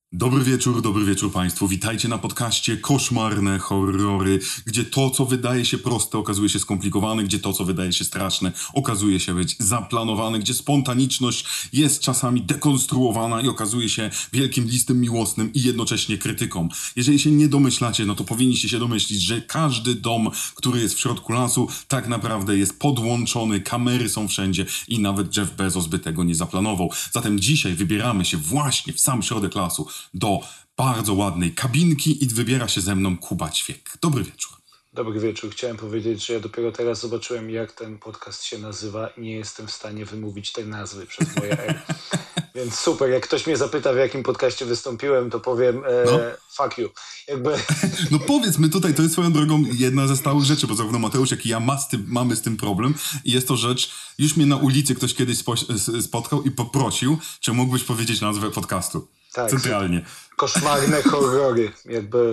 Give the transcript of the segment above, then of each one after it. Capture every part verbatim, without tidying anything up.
Dobry wieczór, dobry wieczór Państwu. Witajcie na podcaście Koszmarne Horrory, gdzie to, co wydaje się proste, okazuje się skomplikowane, gdzie to, co wydaje się straszne, okazuje się być zaplanowane, gdzie spontaniczność jest czasami dekonstruowana i okazuje się wielkim listem miłosnym i jednocześnie krytyką. Jeżeli się nie domyślacie, no to powinniście się domyślić, że każdy dom, który jest w środku lasu, tak naprawdę jest podłączony, kamery są wszędzie i nawet Jeff Bezos by tego nie zaplanował. Zatem dzisiaj wybieramy się właśnie w sam środek lasu, do bardzo ładnej kabinki i wybiera się ze mną Kuba Ćwiek. Dobry wieczór. Dobry wieczór. Chciałem powiedzieć, że ja dopiero teraz zobaczyłem, jak ten podcast się nazywa i nie jestem w stanie wymówić tej nazwy przez moje R. Więc super, jak ktoś mnie zapyta, w jakim podcaście wystąpiłem, to powiem e, no. fuck you. Jakby... No powiedz my tutaj, to jest swoją drogą jedna ze stałych rzeczy, bo zarówno Mateusz, jak i ja ma z tym, mamy z tym problem i jest to rzecz, już mnie na ulicy ktoś kiedyś spo, spotkał i poprosił, czy mógłbyś powiedzieć nazwę podcastu. Tak, centralnie. Koszmarne horrory, jakby...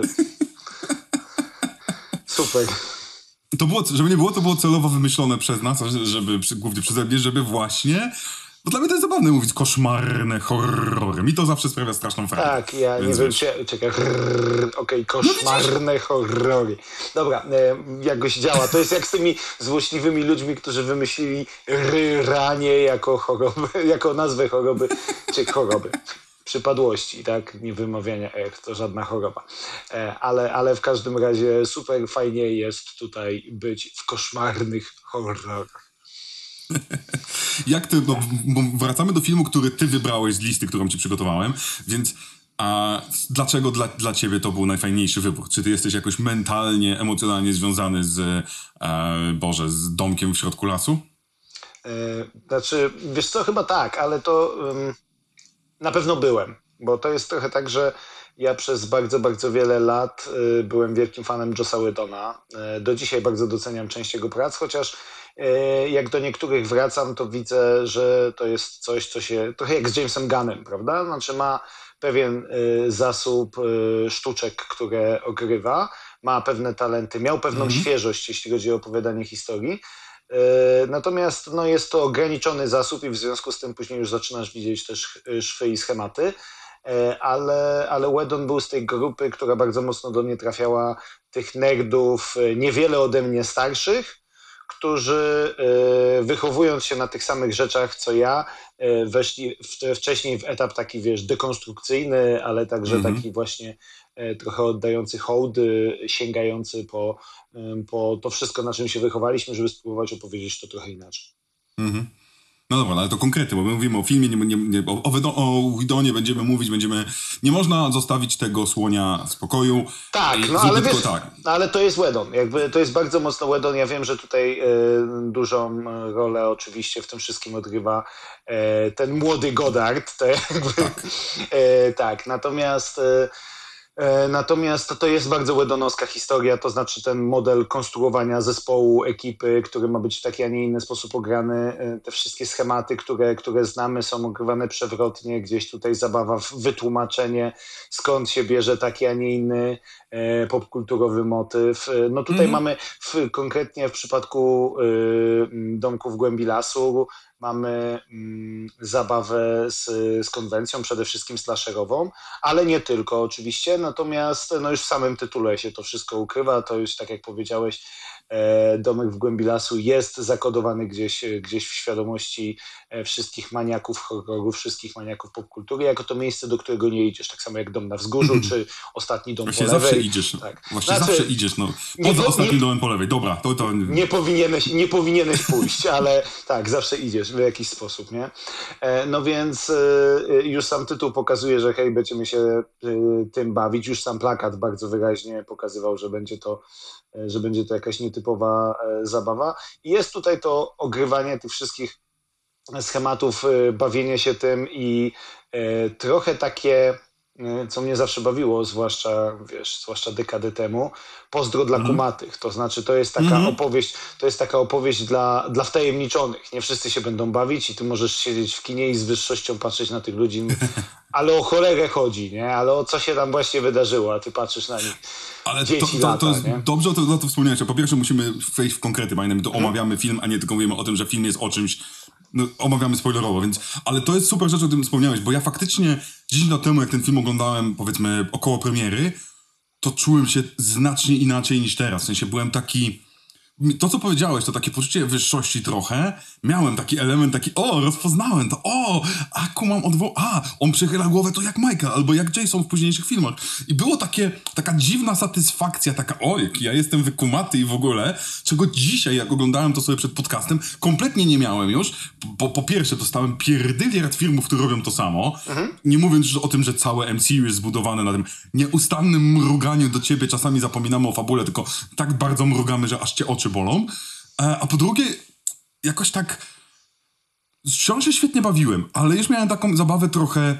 Super. To było, żeby nie było, to było celowo wymyślone przez nas, żeby, głównie przeze mnie, żeby właśnie... Bo dla mnie to jest zabawne mówić koszmarne horrory. Mi to zawsze sprawia straszną frajdę. Tak, ja nie wiem, czy... Czekaj, okej, okay, koszmarne no horrory. Dobra, e, jakoś działa. To jest jak z tymi złośliwymi ludźmi, którzy wymyślili ranie jako choroby, jako nazwę choroby, czy choroby. Przypadłości, tak? Nie wymawiania R, to żadna choroba. E, ale, ale w każdym razie super fajnie jest tutaj być w koszmarnych horrorach. Jak ty, no, bo wracamy do filmu, który ty wybrałeś z listy, którą ci przygotowałem, więc a dlaczego dla, dla ciebie to był najfajniejszy wybór? Czy ty jesteś jakoś mentalnie, emocjonalnie związany z, e, Boże, z domkiem w środku lasu? E, znaczy, wiesz co, chyba tak, ale to um, na pewno byłem, bo to jest trochę tak, że ja przez bardzo, bardzo wiele lat y, byłem wielkim fanem Jossa Whedona. Y, do dzisiaj bardzo doceniam część jego prac, chociaż y, jak do niektórych wracam, to widzę, że to jest coś, co się... Trochę jak z Jamesem Gunnem, prawda? Znaczy ma pewien y, zasób y, sztuczek, które ogrywa, ma pewne talenty, miał pewną mm-hmm. świeżość, jeśli chodzi o opowiadanie historii. Y, natomiast no, jest to ograniczony zasób i w związku z tym później już zaczynasz widzieć też szwy i schematy. Ale, ale Whedon był z tej grupy, która bardzo mocno do mnie trafiała, tych nerdów niewiele ode mnie starszych, którzy wychowując się na tych samych rzeczach co ja, weszli w, wcześniej w etap taki, wiesz, dekonstrukcyjny, ale także mm-hmm. taki właśnie trochę oddający hołdy, sięgający po, po to wszystko, na czym się wychowaliśmy, żeby spróbować opowiedzieć to trochę inaczej. Mm-hmm. No dobra, ale to konkrety, bo my mówimy o filmie, nie, nie, nie, o, o Whedonie będziemy mówić, będziemy... Nie można zostawić tego słonia w spokoju. Tak, no ale wiesz, tak. ale to jest Whedon, jakby to jest bardzo mocno Whedon. Ja wiem, że tutaj y, dużą rolę oczywiście w tym wszystkim odgrywa y, ten młody Goddard. To jakby, tak. y, tak, natomiast... Y, Natomiast to jest bardzo whedonowska historia, to znaczy ten model konstruowania zespołu, ekipy, który ma być w taki, a nie inny sposób ograny. Te wszystkie schematy, które, które znamy, są ogrywane przewrotnie. Gdzieś tutaj zabawa w wytłumaczenie, skąd się bierze taki, a nie inny e, popkulturowy motyw. No tutaj mm. mamy w, konkretnie w przypadku y, Domku w głębi lasu mamy mm, zabawę z, z konwencją, przede wszystkim slasherową, ale nie tylko oczywiście, natomiast no już w samym tytule się to wszystko ukrywa, to już tak jak powiedziałeś, e, Domek w głębi lasu jest zakodowany gdzieś, gdzieś w świadomości e, wszystkich maniaków horrorów, wszystkich maniaków popkultury, jako to miejsce, do którego nie idziesz, tak samo jak Dom na wzgórzu, mm. czy Ostatni dom Właśnie po lewej. Zawsze idziesz, tak. Właśnie znaczy, zawsze idziesz, no. Poza nie, Ostatnim nie, domem po lewej, dobra, to... to... Nie, powinieneś, nie powinieneś pójść, ale tak, zawsze idziesz w jakiś sposób, nie? No więc już sam tytuł pokazuje, że hej, będziemy się tym bawić. Już sam plakat bardzo wyraźnie pokazywał, że będzie to, że będzie to jakaś nietypowa zabawa. I jest tutaj to ogrywanie tych wszystkich schematów, bawienie się tym i trochę takie, co mnie zawsze bawiło, zwłaszcza, wiesz, zwłaszcza dekadę temu, pozdro dla mm. kumatych. To znaczy, to jest taka mm. opowieść, to jest taka opowieść dla, dla wtajemniczonych. Nie wszyscy się będą bawić i ty możesz siedzieć w kinie i z wyższością patrzeć na tych ludzi, ale o cholerę chodzi, nie? Ale o co się tam właśnie wydarzyło, a ty patrzysz na nich. Ale to, to, lata, to jest nie? dobrze, to, to, to wspomniałeś. Po pierwsze musimy wejść w konkrety, bo my to hmm. omawiamy film, a nie tylko mówimy o tym, że film jest o czymś no, omawiamy spoilerowo, więc... Ale to jest super rzecz, o tym wspomniałeś, bo ja faktycznie dziesięć lat temu, jak ten film oglądałem, powiedzmy, około premiery, to czułem się znacznie inaczej niż teraz. W sensie byłem taki... To, co powiedziałeś, to takie poczucie wyższości trochę. Miałem taki element, taki, o, rozpoznałem to, o, a kumam odwo... A, on przechyla głowę to jak Michael, albo jak Jason w późniejszych filmach. I było takie, taka dziwna satysfakcja, taka, o, jak ja jestem wykumaty i w ogóle, czego dzisiaj, jak oglądałem to sobie przed podcastem, kompletnie nie miałem już, bo po pierwsze dostałem pierdyliard filmów, które robią to samo, mhm. nie mówiąc już o tym, że całe M C U jest zbudowane na tym nieustannym mruganiu do ciebie, czasami zapominamy o fabule, tylko tak bardzo mrugamy, że aż cię oczy bolą. A po drugie, jakoś tak wciąż się świetnie bawiłem, ale już miałem taką zabawę trochę...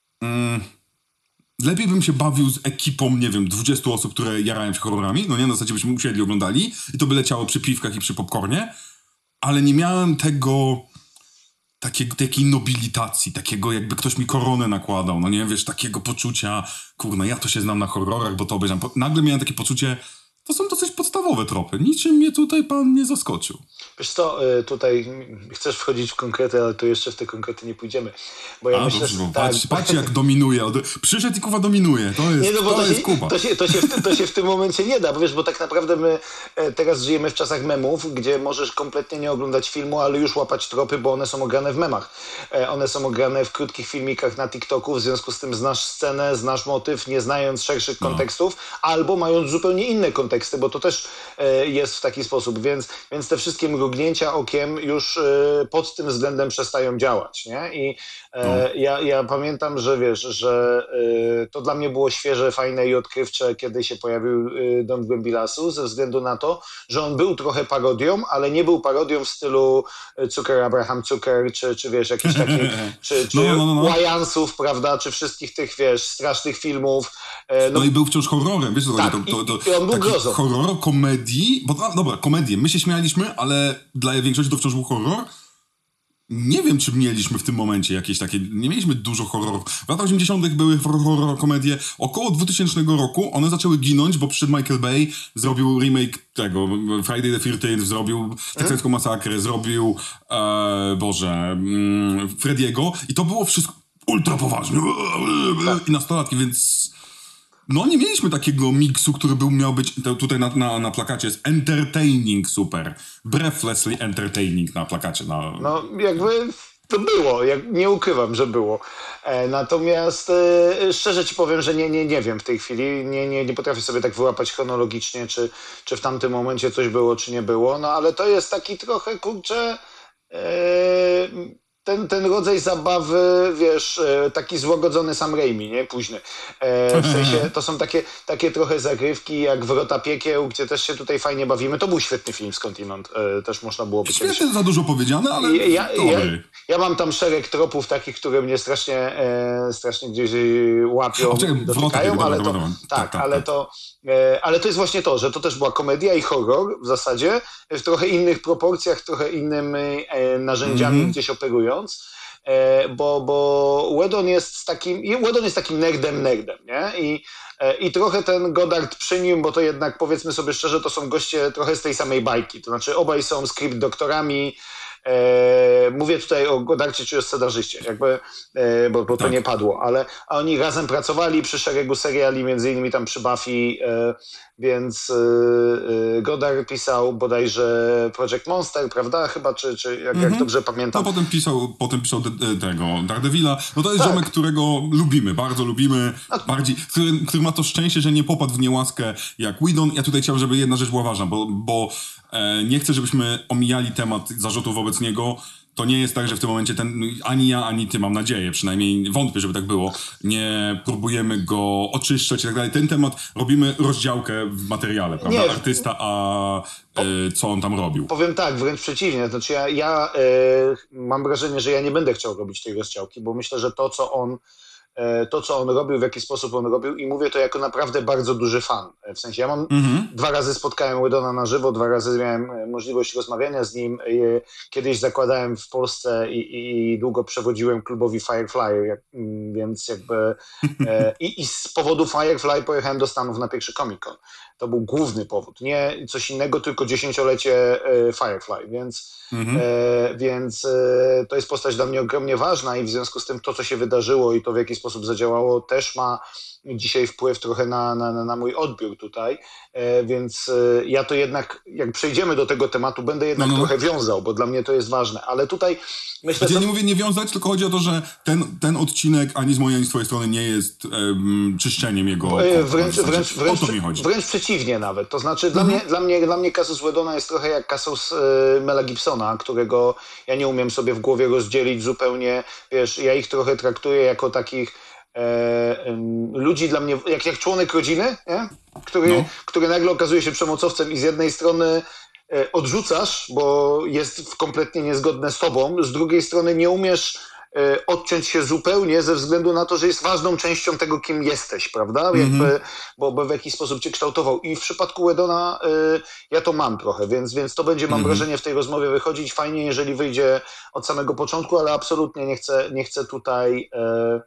Mm, lepiej bym się bawił z ekipą, nie wiem, dwudziestu osób, które jarają się horrorami. No nie, na zasadzie byśmy usiedli, oglądali i to by leciało przy piwkach i przy popcornie, ale nie miałem tego... Takiego, takiej nobilitacji, takiego jakby ktoś mi koronę nakładał, no nie, wiesz, takiego poczucia, kurna, ja to się znam na horrorach, bo to obejrzam. Nagle miałem takie poczucie, to są dosyć podstawowe tropy. Niczym mnie tutaj pan nie zaskoczył. Wiesz co, tutaj chcesz wchodzić w konkrety, ale to jeszcze w te konkrety nie pójdziemy. Bo ja A, myślę, dobrze, że, patrz, tak, patrz jak dominuje. Przyszedł i Kuba dominuje. To jest, nie, no bo to to, jest się, Kuba. to, się, to, się w, to się w tym momencie nie da, bo wiesz, bo tak naprawdę my teraz żyjemy w czasach memów, gdzie możesz kompletnie nie oglądać filmu, ale już łapać tropy, bo one są ograne w memach. One są ograne w krótkich filmikach na TikToku, w związku z tym znasz scenę, znasz motyw, nie znając szerszych no. kontekstów, albo mając zupełnie inne konteksty, bo to też jest w taki sposób, więc, więc te wszystkie mrugnięcia okiem już pod tym względem przestają działać, nie? I no. ja, ja pamiętam, że wiesz, że to dla mnie było świeże, fajne i odkrywcze, kiedy się pojawił Dom w głębi lasu, ze względu na to, że on był trochę parodią, ale nie był parodią w stylu Cukier Abraham Cukier, czy, czy wiesz, jakichś takich, czy, czy no, no, no, no. Łajansów, prawda, czy wszystkich tych, wiesz, strasznych filmów. No, no i był wciąż horrorem, wiesz co tak, to, to, to, i, i on był taki grozą. horror, komedii, bo no, dobra, komedię, my się śmialiśmy, ale dla większości to wciąż był horror. Nie wiem, czy mieliśmy w tym momencie jakieś takie... Nie mieliśmy dużo horrorów. W latach osiemdziesiątych były horror komedie. Około dwutysięcznego roku one zaczęły ginąć, bo przyszedł Michael Bay, zrobił remake tego, Friday the thirteenth, zrobił Teksańską masakrę, zrobił, e, Boże, mm, Frediego i to było wszystko ultra poważne. I nastolatki, więc... No nie mieliśmy takiego miksu, który był, miał być tutaj na, na, na plakacie. Jest entertaining super. Breathlessly entertaining na plakacie. Na... No jakby to było, jak, nie ukrywam, że było. E, natomiast e, szczerze ci powiem, że nie, nie, nie wiem w tej chwili. Nie, nie, nie potrafię sobie tak wyłapać chronologicznie, czy, czy w tamtym momencie coś było, czy nie było. No ale to jest taki trochę, kurczę... E, Ten, ten rodzaj zabawy, wiesz, taki złagodzony Sam Raimi, nie? Późny. E, w sensie to są takie, takie trochę zagrywki jak Wrota Piekieł, gdzie też się tutaj fajnie bawimy. To był świetny film skądinąd, e, też można było by Świetny kiedyś... za dużo powiedziane, ale ja, ja, dobry. Ja, ja mam tam szereg tropów takich, które mnie strasznie, e, strasznie gdzieś łapią, czekaj, dotykają, Wrota, ale dobra, to, dobra, dobra. tak, tak, tak, ale tak. to, e, ale to jest właśnie to, że to też była komedia i horror w zasadzie, w trochę innych proporcjach, trochę innymi e, narzędziami mm-hmm. gdzieś operując. Bo, bo Whedon jest takim, Whedon jest takim nerdem, nerdem, nie? I, i trochę ten Goddard przy nim, bo to jednak, powiedzmy sobie szczerze, to są goście trochę z tej samej bajki. To znaczy obaj są script doktorami. E, mówię tutaj o Goddardzie czy o scenarzyście, jakby, e, bo, bo to tak. nie padło, ale a oni razem pracowali przy szeregu seriali, między innymi tam przy Buffy, e, więc e, Goddard pisał bodajże Project Monster, prawda? Chyba, czy, czy jak, mm-hmm. jak dobrze pamiętam. No potem pisał, potem pisał de, de, tego Daredevila. No to jest tak. ziomek, którego lubimy, bardzo lubimy, no. bardziej, który, który ma to szczęście, że nie popadł w niełaskę jak Whedon. Ja tutaj chciałem, żeby jedna rzecz była ważna, bo, bo e, nie chcę, żebyśmy omijali temat zarzutów wobec niego. To nie jest tak, że w tym momencie ten, ani ja, ani ty, mam nadzieję, przynajmniej wątpię, żeby tak było, nie próbujemy go oczyszczać i tak dalej. Ten temat robimy rozdziałkę w materiale, prawda? Nie. Artysta, a y, co on tam robił. Powiem tak, wręcz przeciwnie. Znaczy ja, ja y, mam wrażenie, że ja nie będę chciał robić tej rozdziałki, bo myślę, że to, co on to, co on robił, w jaki sposób on robił i mówię to jako naprawdę bardzo duży fan. W sensie ja mam, mm-hmm. dwa razy spotkałem Whedona na żywo, dwa razy miałem możliwość rozmawiania z nim. Kiedyś zakładałem w Polsce i, i długo przewodziłem klubowi Firefly, jak, więc jakby i, i z powodu Firefly pojechałem do Stanów na pierwszy Comic-Con. To był główny powód. Nie coś innego, tylko dziesięciolecie e, Firefly, więc, Mhm. e, więc e, to jest postać dla mnie ogromnie ważna i w związku z tym to, co się wydarzyło i to, w jaki sposób zadziałało, też ma dzisiaj wpływ trochę na, na, na mój odbiór tutaj, e, więc e, ja to jednak, jak przejdziemy do tego tematu, będę jednak No, no. trochę wiązał, bo dla mnie to jest ważne, ale tutaj myślę, Znaczy, ja że... nie mówię nie wiązać, tylko chodzi o to, że ten, ten odcinek ani z mojej, ani z twojej strony nie jest um, czyszczeniem jego... E, konta. Wręcz, W sensie, wręcz, wręcz, o to mi chodzi. wręcz przeciwnie nawet. To znaczy dla, mnie, dla, mnie, dla mnie Casus Whedona jest trochę jak Casus e, Mela Gibsona, którego ja nie umiem sobie w głowie rozdzielić zupełnie. Wiesz, ja ich trochę traktuję jako takich e, em, ludzi dla mnie, jak, jak członek rodziny, nie? Który, No. który nagle okazuje się przemocowcem i z jednej strony e, odrzucasz, bo jest kompletnie niezgodne z tobą, z drugiej strony nie umiesz e, odciąć się zupełnie ze względu na to, że jest ważną częścią tego, kim jesteś, prawda? Jakby, bo, bo w jakiś sposób cię kształtował. I w przypadku Whedona e, ja to mam trochę, więc, więc to będzie, mam wrażenie, w tej rozmowie wychodzić. Fajnie, jeżeli wyjdzie od samego początku, ale absolutnie nie chcę, nie chcę tutaj... E,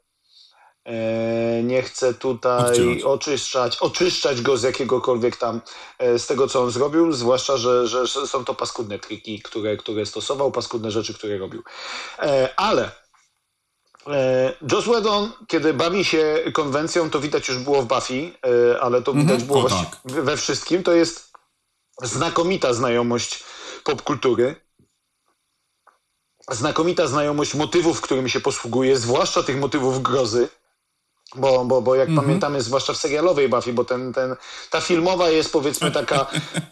E, nie chcę tutaj Odcinać. oczyszczać, oczyszczać go z jakiegokolwiek tam, e, z tego, co on zrobił, zwłaszcza, że, że są to paskudne triki, które, które stosował, paskudne rzeczy, które robił. E, ale e, Joss Whedon, kiedy bawi się konwencją, to widać już było w Buffy, e, ale to widać Mhm. było O, właści- tak. we wszystkim. To jest znakomita znajomość popkultury. Znakomita znajomość motywów, którymi się posługuje, zwłaszcza tych motywów grozy. Bo, bo, bo jak Mhm. pamiętamy, zwłaszcza w serialowej Buffy, bo ten, ten, ta filmowa jest powiedzmy taka,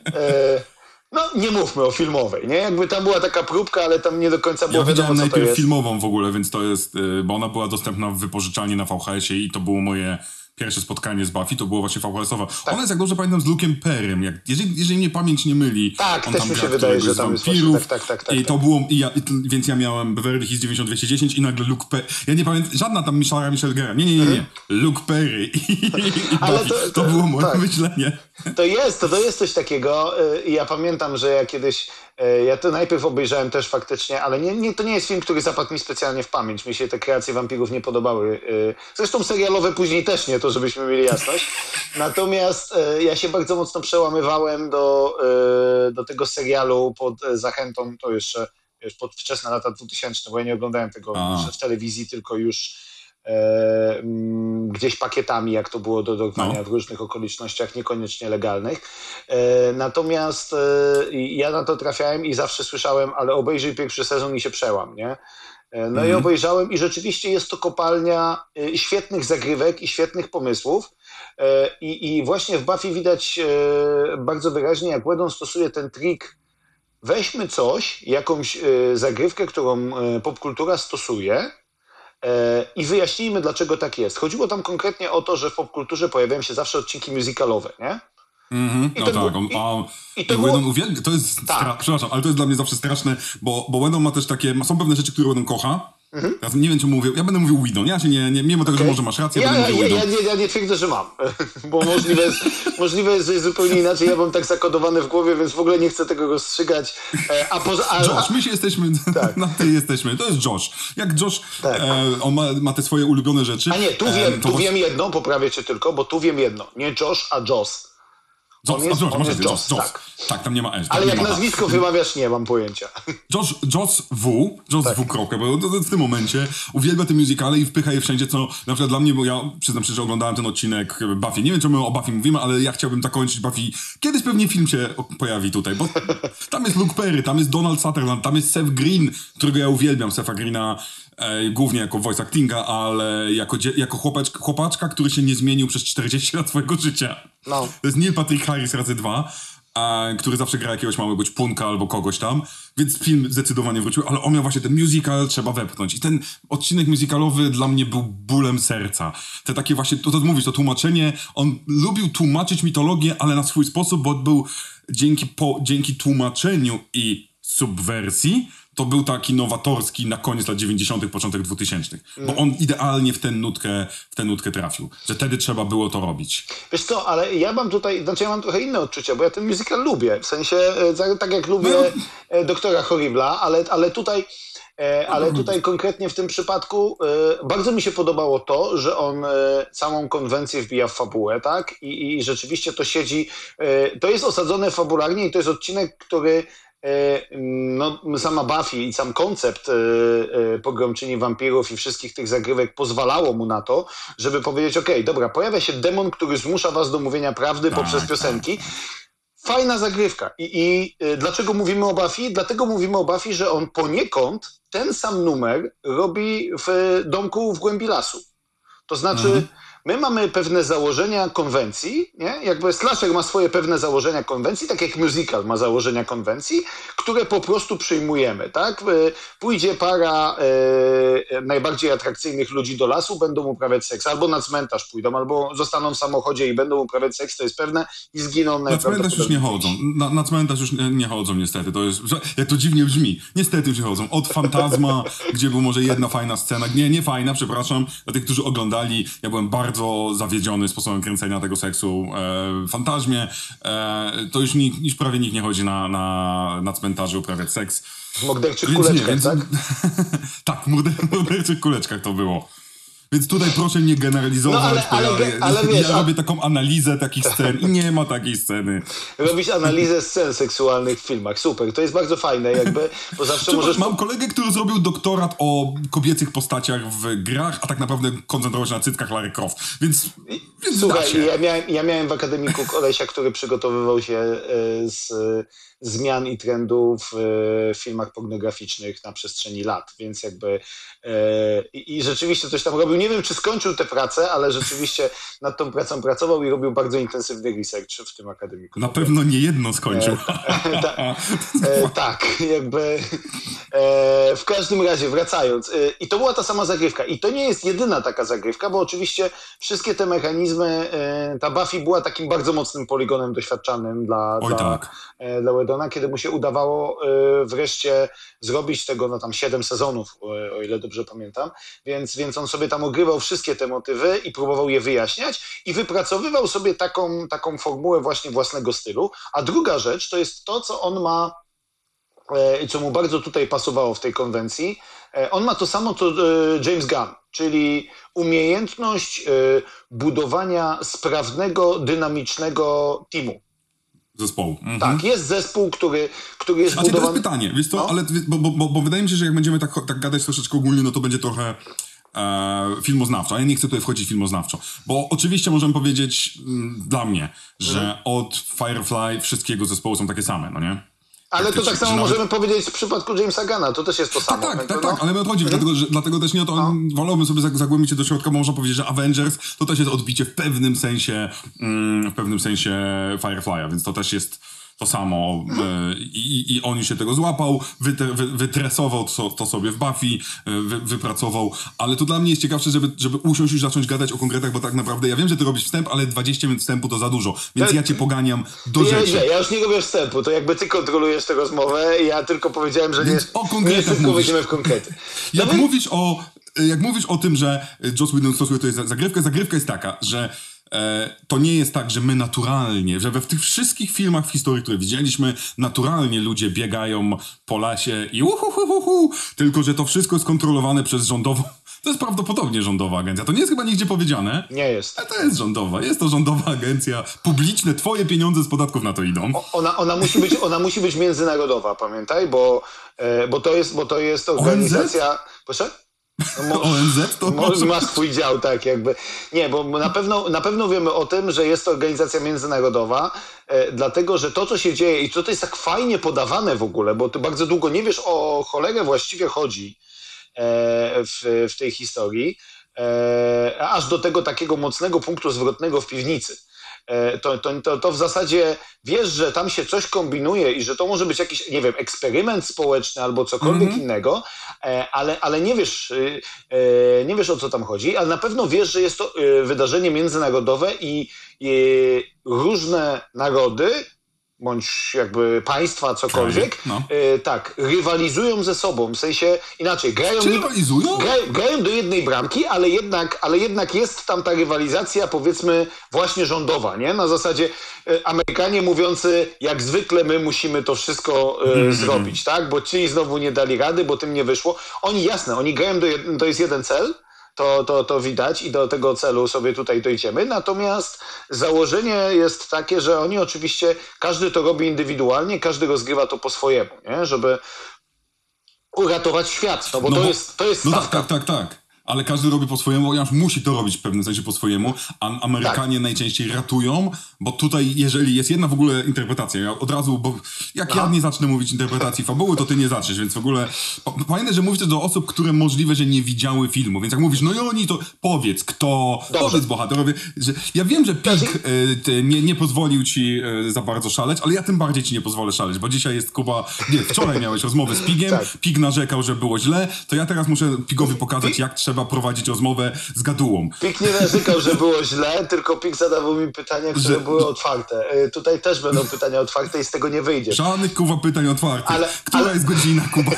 e, no nie mówmy o filmowej, nie? Jakby tam była taka próbka, ale tam nie do końca było Ja wiadomo, widziałem co to najpierw jest. filmową w ogóle, więc to jest, y, bo ona była dostępna w wypożyczalni na V H S-ie i to było moje pierwsze spotkanie z Buffy, to było właśnie V H S-owa. Tak. Ona jest, jak dobrze pamiętam, z Luke'em Perrym. Jak, jeżeli, jeżeli mnie pamięć nie myli, Tak, on też tam mi się gra wydaje, któregoś że z tam jest wampirów. właśnie- tak, tak, tak, tak, I tak. to było, i ja, i t- więc ja miałem Beverly Hills dziewięćdziesiąt dwieście dziesięć i nagle Luke Perry, ja nie pamiętam, żadna tam Michelle Michelle Gera, nie, nie, nie, nie, Luke Perry i, i Ale Buffy. to- To, to- było moje tak. myślenie. To jest, to, to jest coś takiego y, i ja pamiętam, że ja kiedyś, y, ja to najpierw obejrzałem też faktycznie, ale nie, nie, to nie jest film, który zapadł mi specjalnie w pamięć. Mi się te kreacje wampirów nie podobały. y, Zresztą serialowe później też nie, to żebyśmy mieli jasność. Natomiast y, ja się bardzo mocno przełamywałem do, y, do tego serialu pod y, zachętą, to jeszcze wiesz, pod wczesne lata dwutysięczne, bo ja nie oglądałem tego A. w telewizji, tylko już e, mm, gdzieś pakietami, jak to było do dorwania No. w różnych okolicznościach niekoniecznie legalnych. E, natomiast e, ja na to trafiałem i zawsze słyszałem, ale obejrzyj pierwszy sezon i się przełam, nie? E, No i Mhm. obejrzałem i rzeczywiście jest to kopalnia e, świetnych zagrywek i świetnych pomysłów. E, I, I właśnie w Buffy widać e, bardzo wyraźnie, jak Whedon stosuje ten trik. Weźmy coś, jakąś e, zagrywkę, którą e, popkultura stosuje, e, i wyjaśnijmy, dlaczego tak jest. Chodziło tam konkretnie o to, że w popkulturze pojawiają się zawsze odcinki musicalowe, nie? Mhm, I no to tak, było- on, i- a, i i to to było- uwielbia, to jest, Tak. stra- przepraszam, ale to jest dla mnie zawsze straszne, bo, bo Whedon ma też takie, są pewne rzeczy, które Whedon kocha. Mhm. Teraz nie wiem, czy mówię, ja będę mówił Whedon, ja się nie, nie mimo tego, że Okej. może masz rację, Ja, będę ja, mówił ja, Whedon. ja, nie, ja nie twierdzę, że mam, bo możliwe jest, możliwe jest, że jest zupełnie inaczej. Ja mam tak zakodowane w głowie, więc w ogóle nie chcę tego rozstrzygać. E, A poza, a, a, Josh, my się jesteśmy, Tak. na ty jesteśmy, to jest Josh. Jak Josh, Tak. e, on ma, ma te swoje ulubione rzeczy. a nie, tu e, wiem, to tu właśnie- wiem jedno, poprawię cię tylko, bo tu wiem jedno. Nie Josh, a Joss. Josh, on jest- a, przepraszam, on masz jest rację, Joss, Josh, tak. tak, tam nie ma S. tam Ale nie jak ma H. nazwisko wymawiasz, nie mam pojęcia. Josh, Joss W, Joss Tak. W. Kropka, bo to, to w tym momencie uwielbia te musicale i wpycha je wszędzie, co na przykład dla mnie, bo ja przyznam szczerze, że oglądałem ten odcinek Buffy. Nie wiem, czy my o Buffy mówimy, ale ja chciałbym zakończyć Buffy. Kiedyś pewnie film się o- pojawi tutaj, bo tam jest Luke Perry, tam jest Donald Sutherland, tam jest Seth Green, którego ja uwielbiam, Setha Greena, e, głównie jako voice actinga, ale jako, dzie- jako chłopaczka, chłopaczka, który się nie zmienił przez czterdzieści lat swojego życia. No. To jest Neil Patrick Harris razy dwa, a, który zawsze gra jakiegoś małego czpunka albo kogoś tam, więc film zdecydowanie wrócił, ale on miał właśnie ten musical, trzeba wepchnąć. I ten odcinek musicalowy dla mnie był bólem serca. Te takie właśnie, to, to mówisz, to tłumaczenie, on lubił tłumaczyć mitologię, ale na swój sposób, bo był dzięki, po, dzięki tłumaczeniu i subwersji, to był taki nowatorski na koniec lat dziewięćdziesiątych, początek dwutysięcznych. Bo on idealnie w tę nutkę, w tę nutkę trafił, że wtedy trzeba było to robić. Wiesz co, ale ja mam tutaj, znaczy ja mam trochę inne odczucia, bo ja ten musical lubię, w sensie, e, tak, tak jak lubię No. e, Doktora Horribla, ale, ale tutaj E, ale tutaj konkretnie w tym przypadku e, bardzo mi się podobało to, że on e, całą konwencję wbija w fabułę, tak? I, i rzeczywiście to siedzi, e, to jest osadzone fabularnie i to jest odcinek, który e, no, sama Buffy i sam koncept e, e, pogromczyni wampirów i wszystkich tych zagrywek pozwalało mu na to, żeby powiedzieć, okej, dobra, pojawia się demon, który zmusza was do mówienia prawdy Tak, poprzez piosenki. Fajna zagrywka. I, I y, dlaczego mówimy o Buffy? Dlatego mówimy o Buffy, że on poniekąd ten sam numer robi w domku w głębi lasu. To znaczy, mhm. my mamy pewne założenia konwencji, nie? Jakby slasher ma swoje pewne założenia konwencji, tak jak musical ma założenia konwencji, które po prostu przyjmujemy, tak? Pójdzie para e, najbardziej atrakcyjnych ludzi do lasu, będą uprawiać seks, albo na cmentarz pójdą, albo zostaną w samochodzie i będą uprawiać seks, to jest pewne, i zginą na cmentarz już nie chodzą, na, na cmentarz już nie, nie chodzą niestety, to jest, jak to dziwnie brzmi, niestety już nie chodzą. Od Fantasma, gdzie był może jedna fajna scena, nie, nie fajna, przepraszam, dla tych, którzy oglądali, ja byłem bardzo zawiedziony sposobem kręcenia tego seksu e, w Fantasmie. E, to już, nikt, już prawie nikt nie chodzi na, na, na cmentarze uprawiać seks. W morderczych kuleczkach, więc, tak? Tak, w morderczych kuleczkach to było. Więc tutaj proszę nie generalizować, no, ale, ale, bo ja, ale wiesz, ja robię taką analizę takich scen i nie ma takiej sceny. Robisz analizę scen seksualnych w filmach, super, to jest bardzo fajne jakby, bo zawsze możesz... Mam kolegę, który zrobił doktorat o kobiecych postaciach w grach, a tak naprawdę koncentrował się na cyckach Lara Croft, więc, więc słuchaj, ja miałem, ja miałem w akademiku kolesia, który przygotowywał się z zmian i trendów w filmach pornograficznych na przestrzeni lat, więc jakby i, i rzeczywiście coś tam robił. Nie wiem, czy skończył tę pracę, ale rzeczywiście nad tą pracą pracował i robił bardzo intensywny research w tym akademiku. Na pewno nie jedno skończył. E, ta, e, tak, jakby e, w każdym razie wracając. E, I to była ta sama zagrywka. I to nie jest jedyna taka zagrywka, bo oczywiście wszystkie te mechanizmy, e, ta Buffy była takim bardzo mocnym poligonem doświadczalnym dla, Oj, dla, tak. e, dla Whedona, kiedy mu się udawało e, wreszcie zrobić tego no tam siedem sezonów, o, o ile dobrze pamiętam. Więc, więc on sobie tam ogrywał wszystkie te motywy i próbował je wyjaśniać i wypracowywał sobie taką, taką formułę właśnie własnego stylu. A druga rzecz to jest to, co on ma i e, co mu bardzo tutaj pasowało w tej konwencji. E, on ma to samo, co e, James Gunn, czyli umiejętność e, budowania sprawnego, dynamicznego teamu. Zespołu. Mhm. Tak, jest zespół, który, który jest budowany... A budowany... to jest pytanie, wiesz co, no? ale bo, bo, bo, bo wydaje mi się, że jak będziemy tak, tak gadać troszeczkę ogólnie, no to będzie trochę e, filmoznawczo, a ja nie chcę tutaj wchodzić filmoznawczo, bo oczywiście możemy powiedzieć m, dla mnie, że mhm. od Firefly wszystkiego zespołu są takie same, no nie? Ale to tak samo nawet... możemy powiedzieć w przypadku Jamesa Gunna, to też jest to samo. Tak, tak, tak, no? tak, ale my odchodzi, mhm. dlatego, że, dlatego też nie o to no. wolałbym sobie zagłębić się do środka, bo można powiedzieć, że Avengers to też jest odbicie w pewnym sensie, mm, w pewnym sensie Firefly'a, więc to też jest to samo mhm. I, i on już się tego złapał, wytre, wy, wytresował to, to sobie w Buffy, wy, wypracował, ale to dla mnie jest ciekawsze, żeby, żeby usiąść już zacząć gadać o konkretach, bo tak naprawdę ja wiem, że ty robisz wstęp, ale dwadzieścia minut wstępu to za dużo, więc ja cię poganiam do ja, rzeczy. Ja, ja już nie robię wstępu, to jakby ty kontrolujesz tę rozmowę, ja tylko powiedziałem, że więc nie, o nie szybko wejdziemy w konkrety. Jak no mówisz o jak mówisz o tym, że Joss Whedon stosuje to jest zagrywka, zagrywka jest taka, że e, to nie jest tak, że my naturalnie, że we w tych wszystkich filmach w historii, które widzieliśmy, naturalnie ludzie biegają po lasie i uhuhuhuhu, tylko że to wszystko jest kontrolowane przez rządową. To jest prawdopodobnie rządowa agencja. To nie jest chyba nigdzie powiedziane. Nie jest. Ale to jest rządowa. Jest to rządowa agencja. Publiczne, twoje pieniądze z podatków na to idą. O, ona, ona, musi być, ona musi być międzynarodowa, pamiętaj, bo, e, bo, to, jest, bo to jest organizacja... O N Z? Proszę? No, O N Z to może ma swój dział, tak jakby. Nie, bo na pewno, na pewno wiemy o tym, że jest to organizacja międzynarodowa, e, dlatego, że to, co się dzieje i to, to jest tak fajnie podawane w ogóle, bo ty bardzo długo nie wiesz, o cholerę właściwie chodzi e, w, w tej historii, e, aż do tego takiego mocnego punktu zwrotnego w piwnicy. To, to, to, to w zasadzie wiesz, że tam się coś kombinuje i że to może być jakiś, nie wiem, eksperyment społeczny albo cokolwiek mm-hmm. innego, ale, ale nie wiesz, nie wiesz, o co tam chodzi, ale na pewno wiesz, że jest to wydarzenie międzynarodowe i, i różne narody bądź jakby państwa, cokolwiek, no. e, tak, rywalizują ze sobą, w sensie inaczej, grają, Czy rywalizują? grają, grają do jednej bramki, ale jednak, ale jednak jest tam ta rywalizacja, powiedzmy, właśnie rządowa, nie? Na zasadzie e, Amerykanie mówiący, jak zwykle my musimy to wszystko e, Mm-hmm. zrobić, tak? Bo ci znowu nie dali rady, bo tym nie wyszło. Oni, jasne, oni grają do jed... to jest jeden cel, To, to, to widać i do tego celu sobie tutaj dojdziemy. Natomiast założenie jest takie, że oni oczywiście, każdy to robi indywidualnie, każdy rozgrywa to po swojemu, nie? Żeby uratować świat, no bo No to bo- jest, to jest No tak, stawka. tak, tak, tak. Ale każdy robi po swojemu, ponieważ musi to robić w pewnym sensie po swojemu, a Amerykanie Tak. najczęściej ratują, bo tutaj, jeżeli jest jedna w ogóle interpretacja, ja od razu, bo jak ja Aha. nie zacznę mówić interpretacji fabuły, to ty nie zaczniesz, więc w ogóle pa- pamiętaj, że mówisz to do osób, które możliwe, że nie widziały filmu, więc jak mówisz, no i oni, to powiedz kto, Dobrze. powiedz bohaterowie, że ja wiem, że Pik y, ty, nie, nie pozwolił ci y, za bardzo szaleć, ale ja tym bardziej ci nie pozwolę szaleć, bo dzisiaj jest Kuba, nie, wczoraj miałeś rozmowę z Pigiem, Tak. Pig narzekał, że było źle, to ja teraz muszę Pigowi pokazać, jak trzeba prowadzić rozmowę z gadułą. Pik nie narzekał, że było źle, tylko Pik zadawał mi pytania, które Że- były otwarte. Y, Tutaj też będą pytania otwarte i z tego nie wyjdzie. Żadnych, Kuba, pytań otwartych. Ale- Która ale- jest godzina, Kuba?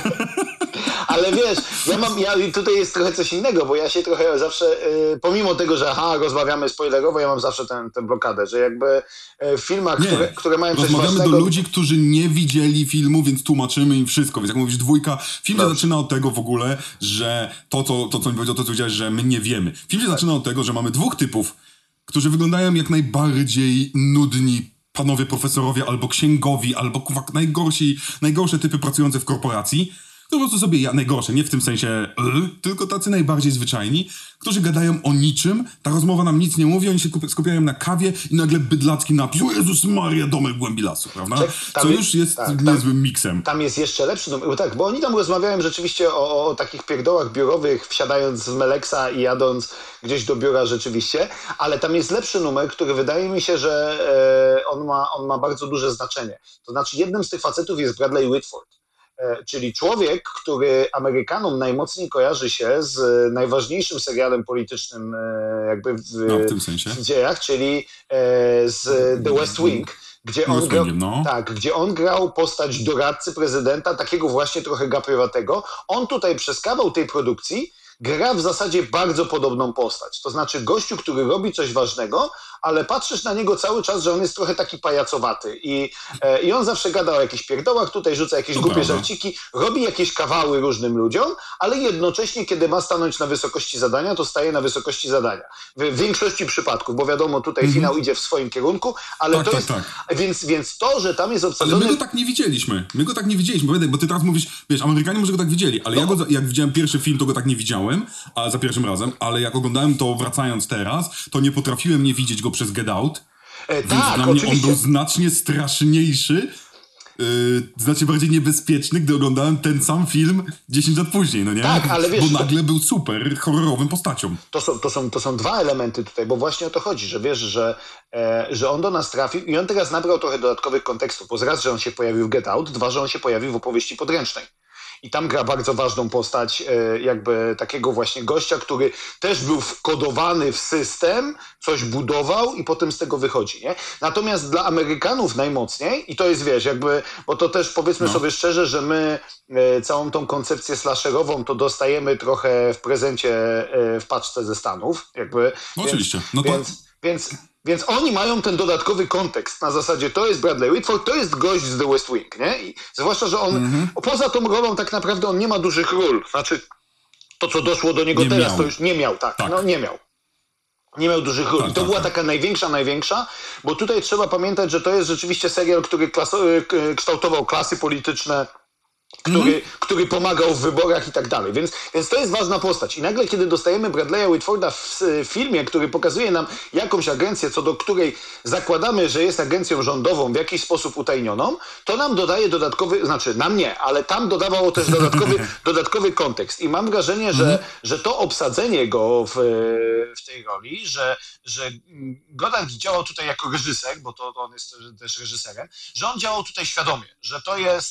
Ale wiesz, ja mam, ja, tutaj jest trochę coś innego, bo ja się trochę zawsze, y, pomimo tego, że aha, rozmawiamy spoilerowo, ja mam zawsze tę tę blokadę, że jakby y, w filmach, Nie, które, które mają coś rozmawiamy ważnego... do ludzi, którzy nie widzieli filmu, więc tłumaczymy im wszystko. Więc jak mówisz dwójka, film się Dobrze. zaczyna od tego w ogóle, że to, co, to, co mi powiedział, to, co powiedziałeś, że my nie wiemy. Film się Tak. zaczyna od tego, że mamy dwóch typów, którzy wyglądają jak najbardziej nudni panowie profesorowie, albo księgowi, albo kuwa, najgorsi, najgorsze typy pracujące w korporacji, to po prostu sobie, ja, najgorsze, nie w tym sensie, y, tylko tacy najbardziej zwyczajni, którzy gadają o niczym, ta rozmowa nam nic nie mówi, oni się kup- skupiają na kawie i nagle bydlacki napis, o Jezus Maria, domek w głębi lasu, prawda? Czek, tam Co jest- już jest tak, tam- niezłym miksem. Tam jest jeszcze lepszy numer, bo tak, bo oni tam rozmawiają rzeczywiście o, o takich pierdołach biurowych, wsiadając w Meleksa i jadąc gdzieś do biura rzeczywiście, ale tam jest lepszy numer, który wydaje mi się, że e, on, ma, on ma bardzo duże znaczenie. To znaczy jednym z tych facetów jest Bradley Whitford, e, czyli człowiek, który Amerykanom najmocniej kojarzy się z e, najważniejszym serialem politycznym e, jakby w, No, w tym sensie. w dziejach, czyli e, z The West Wing, gdzie on, West grał, Wingiem, no. tak, gdzie on grał postać doradcy prezydenta, takiego właśnie trochę gapiowatego. On tutaj przez kawał tej produkcji gra w zasadzie bardzo podobną postać. To znaczy gościu, który robi coś ważnego, ale patrzysz na niego cały czas, że on jest trochę taki pajacowaty. I, e, i on zawsze gada o jakichś pierdołach, tutaj rzuca jakieś To głupie prawda. żarciki, robi jakieś kawały różnym ludziom, ale jednocześnie, kiedy ma stanąć na wysokości zadania, to staje na wysokości zadania. W, w większości przypadków, bo wiadomo, tutaj finał idzie w swoim kierunku, ale Tak, to tak, jest... tak. Więc, więc to, że tam jest Ale obsadzony... my go tak nie widzieliśmy. My go tak nie widzieliśmy. Bo, bo ty teraz mówisz, wiesz, Amerykanie może go tak widzieli, ale ja go, za- jak widziałem pierwszy film, to go tak nie widziałem, a za pierwszym razem, ale jak oglądałem to wracając teraz, to nie potrafiłem nie widzieć go przez Get Out. E, Więc tak, dla mnie oczywiście. on był znacznie straszniejszy, yy, znacznie bardziej niebezpieczny, gdy oglądałem ten sam film dziesięć lat później, no nie? Tak, ale wiesz, Bo to- nagle był super horrorową postacią. To są, to, są, to są dwa elementy tutaj, bo właśnie o to chodzi, że wiesz, że, e, że on do nas trafił i on teraz nabrał trochę dodatkowych kontekstów, bo z raz, że on się pojawił w Get Out, dwa, że on się pojawił w opowieści podręcznej. I tam gra bardzo ważną postać, e, jakby takiego właśnie gościa, który też był wkodowany w system, coś budował i potem z tego wychodzi, nie? Natomiast dla Amerykanów najmocniej, i to jest, wiesz, jakby, bo to też powiedzmy No. sobie szczerze, że my e, całą tą koncepcję slasherową to dostajemy trochę w prezencie e, w paczce ze Stanów, jakby. No więc, oczywiście. No to- Więc, więc, więc oni mają ten dodatkowy kontekst na zasadzie to jest Bradley Whitford, to jest gość z The West Wing, nie? I zwłaszcza, że on Mhm. poza tą rolą tak naprawdę on nie ma dużych ról. Znaczy to, co doszło do niego Nie teraz, miał. to już nie miał, tak, Tak. no nie miał. Nie miał dużych ról. Tak, I to tak, była tak. taka największa, największa, bo tutaj trzeba pamiętać, że to jest rzeczywiście serial, który klaso- y, k- kształtował klasy polityczne, który, Mhm. który pomagał w wyborach i tak dalej. Więc, więc to jest ważna postać. I nagle, kiedy dostajemy Bradley'a Whitforda w y, filmie, który pokazuje nam jakąś agencję, co do której zakładamy, że jest agencją rządową w jakiś sposób utajnioną, to nam dodaje dodatkowy, znaczy nam nie, ale tam dodawało też dodatkowy, dodatkowy kontekst. I mam wrażenie, że, że to obsadzenie go w, w tej roli, że, że Goddard działał tutaj jako reżyser, bo to, to on jest też reżyserem, że on działał tutaj świadomie, że to jest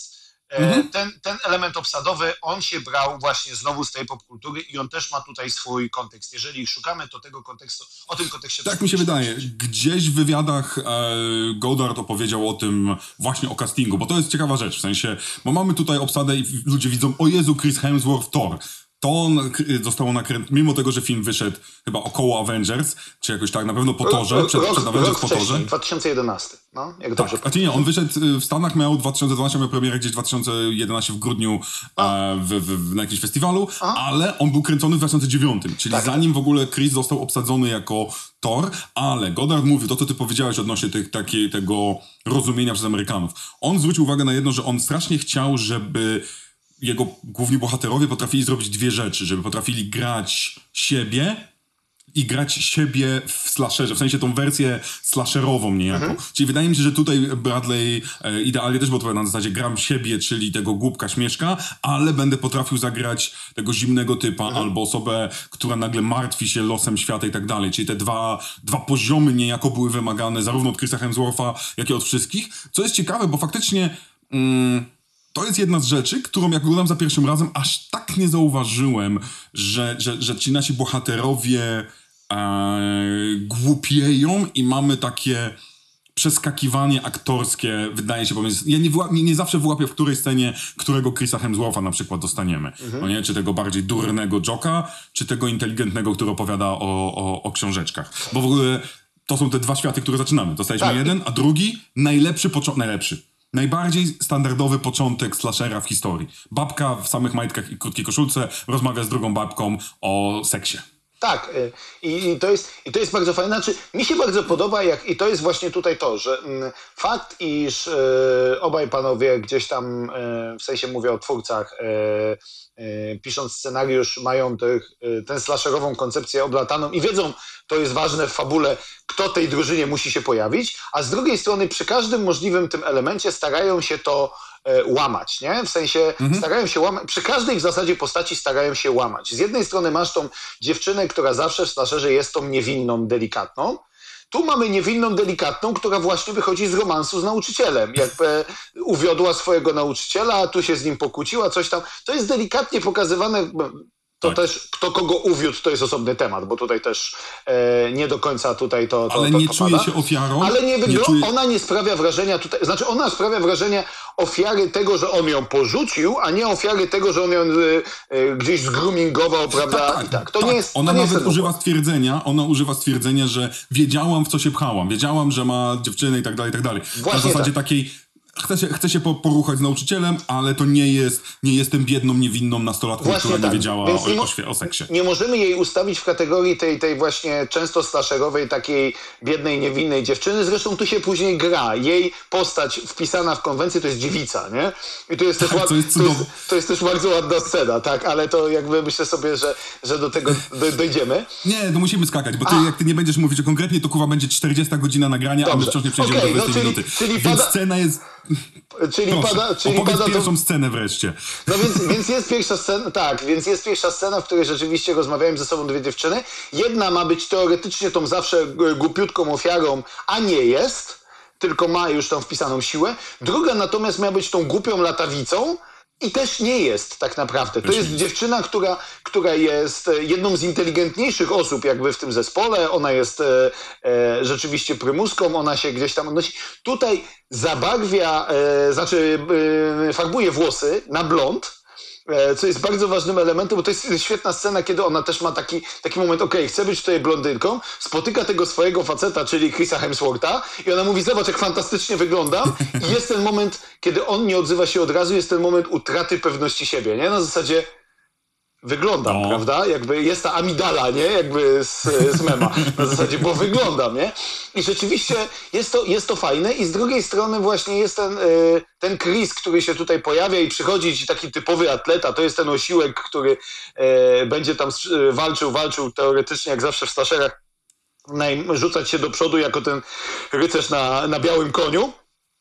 E, ten, ten element obsadowy, on się brał właśnie znowu z tej popkultury i on też ma tutaj swój kontekst. Jeżeli szukamy, to tego kontekstu, o tym kontekście... Tak mi się wydaje. Gdzieś w wywiadach e, Goddard opowiedział o tym właśnie o castingu, bo to jest ciekawa rzecz, w sensie, bo mamy tutaj obsadę i ludzie widzą, o Jezu, Chris Hemsworth, Thor. To on zostało nakręcone, mimo tego, że film wyszedł chyba około Avengers, czy jakoś tak, na pewno po torze, przed, rok, przed Avengers rok po torze. wcześniej, dwa tysiące jedenasty, no, jak dobrze Tak, a nie, on wyszedł w Stanach, miał dwa tysiące dwunasty, miał premierę gdzieś dwa tysiące jedenasty w grudniu e, w, w, na jakimś festiwalu, a? ale on był kręcony w dwa tysiące dziewiątym, czyli tak. zanim w ogóle Chris został obsadzony jako Thor, ale Goddard mówił to, co ty powiedziałeś odnośnie tych, takiej, tego rozumienia przez Amerykanów. On zwrócił uwagę na jedno, że on strasznie chciał, żeby jego główni bohaterowie potrafili zrobić dwie rzeczy, żeby potrafili grać siebie i grać siebie w slasherze, w sensie tą wersję slasherową niejako. Mhm. Czyli wydaje mi się, że tutaj Bradley e, idealnie też był odpowiadał na zasadzie gram siebie, czyli tego głupka śmieszka, ale będę potrafił zagrać tego zimnego typa mhm. albo osobę, która nagle martwi się losem świata i tak dalej. Czyli te dwa, dwa poziomy niejako były wymagane zarówno od Chrisa Hemswortha, jak i od wszystkich. Co jest ciekawe, bo faktycznie... Mm, to jest jedna z rzeczy, którą jak oglądam za pierwszym razem, aż tak nie zauważyłem, że, że, że ci nasi bohaterowie e, głupieją i mamy takie przeskakiwanie aktorskie, wydaje się pomiędzy... Ja nie, wyła- nie, nie zawsze wyłapię, w której scenie którego Chrisa Hemswortha na przykład dostaniemy. Mhm. No nie? Czy tego bardziej durnego Joka, czy tego inteligentnego, który opowiada o, o, o książeczkach. Bo w ogóle to są te dwa światy, które zaczynamy. Dostaliśmy tak. jeden, a drugi najlepszy początek... Najlepszy. Najbardziej standardowy początek slashera w historii. Babka w samych majtkach i krótkiej koszulce rozmawia z drugą babką o seksie. Tak, i, i, to jest, i to jest bardzo fajne. Znaczy, mi się bardzo podoba, jak, i to jest właśnie tutaj to, że m, fakt, iż e, obaj panowie gdzieś tam, e, w sensie mówię o twórcach, e, e, pisząc scenariusz, mają tych, e, tę slasherową koncepcję oblataną i wiedzą, to jest ważne w fabule, kto tej drużynie musi się pojawić, a z drugiej strony przy każdym możliwym tym elemencie starają się to e, łamać, nie? W sensie mhm. starają się łamać, przy każdej w zasadzie postaci starają się łamać. Z jednej strony masz tą dziewczynę, która zawsze w slasherze jest tą niewinną, delikatną. Tu mamy niewinną, delikatną, która właśnie wychodzi z romansu z nauczycielem. Jakby uwiodła swojego nauczyciela, a tu się z nim pokłóciła, coś tam. To jest delikatnie pokazywane... To tak. też, kto kogo uwiódł, to jest osobny temat, bo tutaj też e, nie do końca tutaj to to Ale to, nie to czuje pada. się ofiarą. Ale nie, nie no, czuje... ona nie sprawia wrażenia tutaj, znaczy ona sprawia wrażenie ofiary tego, że on ją porzucił, a nie ofiary tego, że on ją y, y, gdzieś zgroomingował, prawda? Tak, tak, I tak. To tak. nie jest. Ona to nie nawet jest używa stwierdzenia, ona używa stwierdzenia, że wiedziałam, w co się pchałam, wiedziałam, że ma dziewczynę i tak dalej, i tak dalej. Właśnie Na zasadzie tak. takiej Chcę się, chcę się poruchać z nauczycielem, ale to nie jest, nie jestem biedną, niewinną nastolatką, właśnie która tak. nie wiedziała o, nie mo- o, o seksie. Nie możemy jej ustawić w kategorii tej, tej właśnie często slasherowej, takiej biednej, niewinnej dziewczyny. Zresztą tu się później gra. Jej postać wpisana w konwencję to jest dziewica, nie? I to jest, tak, też, ład... to jest, to jest, to jest też bardzo ładna scena, tak? Ale to jakby myślę sobie, że, że do tego do, dojdziemy. Nie, to musimy skakać, bo ty, jak ty nie będziesz mówić o konkretnie, to kurwa będzie czterdziesta godzina nagrania, Dobrze. a my wciąż nie przejdziemy okay, do dwudziestej no, minuty. Czyli Więc pada... scena jest... Czyli Proszę, pada, czyli opowiedz pada pierwszą to... scenę wreszcie. No więc, więc jest pierwsza scena, tak, więc jest pierwsza scena, w której rzeczywiście rozmawiają ze sobą dwie dziewczyny. Jedna ma być teoretycznie tą zawsze głupiutką ofiarą, a nie jest, tylko ma już tam wpisaną siłę. Druga natomiast miała być tą głupią latawicą, i też nie jest tak naprawdę. To jest dziewczyna, która, która jest jedną z inteligentniejszych osób jakby w tym zespole. Ona jest e, e, rzeczywiście prymuską, ona się gdzieś tam odnosi. Tutaj zabarwia, e, znaczy e, farbuje włosy na blond, e, co jest bardzo ważnym elementem, bo to jest świetna scena, kiedy ona też ma taki, taki moment, okej, okay, chcę być tutaj blondynką, spotyka tego swojego faceta, czyli Chrisa Hemswortha i ona mówi, zobacz jak fantastycznie wyglądam i jest ten moment, kiedy on nie odzywa się od razu, jest ten moment utraty pewności siebie, nie? Na zasadzie wyglądam, no. prawda? Jakby jest ta amidala, nie? Jakby z, z mema. Na zasadzie, bo wyglądam, nie? I rzeczywiście jest to, jest to fajne i z drugiej strony właśnie jest ten, y, ten Chris, który się tutaj pojawia i przychodzi ci taki typowy atleta, to jest ten osiłek, który y, będzie tam y, walczył, walczył teoretycznie jak zawsze w slasherach, rzucać się do przodu jako ten rycerz na, na białym koniu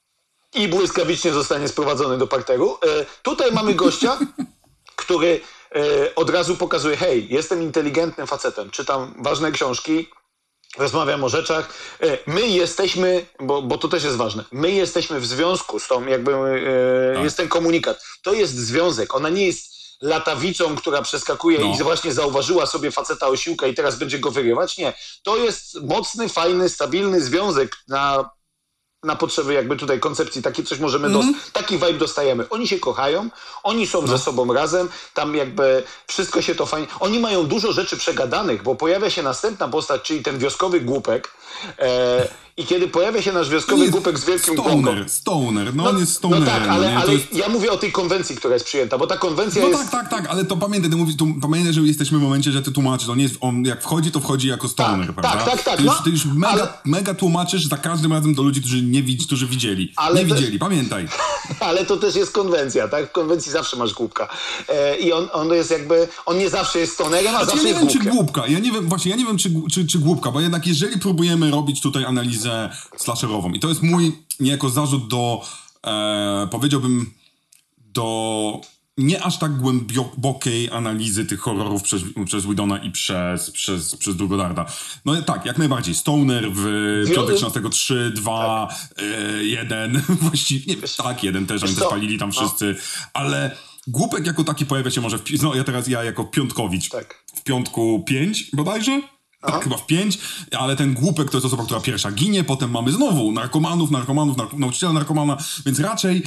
i błyskawicznie zostanie sprowadzony do parteru. Y, tutaj mamy gościa, który od razu pokazuje, hej, jestem inteligentnym facetem, czytam ważne książki, Rozmawiam o rzeczach. E, My jesteśmy, bo, bo to też jest ważne, my jesteśmy w związku z tą, jakby e, Tak. jest ten komunikat. To jest związek. Ona nie jest latawicą, która przeskakuje No. i właśnie zauważyła sobie faceta osiłka i teraz będzie go wyrywać. Nie. To jest mocny, fajny, stabilny związek na, na potrzeby jakby tutaj koncepcji. Taki coś możemy Mhm. dos- taki vibe dostajemy. Oni się kochają, oni są No. ze sobą razem, tam jakby wszystko się to fajnie... Oni mają dużo rzeczy przegadanych, bo pojawia się następna postać, czyli ten wioskowy głupek. E, I kiedy pojawia się nasz wioskowy Nie, głupek z wielkim głową... Stoner, stoner, no, on jest no stonerem. tak, ale, nie? To ale jest... ja mówię o tej konwencji, która jest przyjęta, bo ta konwencja No jest... tak, tak, tak, ale to pamiętaj, ty mówisz, tu, pamiętaj, że jesteśmy w momencie, że ty tłumaczysz, on, jest, on jak wchodzi, to wchodzi jako stoner, Tak, prawda? tak, tak, tak, Ty już, no, ty już mega, ale- mega tłumaczysz za każdym razem do ludzi, którzy nie widz, którzy widzieli. Ale nie to- widzieli, pamiętaj. Ale to też jest konwencja, tak? W konwencji zawsze masz głupka. E, I on, on jest jakby... On nie zawsze jest stonerem, a Znaczy, zawsze ja nie jest wiem, czy głupkiem. głupka, ja nie wiem, właśnie, ja nie wiem, czy, czy, czy głupka, bo jednak jeżeli próbujemy robić tutaj analizę slasherową i to jest mój niejako zarzut do, e, powiedziałbym, do nie aż tak głębokiej analizy tych horrorów przez, przez Widona i przez, przez, przez Drugodarda. No tak, jak najbardziej. Stoner w Wio- Piątek trzynastego trzy, dwa, jeden, właściwie, nie, tak, jeden też, oni co? też palili tam wszyscy, ale głupek jako taki pojawia się może w, pi- no ja teraz, ja jako Piątkowicz, Tak. w Piątku pięć bodajże? Tak, chyba w pięć, ale ten głupek to jest osoba, która pierwsza ginie, potem mamy znowu narkomanów, narkomanów, nark- nauczyciela narkomana, więc raczej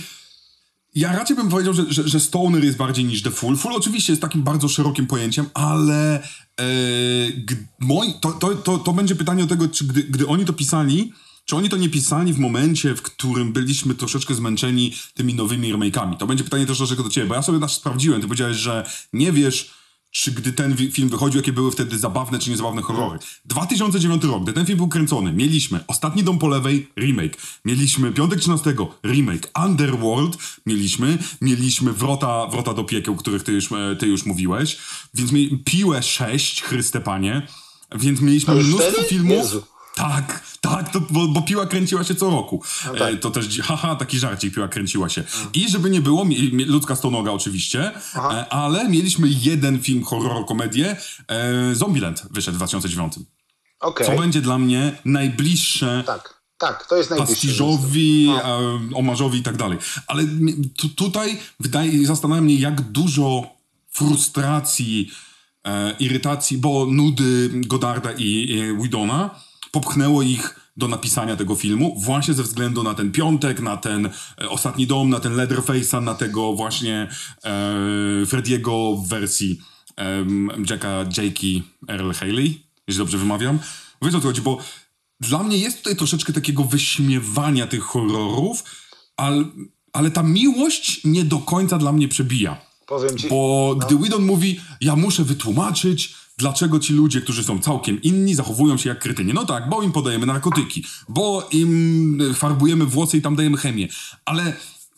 ja raczej bym powiedział, że, że, że stoner jest bardziej niż the full. Full oczywiście jest takim bardzo szerokim pojęciem, ale e, g, moi, to, to, to, to będzie pytanie o tego, czy gdy, gdy oni to pisali, czy oni to nie pisali w momencie, w którym byliśmy troszeczkę zmęczeni tymi nowymi remake'ami. To będzie pytanie też troszeczkę do ciebie, bo ja sobie też sprawdziłem, ty powiedziałeś, że nie wiesz, czy gdy ten wi- film wychodził, jakie były wtedy zabawne czy niezabawne horrory. dwa tysiące dziewiąty rok, gdy ten film był kręcony, mieliśmy Ostatni dom po lewej, remake. Mieliśmy Piątek trzynastego, remake. Underworld mieliśmy. Mieliśmy Wrota, Wrota do piekieł, których ty już, e, ty już mówiłeś. Więc mieli Piłę sześć, Chryste Panie. Więc mieliśmy To już mnóstwo wtedy? filmów. Jezu. Tak, tak, to, bo, bo piła kręciła się co roku. No tak. E, to też, dzi- haha, taki żarcik, piła kręciła się. I żeby nie było, mi, mi, ludzka stonoga oczywiście, e, ale mieliśmy jeden film, horror, komedię, e, Zombieland wyszedł w dwa tysiące dziewiątym. Okej, Co będzie dla mnie najbliższe tak, tak, to jest najbliższe. pastiżowi, No. e, omarzowi i tak dalej. Ale mi- tu, tutaj wydaje, zastanawia mnie, jak dużo frustracji, e, irytacji, bo nudy Godarda i e, Widona popchnęło ich do napisania tego filmu właśnie ze względu na ten Piątek, na ten e, Ostatni dom, na ten Leatherface'a, na tego właśnie e, Frediego w wersji e, Jacka, Jakey Earl Haley, jeśli dobrze wymawiam. Wiesz o co chodzi, bo dla mnie jest tutaj troszeczkę takiego wyśmiewania tych horrorów, ale, ale ta miłość nie do końca dla mnie przebija. Powiem ci, Bo gdy Whedon mówi, ja muszę wytłumaczyć, dlaczego ci ludzie, którzy są całkiem inni, zachowują się jak kretyni. No tak, bo im podajemy narkotyki, bo im farbujemy włosy i tam dajemy chemię. Ale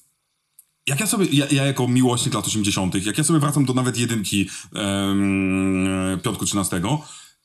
jak ja sobie, ja, ja jako miłośnik lat osiemdziesiątych, jak ja sobie wracam do nawet jedynki um, Piątku trzynastego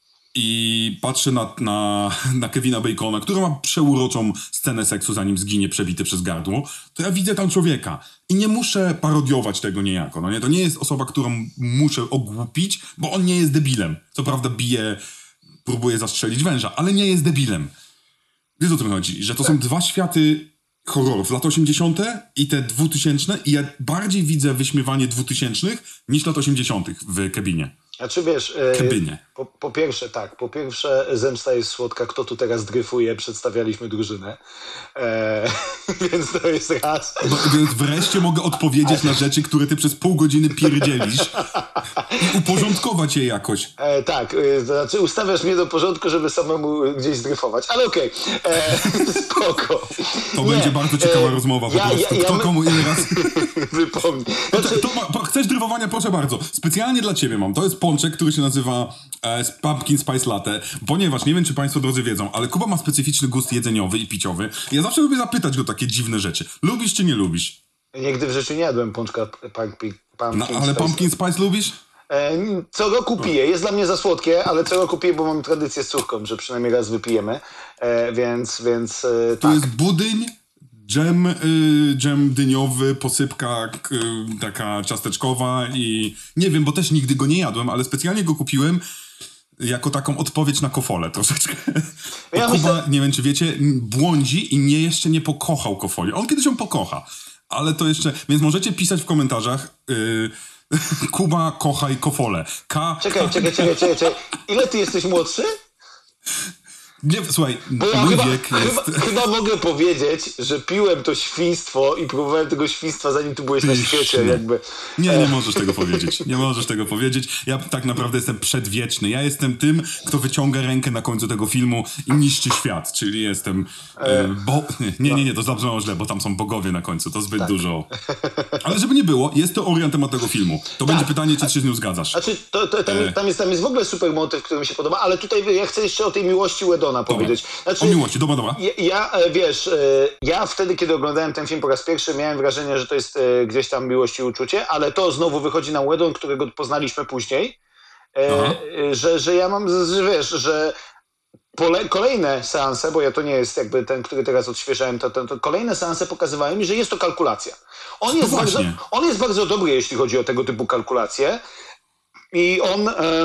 i patrzę na, na, na Kevina Bacona, który ma przeuroczą scenę seksu, zanim zginie przebity przez gardło, to ja widzę tam człowieka i nie muszę parodiować tego niejako. No nie? To nie jest osoba, którą muszę ogłupić, bo on nie jest debilem. Co prawda bije, próbuje zastrzelić węża, ale nie jest debilem. Wiesz, o co mi chodzi? Że to są dwa światy horrorów. Lata osiemdziesiąte i te dwutysięczne i ja bardziej widzę wyśmiewanie dwutysięcznych niż lat osiemdziesiątych w Kebinie. Znaczy wiesz, e, Kebynie. po, po pierwsze tak, po pierwsze zemsta jest słodka, kto tu teraz dryfuje, przedstawialiśmy drużynę, e, więc to jest raz. No, więc wreszcie mogę odpowiedzieć na rzeczy, które ty przez pół godziny pierdzielisz i uporządkować je jakoś. E, tak, e, to znaczy ustawiasz mnie do porządku, żeby samemu gdzieś zdryfować, ale okej, e, spoko. To Nie, będzie bardzo ciekawa e, rozmowa po ja- prostu. ja- ja Kto my- komu ile raz... Wypomnij. To, Znaczy, to, ma- po- chcesz drywowania? Proszę bardzo. Specjalnie dla ciebie mam. To jest pączek, który się nazywa e, Pumpkin Spice Latte, ponieważ nie wiem, czy państwo drodzy wiedzą, ale Kuba ma specyficzny gust jedzeniowy i piciowy. Ja zawsze lubię zapytać go takie dziwne rzeczy. Lubisz czy nie lubisz? nigdy w życiu nie jadłem pączka pumpkin, pumpkin No, ale spice. Pumpkin Spice lubisz? E, co roku piję. Jest dla mnie za słodkie, ale co roku piję, bo mam tradycję z córką, że przynajmniej raz wypijemy. E, więc, więc e, To tak. jest budyń, dżem, y, dżem dyniowy, posypka k, y, taka ciasteczkowa i nie wiem, bo też nigdy go nie jadłem, ale specjalnie go kupiłem jako taką odpowiedź na Kofolę troszeczkę. Ja Bo Kuba, myślę- nie wiem czy wiecie, błądzi i nie jeszcze nie pokochał Kofoli. On kiedyś ją pokocha, ale to jeszcze... Więc możecie pisać w komentarzach yy, Kuba, kochaj Kofolę. K... Czekaj, czekaj, czekaj, czekaj, czekaj. Ile ty jesteś młodszy? Nie, słuchaj, Bo ja mój chyba, wiek jest... chyba, chyba mogę powiedzieć, że piłem to świństwo i próbowałem tego świństwa, zanim tu byłeś na Pyszne. świecie, jakby. Nie, nie możesz tego powiedzieć. Nie możesz tego powiedzieć. Ja tak naprawdę jestem przedwieczny. Ja jestem tym, kto wyciąga rękę na końcu tego filmu i niszczy świat. Czyli jestem... E, bo... Nie, nie, nie, to zabrzmiało źle, bo tam są bogowie na końcu. To zbyt dużo. Ale żeby nie było, jest teoria na temat tego filmu. To będzie pytanie, czy się z nią zgadzasz. Znaczy, to, to, tam, E. tam, jest, tam jest w ogóle super motyw, który mi się podoba, ale tutaj ja chcę jeszcze o tej miłości Wedona powiedzieć. Znaczy, O miłości, dobra, dobra. Ja, ja, e, wiesz, e, ja wtedy, kiedy oglądałem ten film po raz pierwszy, miałem wrażenie, że to jest e, gdzieś tam miłość i uczucie, ale to znowu wychodzi na Wedon, którego poznaliśmy później, e, Aha. e, że, że ja mam, z- że wiesz, że pole, kolejne seanse, bo ja to nie jest jakby ten, który teraz odświeżałem, to, to, to kolejne seanse pokazywały mi, że jest to kalkulacja. On jest, bardzo, właśnie. on jest bardzo dobry, jeśli chodzi o tego typu kalkulacje i on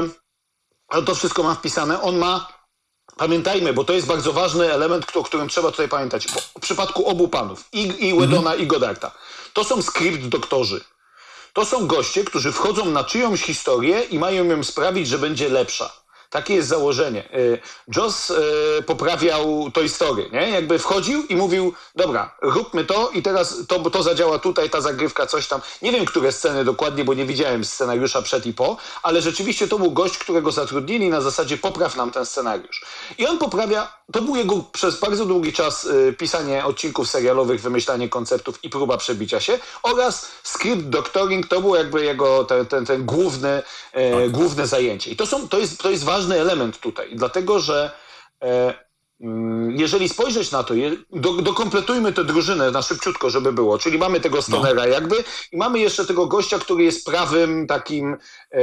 e, to wszystko ma wpisane, on ma. Pamiętajmy, bo to jest bardzo ważny element, o którym trzeba tutaj pamiętać. Bo w przypadku obu panów, i, i Wedona, Mhm. i Godarta, to są skrypt doktorzy. To są goście, którzy wchodzą na czyjąś historię i mają ją sprawić, że będzie lepsza. Takie jest założenie. Y, Joss y, poprawiał Toy Story, nie? Jakby wchodził i mówił, dobra, róbmy to i teraz to, bo to zadziała tutaj, ta zagrywka, coś tam. Nie wiem, które sceny dokładnie, bo nie widziałem scenariusza przed i po, ale rzeczywiście to był gość, którego zatrudnili na zasadzie popraw nam ten scenariusz. I on poprawia, to był jego przez bardzo długi czas y, pisanie odcinków serialowych, wymyślanie konceptów i próba przebicia się oraz script doctoring, to był jakby jego ten, ten, ten główny, e, główne zajęcie. I to, są, to, jest, to jest ważny element tutaj, dlatego że e, mm, jeżeli spojrzeć na to, je, do, dokompletujmy tę drużynę na szybciutko, żeby było, czyli mamy tego stonera jakby i mamy jeszcze tego gościa, który jest prawym takim, e,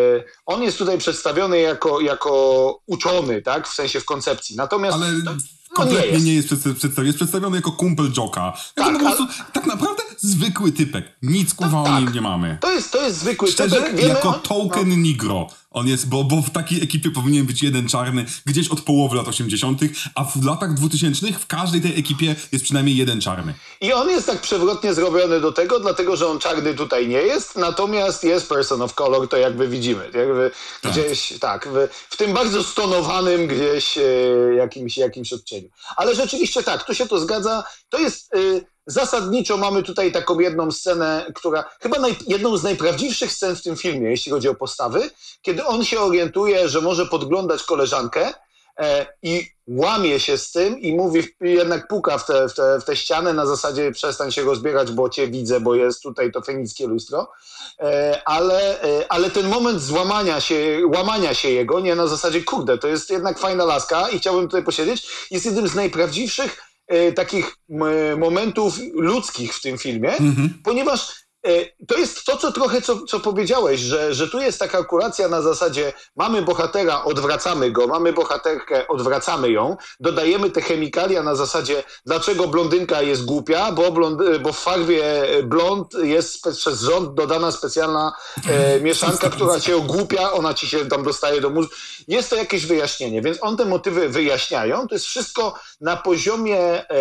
on jest tutaj przedstawiony jako, jako uczony, tak, w sensie w koncepcji, natomiast Ale to, no kompletnie nie jest. nie jest przedstawiony, przedstawiony, jest przedstawiony jako kumpel Joka. Ja Tak, to po ale- prostu, tak naprawdę zwykły typek. Nic kurwa o tak. nim nie mamy. To jest, to jest zwykły Szczerze, typek, wiemy, jako on- token no. Negro. On jest, bo, bo w takiej ekipie powinien być jeden czarny gdzieś od połowy lat osiemdziesiątych, a w latach dwutysięcznych w każdej tej ekipie jest przynajmniej jeden czarny. I on jest tak przewrotnie zrobiony do tego, dlatego że on czarny tutaj nie jest, natomiast jest person of color, to jakby widzimy. Jakby Tak. gdzieś, tak, w, w tym bardzo stonowanym gdzieś e, jakimś, jakimś odcieniu. Ale rzeczywiście tak, tu się to zgadza. To jest... E, Zasadniczo mamy tutaj taką jedną scenę, która chyba naj, jedną z najprawdziwszych scen w tym filmie, jeśli chodzi o postawy, kiedy on się orientuje, że może podglądać koleżankę e, i łamie się z tym i mówi, jednak puka w tę w te, w te ścianę na zasadzie przestań się rozbierać, bo cię widzę, bo jest tutaj to fenickie lustro. E, ale, e, ale ten moment złamania się, łamania się jego, nie na zasadzie kurde, to jest jednak fajna laska i chciałbym tutaj posiedzieć, jest jednym z najprawdziwszych e, takich m, momentów ludzkich w tym filmie, ponieważ e, to jest to, co trochę, co, co powiedziałeś, że, że tu jest ta kalkulacja na zasadzie mamy bohatera, odwracamy go, mamy bohaterkę, odwracamy ją, dodajemy te chemikalia na zasadzie dlaczego blondynka jest głupia, bo, blond, bo w farbie blond jest spe, przez rząd dodana specjalna e, mieszanka, która cię ogłupia, ona ci się tam dostaje do mózgu. Jest to jakieś wyjaśnienie, więc on te motywy wyjaśniają, to jest wszystko na poziomie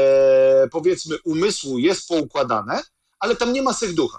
e, powiedzmy umysłu jest poukładane, ale tam nie ma serducha.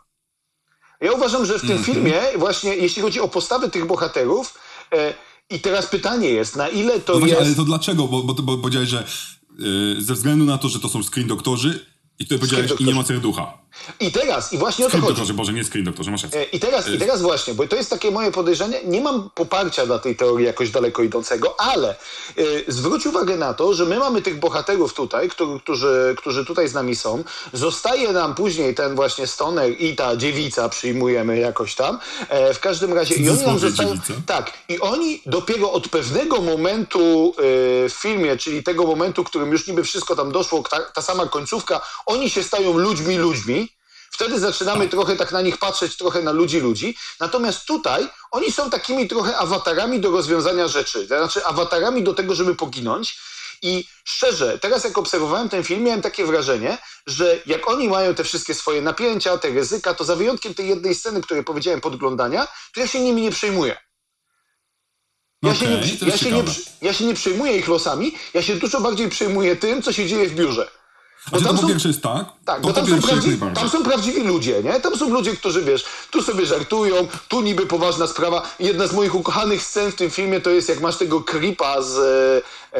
Ja uważam, że w tym filmie właśnie, jeśli chodzi o postawy tych bohaterów, e, i teraz pytanie jest, na ile to No właśnie, jest... ale to dlaczego? Bo, bo, bo powiedziałeś, że yy, ze względu na to, że to są screen doktorzy i tutaj powiedziałeś i nie ma serducha. I teraz, i właśnie o to Screen chodzi. doktorzy, Boże, nie screen doktorzy, masz rację. E, I teraz, I teraz właśnie, bo to jest takie moje podejrzenie, nie mam poparcia dla tej teorii jakoś daleko idącego, ale e, zwróć uwagę na to, że my mamy tych bohaterów tutaj, którzy, którzy, którzy tutaj z nami są, zostaje nam później ten właśnie stoner i ta dziewica, przyjmujemy jakoś tam, e, w każdym razie i oni nam Cudzysłowie zostają, dziewica. tak, i oni dopiero od pewnego momentu e, w filmie, czyli tego momentu, w którym już niby wszystko tam doszło, ta, ta sama końcówka, oni się stają ludźmi, ludźmi. Wtedy zaczynamy trochę tak na nich patrzeć, trochę na ludzi, ludzi. Natomiast tutaj oni są takimi trochę awatarami do rozwiązania rzeczy. To znaczy awatarami do tego, żeby poginąć. I szczerze, teraz jak obserwowałem ten film, miałem takie wrażenie, że jak oni mają te wszystkie swoje napięcia, te ryzyka, to za wyjątkiem tej jednej sceny, której powiedziałem, podglądania, to ja się nimi nie przejmuję. Ja, się, Okej, nie, to przy- jest ja, się nie, ciekawe. przy- ja się nie przejmuję ich losami, ja się dużo bardziej przejmuję tym, co się dzieje w biurze. Bo Znaczy, to tam po są, pierwsze jest tak, tak, to bo po tam są, pierwsze jak prawdzi- najbardziej. tam są prawdziwi ludzie, nie? Tam są ludzie, którzy, wiesz, tu sobie żartują, tu niby poważna sprawa. Jedna z moich ukochanych scen w tym filmie to jest, jak masz tego creepa z, e,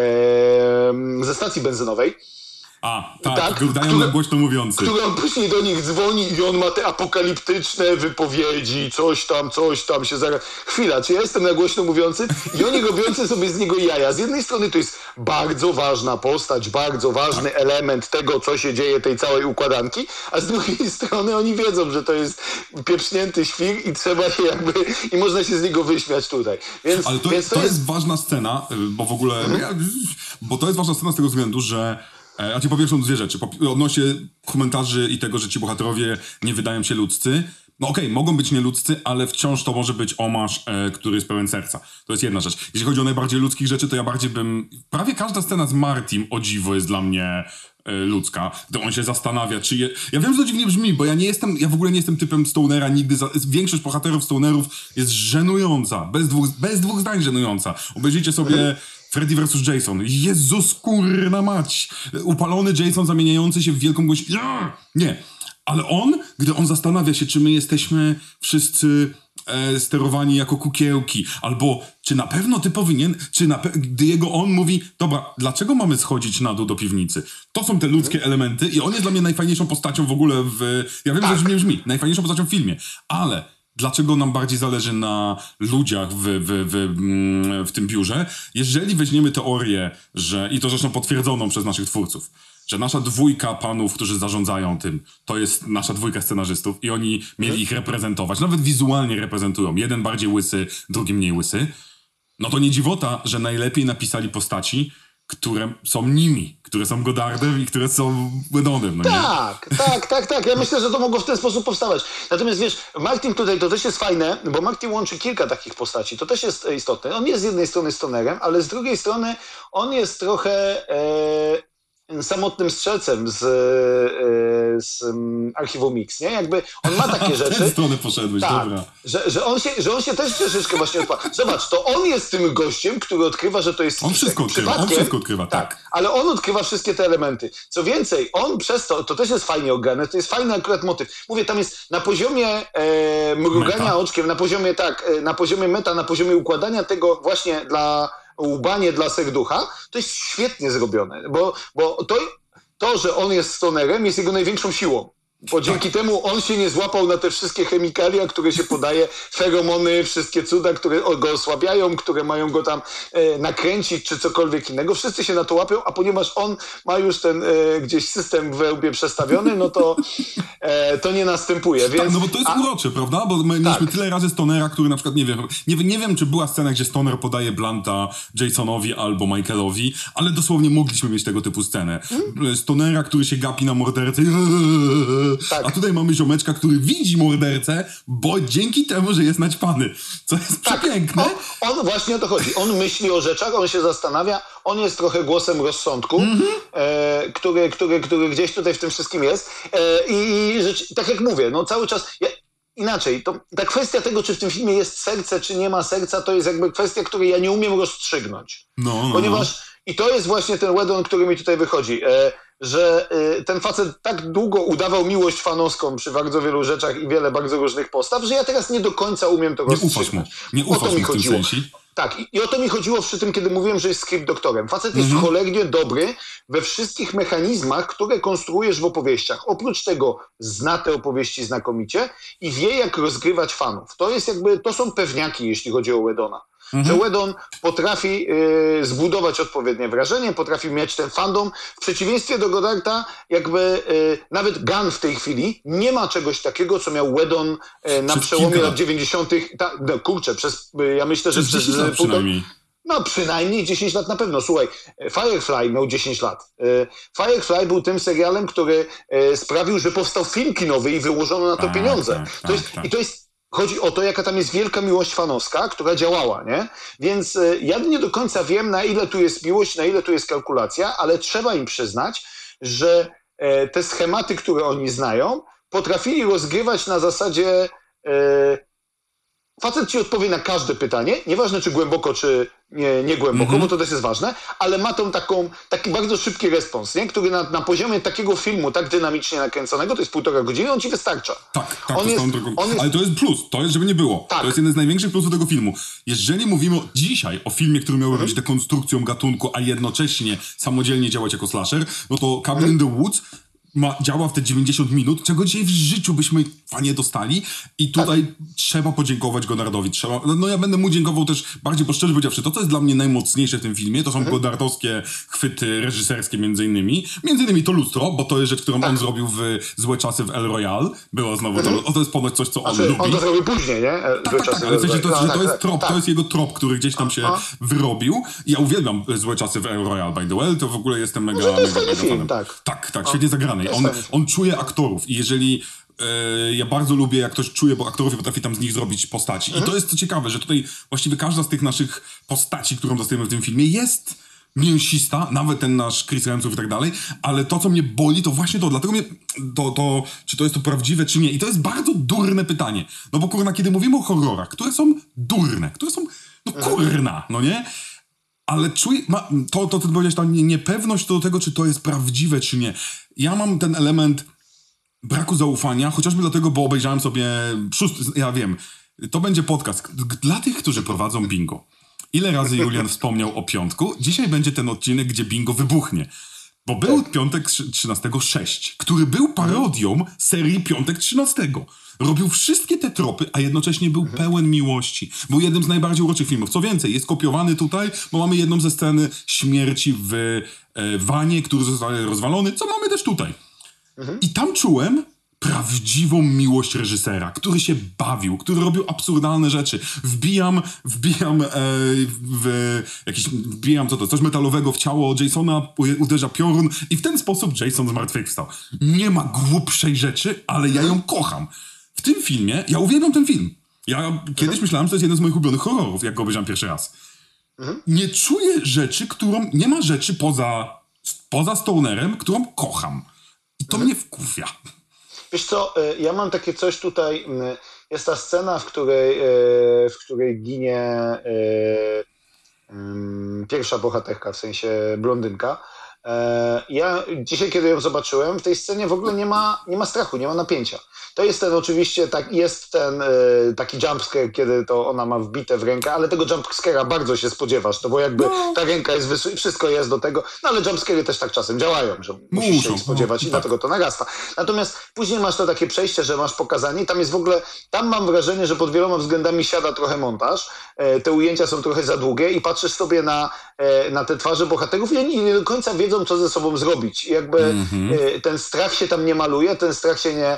e, ze stacji benzynowej, A, tak, tak, gadają które- na głośno mówiący. który on później do nich dzwoni i on ma te apokaliptyczne wypowiedzi, coś tam, coś tam się zaraz... Chwila, czy ja jestem na głośno mówiący? I oni robiący sobie z niego jaja. Z jednej strony to jest bardzo ważna postać, bardzo ważny element tego, co się dzieje, tej całej układanki, a z drugiej strony oni wiedzą, że to jest pieprznięty świr i trzeba się jakby... i można się z niego wyśmiać tutaj. Więc, Ale to, więc to jest ważna scena, y, bo w ogóle, ja, bo to jest ważna scena z tego względu, że e, ja ci po pierwsze dwie rzeczy. Po, odnośnie komentarzy i tego, że ci bohaterowie nie wydają się ludzcy. No okej, mogą być nieludzcy, ale wciąż to może być omarz, e, który jest pełen serca. To jest jedna rzecz. Jeśli chodzi o najbardziej ludzkich rzeczy, to ja bardziej bym... Prawie każda scena z Martim, o dziwo, jest dla mnie e, ludzka. To on się zastanawia, czy je... Ja wiem, że to dziwnie brzmi, bo ja nie jestem... Ja w ogóle nie jestem typem stonera nigdy. Za... Większość bohaterów stonerów jest żenująca. Bez dwóch, bez dwóch zdań żenująca. Obejrzyjcie sobie... Freddy versus. Jason. Jezus kurna mać. Upalony Jason zamieniający się w wielką gość. Nie. Ale on, gdy on zastanawia się, czy my jesteśmy wszyscy e, sterowani jako kukiełki, albo czy na pewno ty powinien, czy na pe- gdy jego on mówi, dobra, dlaczego mamy schodzić na dół do piwnicy? To są te ludzkie elementy i on jest dla mnie najfajniejszą postacią w ogóle w... Ja wiem, Tak. że nie brzmi, najfajniejszą postacią w filmie, ale... Dlaczego nam bardziej zależy na ludziach w, w, w, mm, w tym biurze? Jeżeli weźmiemy teorię, że, i to zresztą potwierdzoną przez naszych twórców, że nasza dwójka panów, którzy zarządzają tym, to jest nasza dwójka scenarzystów i oni mieli ich reprezentować, nawet wizualnie reprezentują, jeden bardziej łysy, drugi mniej łysy, no to nie dziwota, że najlepiej napisali postaci, które są nimi, które są Goddardem i które są Wedonem, no nie? Tak, tak, tak, tak. Ja myślę, że to mogło w ten sposób powstawać. Natomiast wiesz, Martin tutaj to też jest fajne, bo Martin łączy kilka takich postaci. To też jest istotne. On jest z jednej strony stonerem, ale z drugiej strony on jest trochę e, samotnym strzelcem z, e, z um, archiwum Mix, nie? Jakby on ma takie W tę rzeczy. stronę poszedłeś, Tak, dobra. że, że, on się, że on się też troszeczkę właśnie odpala. Zobacz, to on jest tym gościem, który odkrywa, że to jest On Kisek. wszystko odkrywa, on Przypadkiem- wszystko odkrywa, tak. tak. Ale on odkrywa wszystkie te elementy. Co więcej, on przez to, to też jest fajnie ograne, to jest fajny akurat motyw. Mówię, tam jest na poziomie e, mrugania Meta. oczkiem, na poziomie tak, e, na poziomie meta, na poziomie układania tego właśnie dla łbanie dla serducha, to jest świetnie zrobione, bo, bo to, to, że on jest stonerem, jest jego największą siłą. Bo dzięki temu on się nie złapał na te wszystkie chemikalia, które się podaje, feromony, wszystkie cuda, które go osłabiają, które mają go tam e, nakręcić, czy cokolwiek innego. Wszyscy się na to łapią, a ponieważ on ma już ten e, gdzieś system w łbie przestawiony, no to e, to nie następuje. Więc, Tak, no bo to jest a, urocze, prawda? Bo my mieliśmy Tak. tyle razy Stonera, który na przykład, nie wiem, nie, nie wiem, czy była scena, gdzie Stoner podaje Blanta Jasonowi albo Michaelowi, ale dosłownie mogliśmy mieć tego typu scenę. Hmm? Stonera, który się gapi na mordercę, Tak. a tutaj mamy ziomeczka, który widzi mordercę, bo dzięki temu, że jest naćpany. Co jest Tak. przepiękne. On, on właśnie o to chodzi. On myśli o rzeczach, on się zastanawia, on jest trochę głosem rozsądku, e, który, który, który gdzieś tutaj w tym wszystkim jest. E, I i rzecz, tak jak mówię, no cały czas... Ja, inaczej, to, ta kwestia tego, czy w tym filmie jest serce, czy nie ma serca, to jest jakby kwestia, której ja nie umiem rozstrzygnąć. No, no, Ponieważ, i to jest właśnie ten Whedon, który mi tutaj wychodzi, e, że e, ten facet tak długo udawał miłość fanoską przy bardzo wielu rzeczach i wiele bardzo różnych postaw, że ja teraz nie do końca umiem to Nie ufasz rozstrzygnąć. mu. Nie O to ufasz mi mu w tym chodziło. sensie. Tak, i, i o to mi chodziło przy tym, kiedy mówiłem, że jest script doktorem. Facet jest Mhm. cholernie dobry we wszystkich mechanizmach, które konstruujesz w opowieściach. Oprócz tego zna te opowieści znakomicie i wie, jak rozgrywać fanów. To jest jakby, to są pewniaki, jeśli chodzi o Whedona. Że Whedon potrafi y, zbudować odpowiednie wrażenie, potrafi mieć ten fandom. W przeciwieństwie do Goddarda, jakby y, nawet Gunn w tej chwili nie ma czegoś takiego, co miał Whedon y, na Przez przełomie kilka lat lat. dziewięćdziesiątych. Ta, no, kurczę, przez, y, ja myślę, że Przez przez dziesięć lat y, półtora- przynajmniej. no przynajmniej dziesięć lat na pewno. Słuchaj, Firefly miał dziesięć lat. E, Firefly był tym serialem, który e, sprawił, że powstał film kinowy i wyłożono na to Tak, pieniądze. tak, to jest, tak, tak. I to jest, chodzi o to, jaka tam jest wielka miłość fanowska, która działała, nie? Więc e, ja nie do końca wiem, na ile tu jest miłość, na ile tu jest kalkulacja, ale trzeba im przyznać, że e, te schematy, które oni znają, potrafili rozgrywać na zasadzie... E, facet ci odpowie na każde pytanie, nieważne czy głęboko, czy nie, nie głęboko, mm-hmm. bo to też jest ważne, ale ma tą taką, taki bardzo szybki respons, nie? Który na, na poziomie takiego filmu, tak dynamicznie nakręconego, to jest półtora godziny, on ci wystarcza. Tak, tak, on to jest, drogą. on jest... Ale to jest plus, to jest, żeby nie było. Tak. To jest jeden z największych plusów tego filmu. Jeżeli mówimy dzisiaj o filmie, który miał mm-hmm. być dekonstrukcją gatunku, a jednocześnie samodzielnie działać jako slasher, no to Cabin mm-hmm. in the Woods ma, działa w te dziewięćdziesiąt minut, czego dzisiaj w życiu byśmy fajnie dostali i tutaj tak. trzeba podziękować Goddardowi. Trzeba, no ja będę mu dziękował też bardziej, bo szczerze powiedziawszy, to co jest dla mnie najmocniejsze w tym filmie, to są mhm. Goddardowskie chwyty reżyserskie między innymi. Między innymi to lustro, bo to jest rzecz, którą tak. on zrobił w Złe czasy w El Royale. Było znowu mhm. to, o, to jest ponoć coś, co on znaczy, lubi. On to zrobił później, nie? Tak, tak, tak, ale w sensie to, no, że to tak, jest trop, tak. to jest jego trop, który gdzieś tam się a, a. wyrobił. Ja uwielbiam Złe czasy w El Royale, by the way, to w ogóle jestem mega, no, to jest mega, mega film, fanem. Tak, tak, tak świetnie zagrany. On, on czuje aktorów i jeżeli e, ja bardzo lubię, jak ktoś czuje, bo aktorów potrafi tam z nich zrobić postaci. Mhm. I to jest co ciekawe, że tutaj właściwie każda z tych naszych postaci, którą dostajemy w tym filmie, jest mięsista, nawet ten nasz Chris Hemsworth i tak dalej, ale to, co mnie boli, to właśnie to, dlatego mnie, to, to, czy to jest to prawdziwe, czy nie. I to jest bardzo durne pytanie. No bo kurna, kiedy mówimy o horrorach, które są durne, które są, no kurna, no nie? Ale czuję, ma, to, to ty powiedziałeś, ta nie, niepewność do tego, czy to jest prawdziwe, czy nie. Ja mam ten element braku zaufania, chociażby dlatego, bo obejrzałem sobie szósty, ja wiem, to będzie podcast dla tych, którzy prowadzą bingo. Ile razy Julian wspomniał o piątku? Dzisiaj będzie ten odcinek, gdzie bingo wybuchnie. Bo był piątek trzynastego sześć, który był parodią serii Piątek trzynastego. Robił wszystkie te tropy, a jednocześnie był mhm. pełen miłości. Był jednym z najbardziej uroczych filmów. Co więcej, jest kopiowany tutaj, bo mamy jedną ze sceny śmierci w e, wanie, który zostaje rozwalony, co mamy też tutaj. Mhm. I tam czułem prawdziwą miłość reżysera, który się bawił, który robił absurdalne rzeczy. Wbijam, wbijam e, w jakiś, wbijam co to, coś metalowego w ciało Jasona, uderza piorun i w ten sposób Jason zmartwychwstał. Nie ma głupszej rzeczy, ale ja ją kocham. W tym filmie, ja uwielbiam ten film. Ja kiedyś myślałem, że to jest jeden z moich ulubionych horrorów, jak go obejrzałem pierwszy raz. Mhm. Nie czuję rzeczy, którą, nie ma rzeczy poza, poza Stonerem, którą kocham. I to mhm. mnie wkurwia. Wiesz co, ja mam takie coś tutaj, jest ta scena, w której, w której ginie pierwsza bohaterka, w sensie blondynka. Ja dzisiaj, kiedy ją zobaczyłem, w tej scenie w ogóle nie ma, nie ma strachu, nie ma napięcia. To jest ten oczywiście, tak, jest ten taki jumpscare, kiedy to ona ma wbite w rękę, ale tego jumpscare'a bardzo się spodziewasz, to bo jakby no. ta ręka jest wysoka, wszystko jest do tego, no ale jumpscare'y też tak czasem działają, że musisz Muszą, się ich spodziewać no, i tak. dlatego to narasta. Natomiast później masz to takie przejście, że masz pokazanie, tam jest w ogóle, tam mam wrażenie, że pod wieloma względami siada trochę montaż, te ujęcia są trochę za długie i patrzysz sobie na, na te twarze bohaterów i oni nie do końca wiedzą, co ze sobą zrobić. I jakby mm-hmm. ten strach się tam nie maluje, ten strach się nie,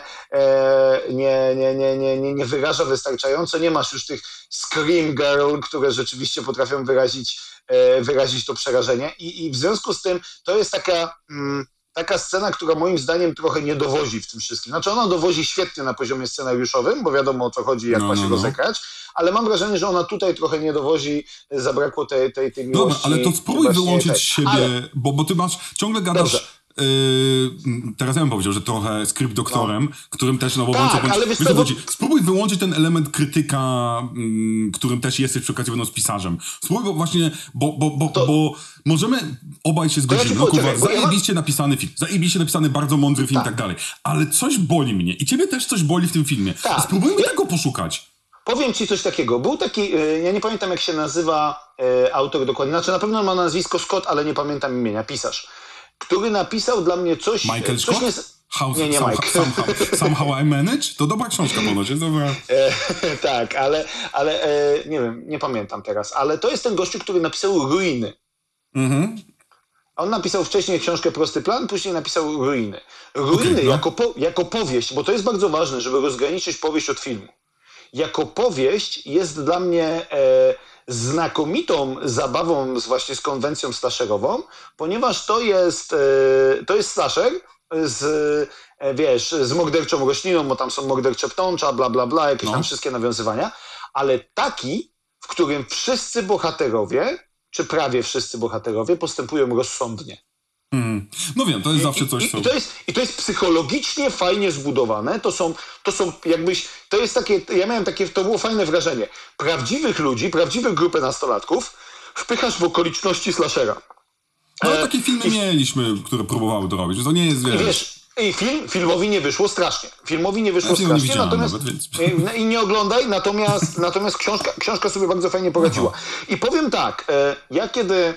nie, nie, nie, nie, nie, nie wyraża wystarczająco. Nie masz już tych scream girl, które rzeczywiście potrafią wyrazić, wyrazić to przerażenie. I, i w związku z tym to jest taka... Mm, taka scena, która moim zdaniem trochę nie dowozi w tym wszystkim. Znaczy ona dowozi świetnie na poziomie scenariuszowym, bo wiadomo o co chodzi, jak no, ma się no, rozegrać, ale mam wrażenie, że ona tutaj trochę nie dowozi, zabrakło tej, tej, tej miłości. Dobra, ale to spróbuj wyłączyć tej. siebie, ale... bo, bo ty masz, ciągle gadasz... Yy, teraz ja bym powiedział, że trochę skrypt doktorem, no. którym też, no bo tak, bądź, ale wiesz, co, bo... spróbuj wyłączyć ten element krytyka, mm, którym też jesteś przy okazji będąc pisarzem. Spróbuj bo właśnie, bo, bo, bo, to... bo możemy obaj się zgodzić, ja no kurwa, zajebiście ja... napisany film, zajebiście napisany, bardzo mądry film i tak. tak dalej, ale coś boli mnie i ciebie też coś boli w tym filmie. Tak. Spróbujmy ja... tego poszukać. Powiem ci coś takiego. Był taki, ja nie pamiętam jak się nazywa e, autor dokładnie, znaczy na pewno ma nazwisko Scott, ale nie pamiętam imienia, pisarz, który napisał dla mnie coś... Michael coś Scott? Nie... How, nie, nie some, Mike. Somehow, somehow I Manage? To dobra książka ponoć, jest dobra. E, tak, ale, ale e, nie wiem, nie pamiętam teraz, ale to jest ten gościu, który napisał Ruiny. Mhm. On napisał wcześniej książkę Prosty Plan, później napisał Ruiny. Ruiny okay, no. jako, po, jako powieść, bo to jest bardzo ważne, żeby rozgraniczyć powieść od filmu. Jako powieść jest dla mnie e, znakomitą zabawą z, właśnie z konwencją slasherową, ponieważ to jest, e, to jest slasher z, e, wiesz, z morderczą rośliną, bo tam są mordercze ptącza, bla, bla, bla, jakieś no. tam wszystkie nawiązywania, ale taki, w którym wszyscy bohaterowie, czy prawie wszyscy bohaterowie postępują rozsądnie. Hmm. No wiem, to jest zawsze coś, I, co... i, to jest, I to jest psychologicznie fajnie zbudowane. To są, to są jakbyś... To jest takie... Ja miałem takie... To było fajne wrażenie. Prawdziwych ludzi, prawdziwych grupy nastolatków wpychasz w okoliczności slashera. No ale E, takie filmy i- mieliśmy, które próbowały to robić, więc to nie jest, I wiesz... wiesz, i film, filmowi nie wyszło strasznie. Filmowi nie wyszło Ja filmu nie strasznie, widziałem natomiast nawet, więc- i, i nie oglądaj, natomiast, natomiast książka, książka sobie bardzo fajnie poradziła. I powiem tak, e, ja kiedy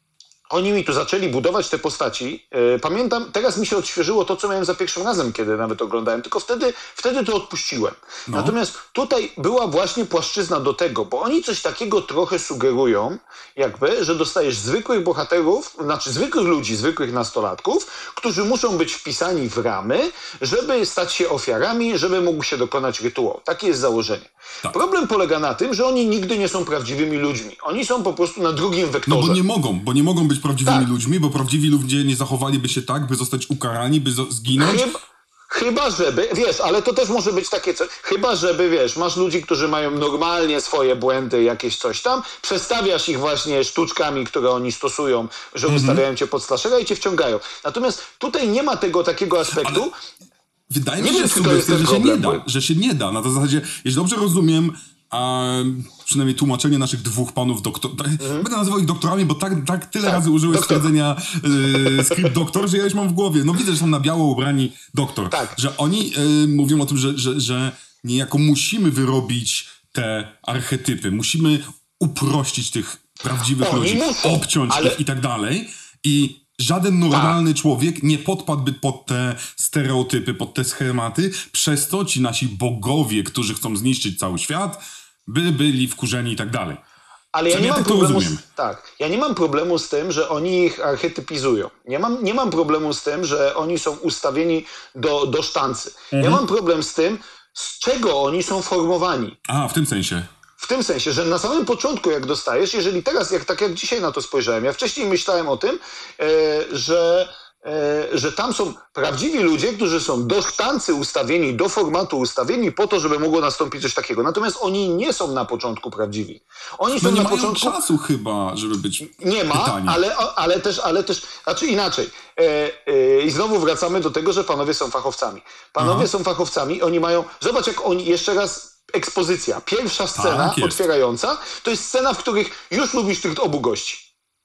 oni mi tu zaczęli budować te postaci, e, pamiętam, teraz mi się odświeżyło to, co miałem za pierwszym razem, kiedy nawet oglądałem, tylko wtedy, wtedy to odpuściłem. No. Natomiast tutaj była właśnie płaszczyzna do tego, bo oni coś takiego trochę sugerują, jakby, że dostajesz zwykłych bohaterów, znaczy zwykłych ludzi, zwykłych nastolatków, którzy muszą być wpisani w ramy, żeby stać się ofiarami, żeby mógł się dokonać rytuał. Takie jest założenie. Tak. Problem polega na tym, że oni nigdy nie są prawdziwymi ludźmi. Oni są po prostu na drugim No wektorze. bo nie mogą, bo nie mogą być prawdziwymi Tak. ludźmi, bo prawdziwi ludzie nie zachowaliby się tak, by zostać ukarani, by zo- zginąć. Chyba, chyba żeby, wiesz, ale to też może być takie coś, chyba żeby, wiesz, masz ludzi, którzy mają normalnie swoje błędy, jakieś coś tam, przestawiasz ich właśnie sztuczkami, które oni stosują, że Mhm. ustawiają cię pod slashera i cię wciągają. Natomiast tutaj nie ma tego takiego aspektu. Wydaje Nie mi się, wiem, że czy to jest sugestia, ten że się nie problem, da, bo- że się nie da. Na to zasadzie, jeśli dobrze rozumiem, a przynajmniej tłumaczenie naszych dwóch panów doktor... Mhm. Będę nazywał ich doktorami, bo tak, tak tyle Tak, razy użyłeś doktor. stwierdzenia y, script doktor, że ja już mam w głowie. No widzę, że są na biało ubrani doktor. Tak. Że oni y, mówią o tym, że, że, że niejako musimy wyrobić te archetypy. Musimy uprościć tych prawdziwych Oni ludzi, muszą, obciąć ale- ich i tak dalej. I żaden normalny Tak. człowiek nie podpadłby pod te stereotypy, pod te schematy, przez to ci nasi bogowie, którzy chcą zniszczyć cały świat, by byli wkurzeni i tak dalej. Ale ja Przynajmniej nie mam tak to problemu z, rozumiem. tak, ja nie mam problemu z tym, że oni ich archetypizują. Nie mam, nie mam problemu z tym, że oni są ustawieni do, do sztancy. Mhm. Ja mam problem z tym, z czego oni są formowani. A, w tym sensie. W tym sensie, że na samym początku, jak dostajesz, jeżeli teraz, jak tak jak dzisiaj na to spojrzałem, ja wcześniej myślałem o tym, e, że, e, że tam są prawdziwi ludzie, którzy są do sztancy ustawieni, do formatu ustawieni po to, żeby mogło nastąpić coś takiego. Natomiast oni nie są na początku prawdziwi. Oni No są nie na mają początku... czasu chyba, żeby być Nie ma, pytani. ale, ale też, ale też, znaczy inaczej. E, e, I znowu wracamy do tego, że panowie są fachowcami. Panowie Aha. są fachowcami, oni mają, zobacz jak oni, jeszcze raz ekspozycja. Pierwsza scena Tak jest. otwierająca, to jest scena, w których już lubisz tych obu gości.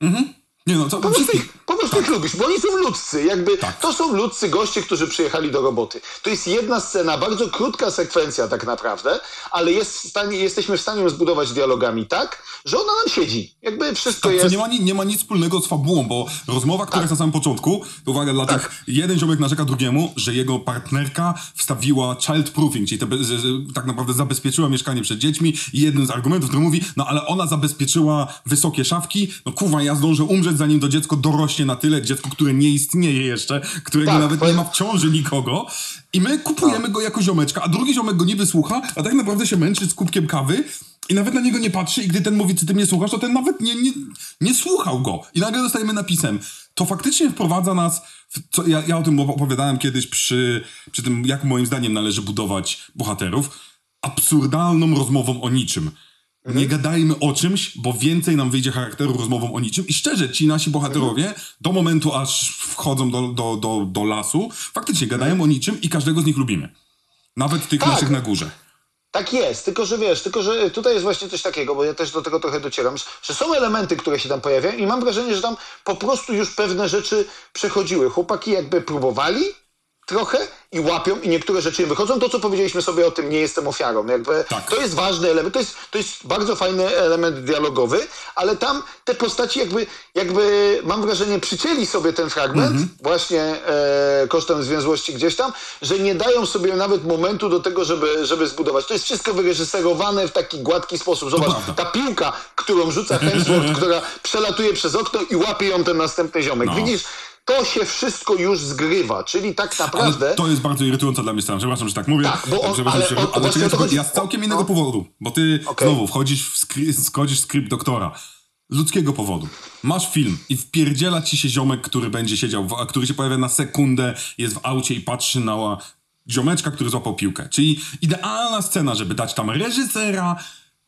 Nie no, to Po prostu wszystkich. ich, po prostu ich lubisz, bo oni są ludzcy, jakby Tak. to są ludzcy goście, którzy przyjechali do roboty. To jest jedna scena, bardzo krótka sekwencja tak naprawdę, ale jest w stanie, jesteśmy w stanie ją zbudować dialogami tak, że ona nam siedzi. Jakby wszystko Tak, jest... to nie ma, ni- nie ma nic wspólnego z fabułą, bo rozmowa, która jest na samym początku, to uwaga dla Tak. tych, jeden ziomek narzeka drugiemu, że jego partnerka wstawiła child-proofing, czyli te, be- że, że, tak naprawdę zabezpieczyła mieszkanie przed dziećmi i jeden z argumentów, który mówi, no ale ona zabezpieczyła wysokie szafki, no kurwa, ja zdążę umrzeć, zanim to dziecko dorośnie na tyle, dziecko, które nie istnieje jeszcze, którego Tak, nawet to- nie ma w ciąży nikogo i my kupujemy go jako ziomeczka, a drugi ziomek go nie wysłucha, a tak naprawdę się męczy z kubkiem kawy i nawet na niego nie patrzy i gdy ten mówi, czy ty mnie słuchasz, to ten nawet nie, nie, nie słuchał go. I nagle dostajemy napisem. To faktycznie wprowadza nas, w co, ja, ja o tym opowiadałem kiedyś przy, przy tym, jak moim zdaniem należy budować bohaterów, absurdalną rozmową o niczym. Nie gadajmy o czymś, bo więcej nam wyjdzie charakteru rozmową o niczym. I szczerze, ci nasi bohaterowie, do momentu aż wchodzą do, do, do, do lasu, faktycznie gadają o niczym i każdego z nich lubimy. Nawet tych Tak. naszych na górze. Tak jest, tylko że wiesz, tylko że tutaj jest właśnie coś takiego, bo ja też do tego trochę docieram, że są elementy, które się tam pojawiają i mam wrażenie, że tam po prostu już pewne rzeczy przechodziły. Chłopaki jakby próbowali trochę i łapią i niektóre rzeczy im wychodzą. To, co powiedzieliśmy sobie o tym, nie jestem ofiarą. Jakby Tak. to jest ważny element, to jest, to jest bardzo fajny element dialogowy, ale tam te postaci jakby, jakby mam wrażenie, przycięli sobie ten fragment właśnie e, kosztem zwięzłości gdzieś tam, że nie dają sobie nawet momentu do tego, żeby, żeby zbudować. To jest wszystko wyreżyserowane w taki gładki sposób. Zobacz, prawda. ta piłka, którą rzuca Hemsworth, która przelatuje przez okno i łapie ją ten następny ziomek. No. Widzisz, to się wszystko już zgrywa, czyli tak naprawdę... Ale to jest bardzo irytujące dla mnie stran. Przepraszam, że tak mówię. Tak, bo on- Przepraszam, ale że- on- ale właśnie czekaj, o to tylko chodzi. ja z całkiem O, innego no. powodu. Bo ty Okej. znowu wchodzisz w, skry, wchodzisz w skrypt doktora. Z ludzkiego powodu. Masz film i wpierdziela ci się ziomek, który będzie siedział, w, który się pojawia na sekundę, jest w aucie i patrzy na ziomeczka, który złapał piłkę. Czyli idealna scena, żeby dać tam reżysera,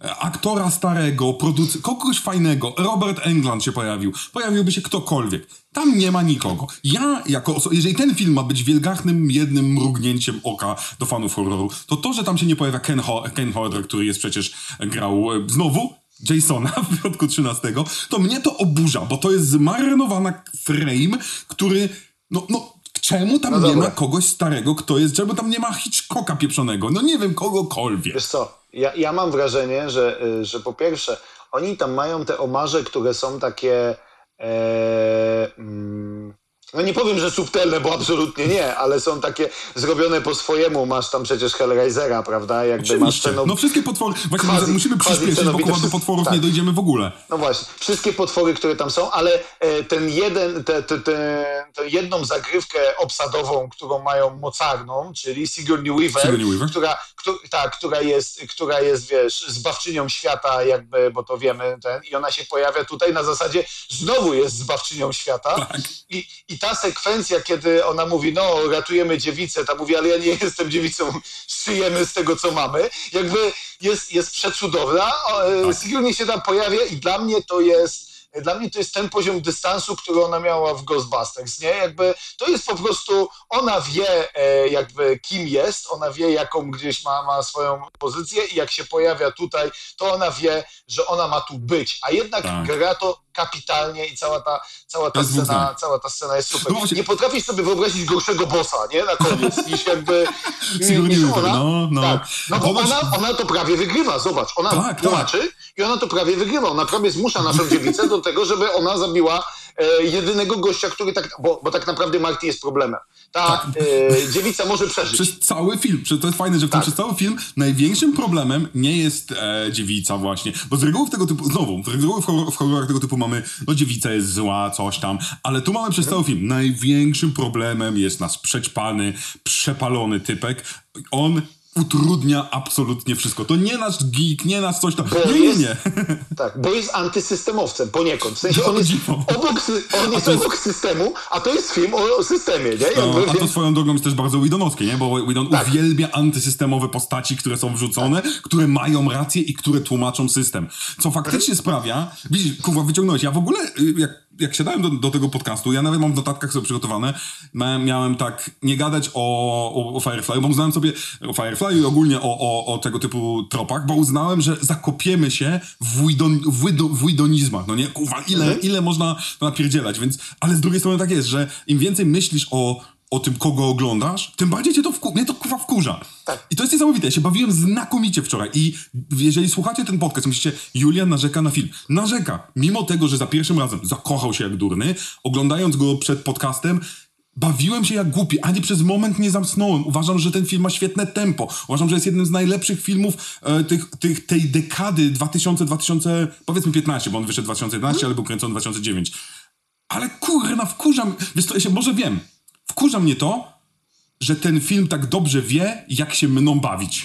aktora starego, produc- kogoś fajnego, Robert Englund się pojawił, pojawiłby się ktokolwiek. Tam nie ma nikogo. Ja, jako oso- jeżeli ten film ma być wielgachnym jednym mrugnięciem oka do fanów horroru, to to, że tam się nie pojawia Ken, Ho- Ken Hodder, który jest przecież, grał e, znowu Jasona w Piątku trzynastego, to mnie to oburza, bo to jest zmarnowana frame, który, no, no, czemu tam No nie dobra. ma kogoś starego, kto jest, czemu tam nie ma Hitchcocka pieprzonego, no nie wiem, kogokolwiek. Wiesz co, ja, ja mam wrażenie, że, y, że po pierwsze, oni tam mają te omarze, które są takie, e, mm, no nie powiem, że subtelne, bo absolutnie nie, ale są takie zrobione po swojemu. Masz tam przecież Hellraisera, prawda? Jakby masz Oczywiście. sceną... No wszystkie potwory, właśnie Quasi- musimy quasi przyspieszyć, bo cenowite chyba do wszystko- potworów tak. nie dojdziemy w ogóle. No właśnie, wszystkie potwory, które tam są, ale e, ten jeden, te, te, te, tę jedną zagrywkę obsadową, którą mają mocarną, czyli Sigourney Weaver, Sigourney Weaver. która, któ, tak, która jest, która jest, wiesz, zbawczynią świata, jakby, bo to wiemy, ten, i ona się pojawia tutaj na zasadzie, znowu jest zbawczynią świata. Tak. I, I ta sekwencja, kiedy ona mówi, no, ratujemy dziewicę, ta mówi, ale ja nie jestem dziewicą, żyjemy z tego, co mamy, jakby jest, jest przecudowna. O, e, Tak. Sigourney się tam pojawia i dla mnie to jest Dla mnie to jest ten poziom dystansu, który ona miała w Ghostbusters, nie? Jakby to jest po prostu, ona wie e, jakby kim jest, ona wie jaką gdzieś ma, ma swoją pozycję i jak się pojawia tutaj, to ona wie, że ona ma tu być, a jednak Tak. gra to kapitalnie i cała ta, cała ta, To jest dwóch scena, zdań. cała ta scena jest super. No właśnie- Nie potrafisz sobie wyobrazić gorszego bossa, nie? Na koniec, niż jakby... Sigourney niż Weaver, ona. no, no. Tak. No bo Ponoć- ona, ona to prawie wygrywa, zobacz, ona Tak, tłumaczy i ona to prawie wygrywa, ona prawie zmusza naszą dziewicę do tego, żeby ona zabiła e, jedynego gościa, który tak, bo, bo tak naprawdę Marty jest problemem. Ta Tak. e, dziewica może przeżyć. Przez cały film, Prze- to jest fajne, że w tym Tak. przez cały film największym problemem nie jest e, dziewica właśnie, bo z reguły w tego typu, znowu, z reguły w, horror, w horrorach tego typu mamy, no dziewica jest zła, coś tam, ale tu mamy przez cały film, największym problemem jest nasz przećpany, przepalony typek, on utrudnia absolutnie wszystko, to nie nasz geek, nie nasz coś tam, Bo nie, nie, jest- nie. Tak, bo jest antysystemowcem poniekąd. W sensie on O jest dziwo. obok, sy- on jest to jest- obok systemu, a to jest film o, o systemie, nie? No, Jakby, a to więc- swoją drogą jest też bardzo Whedonowskie, nie? Bo Whedon Tak. uwielbia antysystemowe postaci, które są wrzucone, które mają rację i które tłumaczą system. Co faktycznie sprawia, widzisz, kurwa, wyciągnąłeś, ja w ogóle, y, jak, jak siadałem do, do tego podcastu, ja nawet mam w notatkach sobie przygotowane, miałem, miałem tak nie gadać o, o, o Firefly, bo uznałem sobie o Firefly i ogólnie o, o, o tego typu tropach, bo uznałem, że zakopiemy się w, Whedon, w, Whedon, w Whedonizmach, no nie? Kurwa, ile, Mhm. ile można to napierdzielać, więc, ale z drugiej strony tak jest, że im więcej myślisz o, o tym, kogo oglądasz, tym bardziej cię to wku- mnie to kurwa wkurza. Tak. I to jest niesamowite, ja się bawiłem znakomicie wczoraj i jeżeli słuchacie ten podcast, myślicie, Julian narzeka na film. Narzeka, mimo tego, że za pierwszym razem zakochał się jak durny, oglądając go przed podcastem, bawiłem się jak głupi, ani przez moment nie zamknąłem. Uważam, że ten film ma świetne tempo. Uważam, że jest jednym z najlepszych filmów e, tych, tych, tej dekady dwa tysiące, dwa tysiące, powiedzmy piętnaście, bo on wyszedł dwa tysiące jedenaście, ale był kręcony dwa tysiące dziewięć. Ale kurna, wkurzam, wiesz co, ja się może wiem, wkurza mnie to, że ten film tak dobrze wie, jak się mną bawić.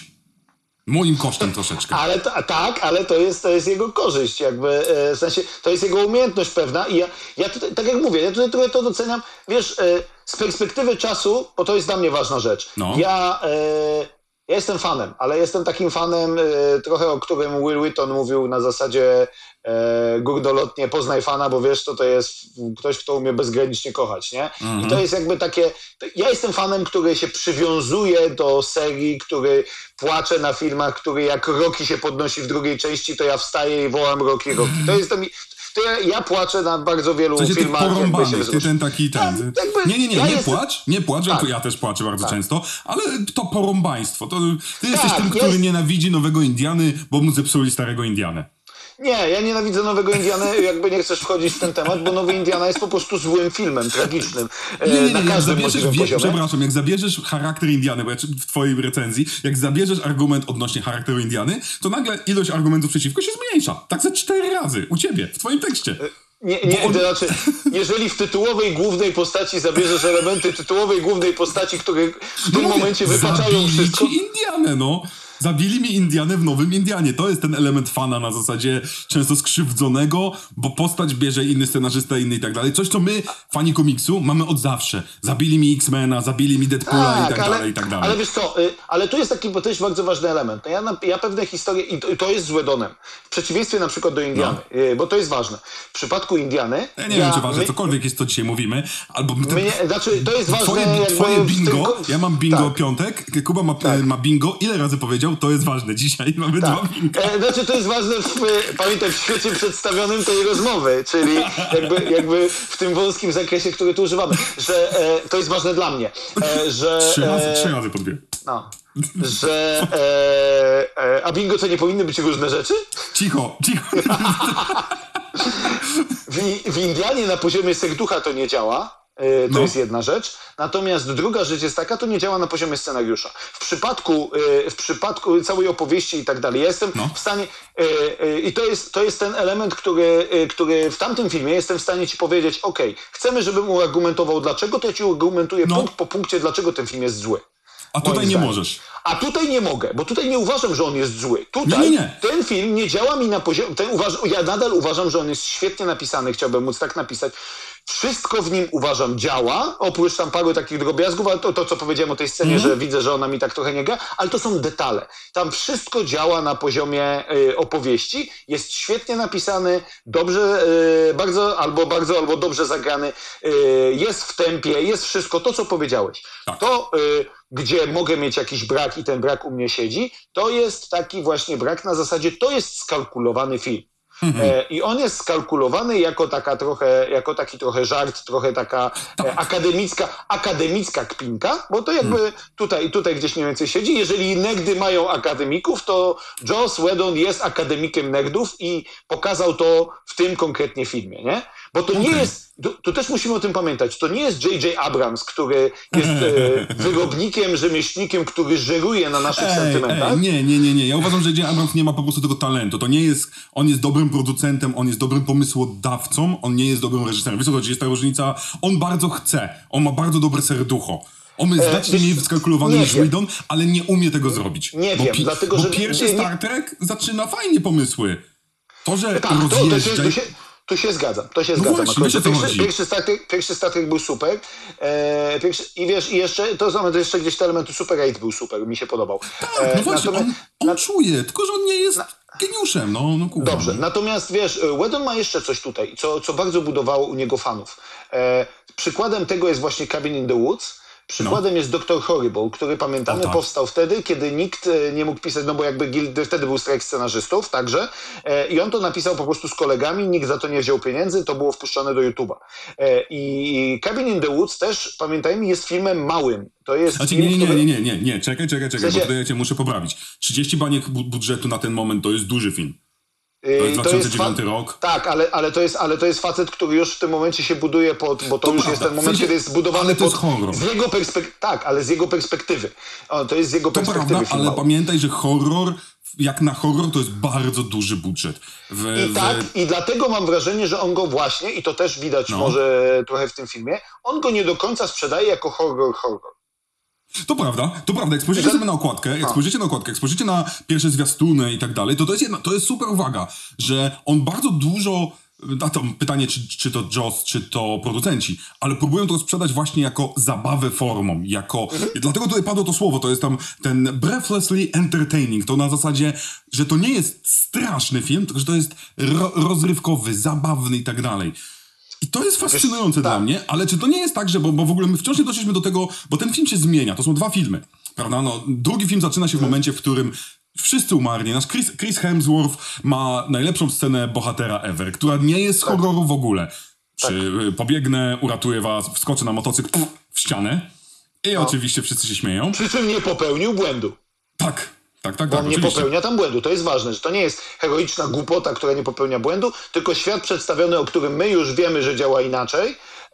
Moim kosztem troszeczkę. Ale to, tak, ale to jest, to jest jego korzyść, jakby, e, w sensie, to jest jego umiejętność pewna i ja, ja tutaj, tak jak mówię, ja tutaj trochę to doceniam, wiesz, e, z perspektywy czasu, bo to jest dla mnie ważna rzecz. No. Ja, e, ja jestem fanem, ale jestem takim fanem e, trochę, o którym Will Wheaton mówił na zasadzie e, górnolotnie poznaj fana, bo wiesz, to to jest ktoś, kto umie bezgranicznie kochać, nie? Mhm. I to jest jakby takie, ja jestem fanem, który się przywiązuje do serii, który płacze na filmach, który jak Rocky się podnosi w drugiej części, to ja wstaję i wołam Rocky, Rocky. To jest to mi, to ja, ja płaczę na bardzo wielu W sensie tych filmach, jakby się porąbanych, ty wzruszę. ten taki ten. Tak, jakby Nie, nie, nie, ja nie jestem- płacz, nie płacz, ja, Tak. ja też płaczę bardzo Tak. często, ale to porąbaństwo. To, ty jesteś Tak, tym, który jest- nienawidzi nowego Indiany, bo mu zepsuli starego Indianę. Nie, ja nienawidzę Nowego Indiany, jakby nie chcesz wchodzić w ten temat, bo Nowy Indiana jest po prostu złym filmem, tragicznym. e, Nie, nie, nie, na jak każdym zabierzesz, możliwym wie, poziomie. przepraszam, jak zabierzesz charakter Indiany, bo ja czy- w twojej recenzji, jak zabierzesz argument odnośnie charakteru Indiany, to nagle ilość argumentów przeciwko się zmniejsza. Tak ze cztery razy, u ciebie, w twoim tekście. Nie, nie, Bo on- to znaczy, jeżeli w tytułowej głównej postaci zabierzesz elementy tytułowej głównej postaci, które w tym No mówię, momencie wypaczają zabili wszystko, ci Indianę, no. Zabili mi Indianę w Nowym Indianie. To jest ten element fana na zasadzie często skrzywdzonego, bo postać bierze inny scenarzysta, inny i tak dalej. Coś, co my, fani komiksu, mamy od zawsze. Zabili mi X-Mena, zabili mi Deadpoola i tak ale, dalej, i tak dalej. Ale wiesz co, y, ale tu jest taki, bo to jest bardzo ważny element. No ja, na, ja pewne historie, i to, to jest z Wedonem, w przeciwieństwie na przykład do Indiany, No. y, bo to jest ważne. W przypadku Indiany... Ja nie ja, wiem, czy ważne my, cokolwiek jest, co dzisiaj mówimy, albo... Ten, my nie, znaczy, to jest ważne... twoje, jakby twoje w bingo, tym, ja mam bingo tak. piątek, Kuba ma, Tak. ma bingo. Ile razy powiedział, to jest ważne. Dzisiaj mamy Tak. dwa bingo. E, znaczy to jest ważne, w, pamiętaj, w świecie przedstawionym tej rozmowy, czyli jakby, jakby w tym wąskim zakresie, który tu używamy, że e, to jest ważne dla mnie, e, że... Trzy razy, e, trzy razy po dwie. No, że... E, e, a bingo to nie powinny być różne rzeczy? Cicho, cicho. W, w Indianie na poziomie serducha to nie działa. Yy, to No. jest jedna rzecz. Natomiast druga rzecz jest taka, to nie działa na poziomie scenariusza. W przypadku, yy, w przypadku całej opowieści i tak dalej, ja jestem No. w stanie... Yy, yy, I to jest, to jest ten element, który, yy, który w tamtym filmie jestem w stanie ci powiedzieć, ok, chcemy, żebym uargumentował dlaczego, to ja ci argumentuję No. punkt po punkcie, dlaczego ten film jest zły. A tutaj Moim nie zdaniem. możesz. A tutaj nie mogę, bo tutaj nie uważam, że on jest zły. Tutaj Nie, nie, nie. ten film nie działa mi na poziomie... Ten uważ, ja nadal uważam, że on jest świetnie napisany, chciałbym móc tak napisać. Wszystko w nim, uważam, działa, oprócz tam paru takich drobiazgów, ale to, to co powiedziałem o tej scenie, Mhm. że widzę, że ona mi tak trochę nie gra, ale to są detale. Tam wszystko działa na poziomie y, opowieści, jest świetnie napisany, dobrze, y, bardzo, albo bardzo, albo dobrze zagrany, y, jest w tempie, jest wszystko, to co powiedziałeś. Tak. To, y, gdzie mogę mieć jakiś brak i ten brak u mnie siedzi, to jest taki właśnie brak na zasadzie, to jest skalkulowany film. E, I on jest skalkulowany jako taka trochę, jako taki trochę żart, trochę taka e, akademicka, akademicka kpinka, bo to jakby tutaj, tutaj gdzieś mniej więcej siedzi. Jeżeli nerdy mają akademików, to Joss Whedon jest akademikiem nerdów i pokazał to w tym konkretnie filmie, nie? Bo to nie Okej. jest, tu, tu też musimy o tym pamiętać, to nie jest J J Abrams, który jest e, wyrobnikiem, rzemieślnikiem, który żeruje na naszych sentymentach. Ej, nie, nie, nie, nie. Ja uważam, że J J Abrams nie ma po prostu tego talentu. To nie jest... On jest dobrym producentem, on jest dobrym pomysłodawcą, on nie jest dobrym reżyserem. Wiesz co chodzi? Jest ta różnica. On bardzo chce. On ma bardzo dobre serducho. On jest znacznie wiesz, mniej skalkulowany nie niż wiem. Whedon, ale nie umie tego zrobić. Nie bo wiem, pi- dlatego, bo że- pierwszy nie- nie- Star Trek zaczyna fajnie pomysły. To, że Tak, to, to rozjeżdża... się, tu, się, tu się zgadzam, to się No zgadzam. właśnie, wiesz, o co pierwszy, chodzi. pierwszy, Star Trek, pierwszy Star Trek był super. E, pierwszy, I wiesz, i jeszcze, to, samo, to jeszcze gdzieś te elementy Super eight był super, mi się podobał. Tak, E, no właśnie, natomiast- on, on czuje, tylko że on nie jest geniuszem, no, no kurwa. Dobrze, no. natomiast wiesz, Whedon ma jeszcze coś tutaj, co, co bardzo budowało u niego fanów. E, przykładem tego jest właśnie Cabin in the Woods. Przykładem jest doktor Horrible, który pamiętamy O, tak. powstał wtedy, kiedy nikt e, nie mógł pisać, no bo jakby gildy, wtedy był strajk scenarzystów także e, i on to napisał po prostu z kolegami, nikt za to nie wziął pieniędzy, to było wpuszczone do YouTube'a. E, I Cabin in the Woods też, pamiętajmy, jest filmem małym. To jest Znaczy, film, nie, nie, który... nie, nie, nie, nie, czekaj, czekaj, czekaj, W sensie- bo tutaj ja cię muszę poprawić. trzydzieści baniek bu- budżetu na ten moment to jest duży film. Yy, To jest dwa tysiące fa- dziewiąty rok. Tak, ale, ale, to jest, ale to jest facet, który już w tym momencie się buduje pod, bo to, To już prawda, jest ten w moment, sensie- kiedy jest zbudowany ale to pod, jest horror. z jego perspektywy. Tak, ale z jego perspektywy. O, to jest z jego To perspektywy prawda, ale filmowej. pamiętaj, że horror, jak na horror, to jest bardzo duży budżet. W, I w... tak, i dlatego mam wrażenie, że on go właśnie, i to też widać No. może trochę w tym filmie, on go nie do końca sprzedaje jako horror, horror. To prawda, to prawda. Jak spojrzycie Że- sobie na okładkę, jak spojrzycie na okładkę, jak spojrzycie na pierwsze zwiastuny i tak dalej, to to jest jedna, to jest super uwaga, że on bardzo dużo, a to pytanie, czy, czy to Joss, czy to producenci, ale próbują to sprzedać właśnie jako zabawę formą, jako, dlatego tutaj padło to słowo, to jest tam ten breathlessly entertaining, to na zasadzie, że to nie jest straszny film, tylko że to jest ro, rozrywkowy, zabawny i tak dalej. I to jest fascynujące Wiesz, dla tak. mnie, ale czy to nie jest tak, że, bo, bo w ogóle my wciąż nie doszliśmy do tego, bo ten film się zmienia, to są dwa filmy, prawda? No, drugi film zaczyna się w momencie, w którym wszyscy umarli. Nasz Chris, Chris Hemsworth ma najlepszą scenę bohatera ever, która nie jest Tak. horroru w ogóle. Czy y, pobiegnę, uratuję was, wskoczę na motocykl pff, w ścianę i No. oczywiście wszyscy się śmieją. Przy czym nie popełnił błędu. Tak, tak, tak, Bo tak, on nie oczywiście. popełnia tam błędu. To jest ważne, że to nie jest heroiczna głupota, która nie popełnia błędu, tylko świat przedstawiony, o którym my już wiemy, że działa inaczej,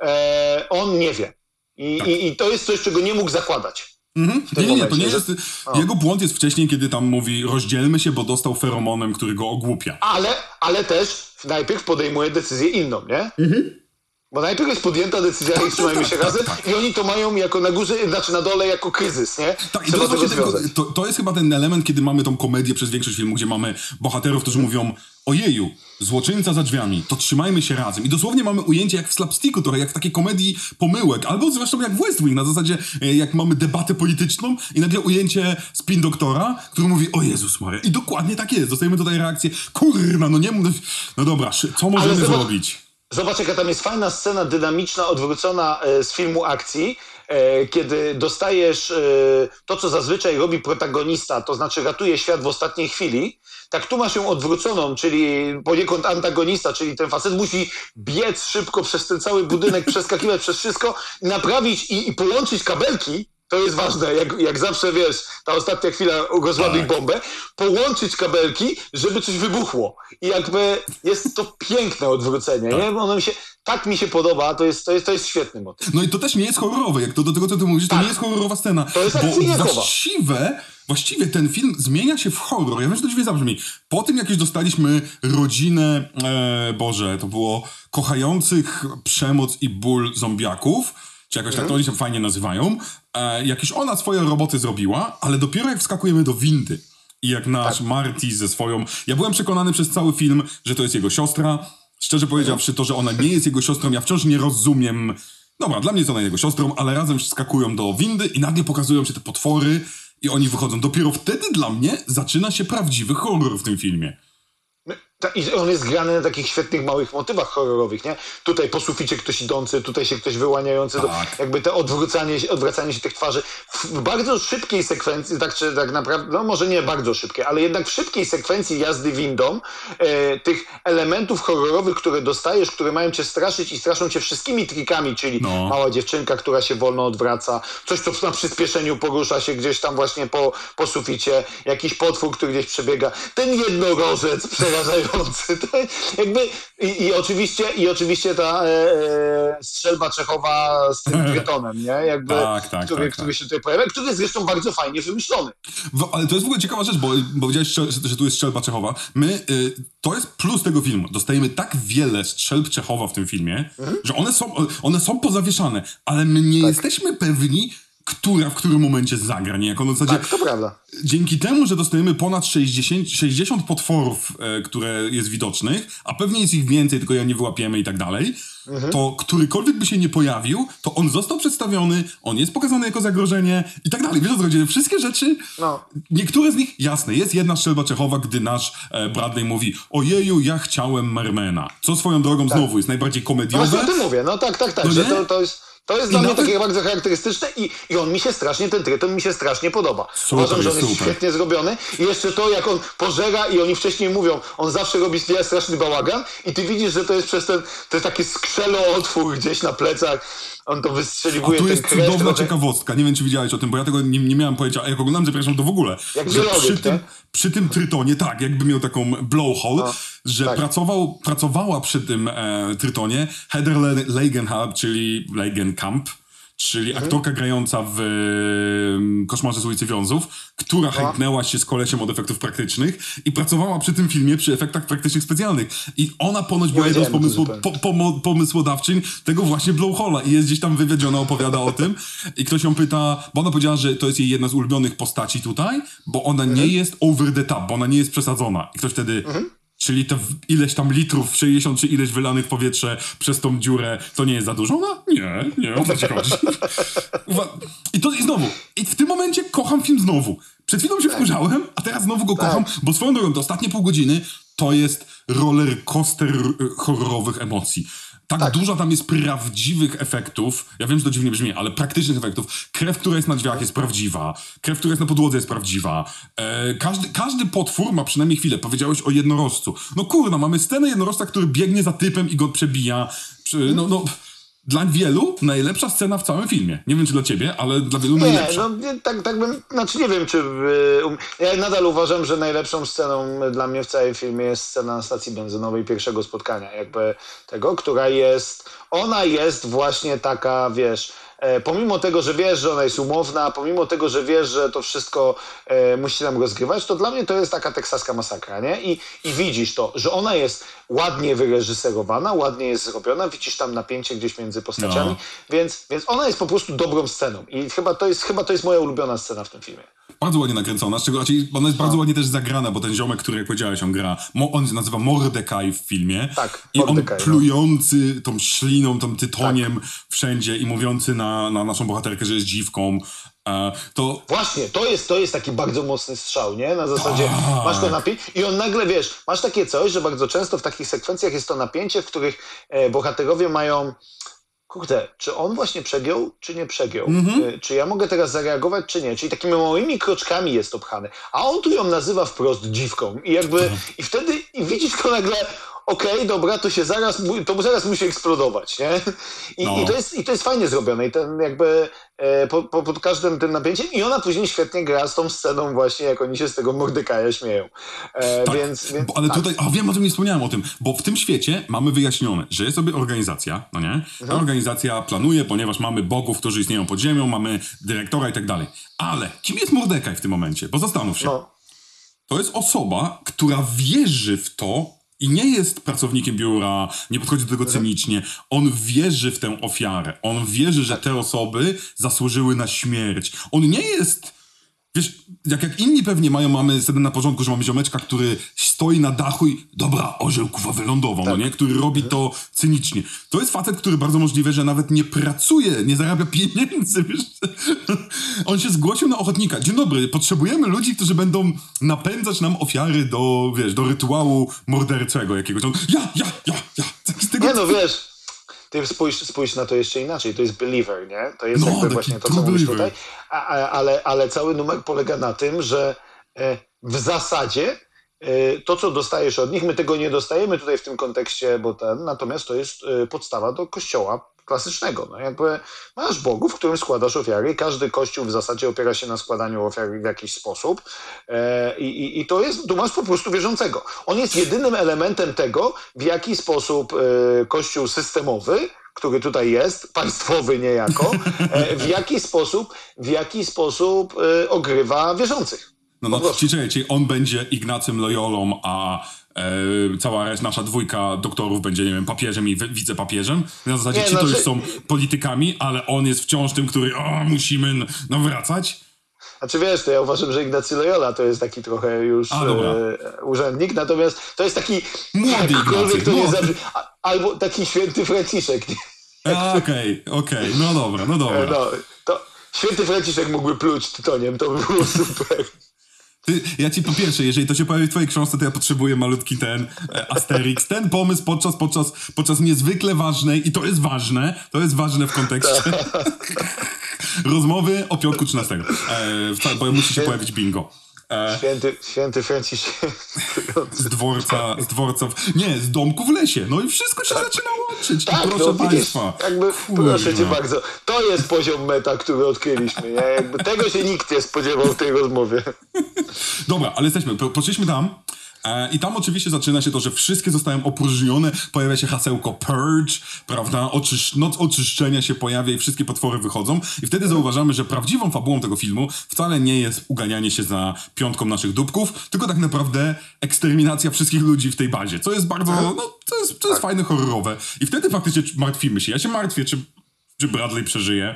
e, on nie wie. I, Tak. i, I to jest coś, czego nie mógł zakładać. Mhm. w tym Nie, nie, nie, to nie momencie, jest... że- Jego błąd jest wcześniej, kiedy tam mówi rozdzielmy się, bo dostał feromonem, który go ogłupia. Ale, ale też najpierw podejmuje decyzję inną, nie? Bo najpierw jest podjęta decyzja, Tak, i trzymajmy tak, się tak, razem, tak. i oni to mają jako na górze, znaczy na dole jako kryzys, nie? Tak, i Trzeba to, jest tego właśnie związać. tego, to, to jest chyba ten element, kiedy mamy tą komedię przez większość filmu, gdzie mamy bohaterów, którzy mówią: ojeju, złoczyńca za drzwiami, to trzymajmy się razem. I dosłownie mamy ujęcie jak w slapsticku, trochę jak w takiej komedii pomyłek, albo zresztą jak w West Wing, na zasadzie e, jak mamy debatę polityczną i nagle ujęcie spin doktora, który mówi: o Jezus Maria. I dokładnie tak jest. Dostajemy tutaj reakcję: kurna, no nie mów, no dobra, szy- co możemy zobacz- zrobić? Zobacz, jaka tam jest fajna scena dynamiczna, odwrócona e, z filmu akcji, e, kiedy dostajesz e, to, co zazwyczaj robi protagonista, to znaczy ratuje świat w ostatniej chwili, tak tu masz ją odwróconą, czyli poniekąd antagonista, czyli ten facet musi biec szybko przez ten cały budynek, przeskakiwać przez wszystko, naprawić i, i połączyć kabelki. To jest ważne, jak, jak zawsze wiesz, ta ostatnia chwila rozładuj Tak. bombę, połączyć kabelki, żeby coś wybuchło. I jakby jest to piękne odwrócenie, Tak. nie? Ono mi się, tak mi się podoba, to jest, to jest, to jest świetny motyw. No i to też nie jest horrorowe, jak to do tego, co ty mówisz, to Tak. nie jest horrorowa scena. To jest bo akcyjniakowa. właściwe, właściwie ten film zmienia się w horror. Ja wiem, że to dziwnie zabrzmi. Po tym, jak już dostaliśmy rodzinę, e, Boże, to było kochających przemoc i ból zombiaków, czy jakoś tak to oni się fajnie nazywają, e, jak już ona swoje roboty zrobiła, ale dopiero jak wskakujemy do windy i jak nasz Marty ze swoją... Ja byłem przekonany przez cały film, że to jest jego siostra. Szczerze powiedziawszy, to, że ona nie jest jego siostrą, ja wciąż nie rozumiem. Dobra, dla mnie jest ona jego siostrą, ale razem wskakują do windy i nagle pokazują się te potwory i oni wychodzą. Dopiero wtedy dla mnie zaczyna się prawdziwy horror w tym filmie. Ta- I on jest grany na takich świetnych, małych motywach horrorowych, nie? Tutaj po suficie ktoś idący, tutaj się ktoś wyłaniający, to Tak. jakby te odwrócanie się, odwracanie się tych twarzy. W bardzo szybkiej sekwencji, tak czy tak naprawdę, no może nie bardzo szybkiej, ale jednak w szybkiej sekwencji jazdy windą, e, tych elementów horrorowych, które dostajesz, które mają cię straszyć i straszą cię wszystkimi trikami, czyli No. mała dziewczynka, która się wolno odwraca, coś, co na przyspieszeniu porusza się gdzieś tam właśnie po, po suficie, jakiś potwór, który gdzieś przebiega, ten jednorożec przerażający. To jakby, i, i, oczywiście, I oczywiście ta e, e, strzelba Czechowa z tym trytonem, nie? Jakby, Tak, tak, który, tak, który tak. się tutaj pojawia, który jest zresztą bardzo fajnie wymyślony. W, ale to jest w ogóle ciekawa rzecz, bo, bo powiedziałeś, że, że tu jest strzelba Czechowa. My, y, to jest plus tego filmu. Dostajemy tak wiele strzelb Czechowa w tym filmie, Mhm. że one są, one są pozawieszane, ale my nie Tak. jesteśmy pewni, która w którym momencie zagra, nie? Jako na zasadzie, Tak, to prawda. dzięki temu, że dostajemy ponad sześćdziesiąt, sześćdziesiąt potworów, e, które jest widocznych, a pewnie jest ich więcej, tylko ja nie wyłapiemy i tak dalej, to którykolwiek by się nie pojawił, to on został przedstawiony, on jest pokazany jako zagrożenie i tak dalej. Wiesz o co chodzi? Wszystkie rzeczy, No. niektóre z nich, jasne, jest jedna strzelba Czechowa, gdy nasz e, Bradley mówi: ojeju, ja chciałem Mermana. Co swoją drogą znowu jest najbardziej No komediowe. właśnie o tym mówię, no tak, tak, tak, No że nie? to, to jest... To jest dla mnie nawet- takie bardzo charakterystyczne i, i on mi się strasznie, ten tryton mi się strasznie podoba. Super, Uważam, że on jest super. świetnie zrobiony i jeszcze to, jak on pożera i oni wcześniej mówią, on zawsze robi straszny bałagan i ty widzisz, że to jest przez ten, ten taki skrzelootwór gdzieś na plecach, on to A wystrzeliwuje, tu ten jest krew cudowna trochę. ciekawostka. Nie wiem, czy widziałeś o tym, bo ja tego nie, nie miałem pojęcia. A jak oglądam, zapraszam to w ogóle. Jak że wieloryb, przy tym, nie? przy tym trytonie, tak, jakby miał taką blowhole, No, że tak. pracował, pracowała przy tym e, trytonie Heather Le- Langenkamp, czyli Langenkamp, czyli Mhm. aktorka grająca w e, Koszmarze z ulicy Wiązów, która No. chętnęła się z kolesiem od efektów praktycznych i pracowała przy tym filmie przy efektach praktycznych specjalnych. I ona ponoć była jedną z wiedziałem o tym pomysłu, zupełnie. po, pomo- pomysłodawczyń tego właśnie blowhola i jest gdzieś tam wywiedziona, opowiada o tym i ktoś ją pyta, bo ona powiedziała, że to jest jej jedna z ulubionych postaci tutaj, bo ona nie jest over the top, bo ona nie jest przesadzona. I ktoś wtedy, czyli te w- ileś tam litrów, sześćdziesiąt czy ileś wylanych w powietrze przez tą dziurę, to nie jest za dużo? Ona? Nie, nie, o co ci chodzi? Uwa- I to i znowu, i w tym momencie kocham film znowu. Przed chwilą się wkurzałem, a teraz znowu go kocham, bo swoją drogą te ostatnie pół godziny to jest roller coaster y, horrorowych emocji. Tak, dużo tam jest prawdziwych efektów. Ja wiem, że to dziwnie brzmi, ale praktycznych efektów. Krew, która jest na drzwiach, jest prawdziwa. Krew, która jest na podłodze, jest prawdziwa. E, każdy, każdy potwór ma przynajmniej chwilę. Powiedziałeś o jednorożcu. No kurna, mamy scenę jednorożca, który biegnie za typem i go przebija. Przy, no, no, dla wielu najlepsza scena w całym filmie. Nie wiem, czy dla ciebie, ale dla wielu Nie, najlepsza. no nie, tak, tak bym, znaczy nie wiem, czy... y, um, ja nadal uważam, że najlepszą sceną dla mnie w całym filmie jest scena na stacji benzynowej pierwszego spotkania, jakby tego, która jest... Ona jest właśnie taka, wiesz... e, pomimo tego, że wiesz, że ona jest umowna, pomimo tego, że wiesz, że to wszystko e, musi się tam rozgrywać, to dla mnie to jest taka teksaska masakra, nie? I, i widzisz to, że ona jest ładnie wyreżyserowana, ładnie jest zrobiona, widzisz tam napięcie gdzieś między postaciami, No. więc, więc ona jest po prostu dobrą sceną i chyba to jest, chyba to jest moja ulubiona scena w tym filmie. Bardzo ładnie nakręcona, z czego raczej ona jest bardzo ładnie też zagrana, bo ten ziomek, który jak powiedziałeś, on gra, mo, on się nazywa Mordecai w filmie. Tak, I on Mordecai, no. plujący tą śliną, tą tytoniem wszędzie i mówiący na, na naszą bohaterkę, że jest dziwką. E, to Właśnie, to jest, to jest taki bardzo mocny strzał, nie? Na zasadzie Tak. masz to napięcie i on nagle, wiesz, masz takie coś, że bardzo często w takich sekwencjach jest to napięcie, w których e, bohaterowie mają kurde, czy on właśnie przegiął, czy nie przegiął? Mhm. E, Czy ja mogę teraz zareagować, czy nie? Czyli takimi małymi kroczkami jest to pchane. A on tu ją nazywa wprost dziwką. I jakby, i wtedy, i widzisz to nagle, okej, dobra, to się zaraz, mu- to zaraz musi eksplodować, nie? I, No. i, to, jest, i to jest fajnie zrobione. I ten jakby e, po, po, pod każdym tym napięciem. I ona później świetnie gra z tą sceną właśnie, jak oni się z tego Mordecaja śmieją. E, Tak, więc, więc, bo, ale tak. tutaj, a wiem o tym, nie wspomniałem o tym, bo w tym świecie mamy wyjaśnione, że jest sobie organizacja, no nie? Ta Mhm. organizacja planuje, ponieważ mamy bogów, którzy istnieją pod ziemią, mamy dyrektora i tak dalej. Ale kim jest Mordecai w tym momencie? Bo zastanów się. No, To jest osoba, która wierzy w to i nie jest pracownikiem biura, nie podchodzi do tego cynicznie. On wierzy w tę ofiarę. On wierzy, że te osoby zasłużyły na śmierć. On nie jest... Wiesz, jak, jak inni pewnie mają, mamy sobie na porządku, że mamy ziomeczka, który stoi na dachu i dobra, orzeł kuwa wylądował, no nie? Który robi to cynicznie. To jest facet, który bardzo możliwe, że nawet nie pracuje, nie zarabia pieniędzy, wiesz. On się zgłosił na ochotnika. Dzień dobry, potrzebujemy ludzi, którzy będą napędzać nam ofiary do, wiesz, do rytuału morderczego jakiegoś. On, ja, ja, ja, ja. Z tego, nie no, wiesz, ty spójrz, spójrz na to jeszcze inaczej. To jest Believer, nie? To jest No, jakby taki właśnie to, true co mówisz believer. tutaj. A, a, ale, ale cały numer polega na tym, że e, w zasadzie e, to, co dostajesz od nich, my tego nie dostajemy tutaj w tym kontekście, bo ten, natomiast to jest e, podstawa do kościoła klasycznego. No jakby masz bogów, którym składasz ofiary. Każdy kościół w zasadzie opiera się na składaniu ofiar w jakiś sposób. E, i, i, I to jest, tu masz po prostu wierzącego. On jest jedynym elementem tego, w jaki sposób e, kościół systemowy, który tutaj jest, państwowy niejako, e, w jaki sposób, w jaki sposób e, ogrywa wierzących. No, no, Po prostu. czyli czekaj, czyli on będzie Ignacym Loyolą, a e, cała reszta, nasza dwójka doktorów będzie, nie wiem, papieżem i wi- wicepapieżem. Na zasadzie Nie, ci to znaczy- już są politykami, ale on jest wciąż tym, który, o, musimy n- nawracać. Znaczy wiesz, to ja uważam, że Ignacy Loyola to jest taki trochę już A, dobra. e, urzędnik, natomiast to jest taki Młody jakkolwiek Ignacy, to nie młody. zabrzmi, a, albo taki święty Franciszek. Nie? A, Okej, okej, no dobra, no dobra. E, No, to święty Franciszek mógłby pluć tytoniem, to by było super. Ty, ja ci po pierwsze, jeżeli to się pojawi w twojej książce, to ja potrzebuję malutki ten e, Asterix. Ten pomysł podczas, podczas, podczas niezwykle ważnej, i to jest ważne, to jest ważne w kontekście rozmowy o piątku trzynastego. E, w- bo musi się pojawić bingo. E, Święty, święty Franciszek. z dworca, z dworca, w, nie, z domku w lesie. No i wszystko się zaczyna łączyć. Tak, I proszę no, widzisz, państwa. jakby, Kurwa. proszę cię bardzo, to jest poziom meta, który odkryliśmy. Nie? Jakby tego się nikt nie spodziewał w tej rozmowie. Dobra, ale jesteśmy, po- poszliśmy tam e, i tam oczywiście zaczyna się to, że wszystkie zostają opróżnione, pojawia się hasełko Purge, prawda, Oczysz, noc oczyszczenia się pojawia i wszystkie potwory wychodzą i wtedy zauważamy, że prawdziwą fabułą tego filmu wcale nie jest uganianie się za piątką naszych dupków, tylko tak naprawdę eksterminacja wszystkich ludzi w tej bazie, co jest bardzo, no, to jest, to jest fajne, horrorowe i wtedy faktycznie martwimy się. Ja się martwię, czy, czy Bradley przeżyje.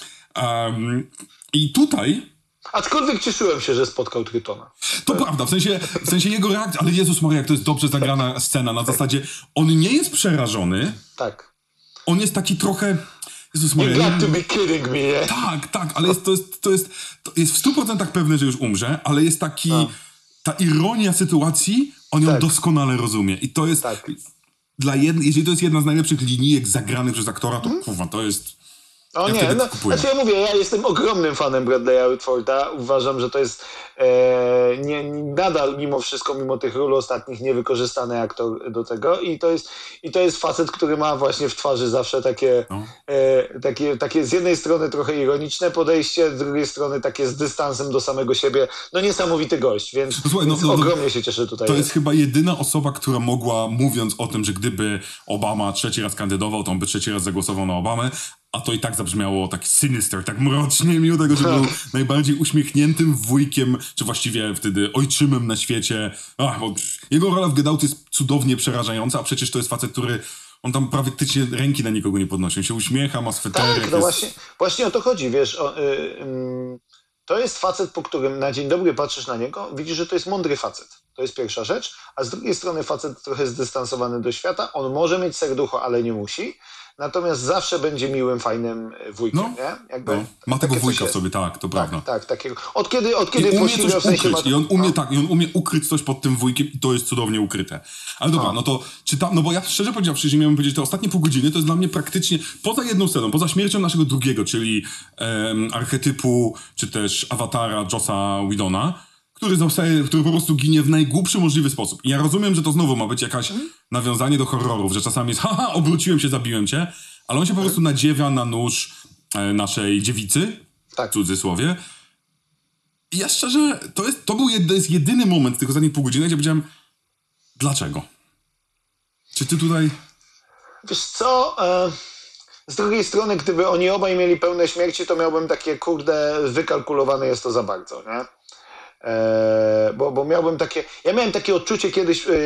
Um, I tutaj Aczkolwiek cieszyłem się, że spotkał Trytona. to prawda, w sensie, w sensie jego reakcja, ale Jezus Maria, jak to jest dobrze zagrana scena, na zasadzie on nie jest przerażony, Tak. on jest taki trochę, Jezus You Maria, got to nie, be kidding me, nie? tak, tak, ale jest, to, jest, to, jest, to jest w stu procentach pewne, że już umrze, ale jest taki, ta ironia sytuacji, on ją Tak. doskonale rozumie i to jest, Tak. dla jednej, jeżeli to jest jedna z najlepszych linijek zagranych przez aktora, to kurwa, to jest... O Ja nie, wtedy no, kupuję. znaczy ja mówię, ja jestem ogromnym fanem Bradley'a Whitforda. Uważam, że to jest e, nie, nie, nadal mimo wszystko, mimo tych ról ostatnich, niewykorzystany aktor do tego i to jest, i to jest facet, który ma właśnie w twarzy zawsze takie, No. e, takie, takie z jednej strony trochę ironiczne podejście, z drugiej strony takie z dystansem do samego siebie. No niesamowity gość, więc, Słuchaj, no, więc no, no, ogromnie się cieszę tutaj. To jest chyba jedyna osoba, która mogła, mówiąc o tym, że gdyby Obama trzeci raz kandydował, to on by trzeci raz zagłosował na Obamę, a to i tak zabrzmiało tak sinister, tak mrocznie, mimo tego, że był najbardziej uśmiechniętym wujkiem, czy właściwie wtedy ojczymem na świecie. Ach, bo psz, jego rola w Get Out jest cudownie przerażająca, a przecież to jest facet, który on tam praktycznie ręki na nikogo nie podnosi. On się uśmiecha, ma sweterek. Tak, no jest... właśnie, właśnie o to chodzi, wiesz, o, y, y, to jest facet, po którym na dzień dobry patrzysz na niego, widzisz, że to jest mądry facet. To jest pierwsza rzecz, a z drugiej strony facet trochę zdystansowany do świata, on może mieć serducho, ale nie musi, natomiast zawsze będzie miłym, fajnym wujkiem, No, nie? Jakby, no. Ma tego takie coś wujka w jest. sobie, tak, to prawda. Tak, tak, takiego. Od kiedy, od kiedy I umie właściwie coś w sensie ukryć. ma... I on umie no. tak, i on umie ukryć coś pod tym wujkiem i to jest cudownie ukryte. Ale dobra, A. no to czytam, no bo ja szczerze powiedziawszy, jeżeli miałem powiedzieć, te ostatnie pół godziny to jest dla mnie praktycznie, poza jedną sceną, poza śmiercią naszego drugiego, czyli em, archetypu, czy też awatara Jossa Whedona, który zostaje, który po prostu ginie w najgłupszy możliwy sposób. I ja rozumiem, że to znowu ma być jakaś nawiązanie do horrorów, że czasami jest haha, obróciłem się, zabiłem cię, ale on się po prostu nadziewia na nóż e, naszej dziewicy, Tak. w cudzysłowie. I ja szczerze, to jest, to był jed, to jest jedyny moment tych ostatnich pół godziny, gdzie powiedziałem, dlaczego? Czy ty tutaj... Wiesz co, e, z drugiej strony, gdyby oni obaj mieli pełne śmierci, to miałbym takie, kurde, wykalkulowane jest to za bardzo, nie? E, bo, bo miałbym takie, ja miałem takie odczucie kiedyś e,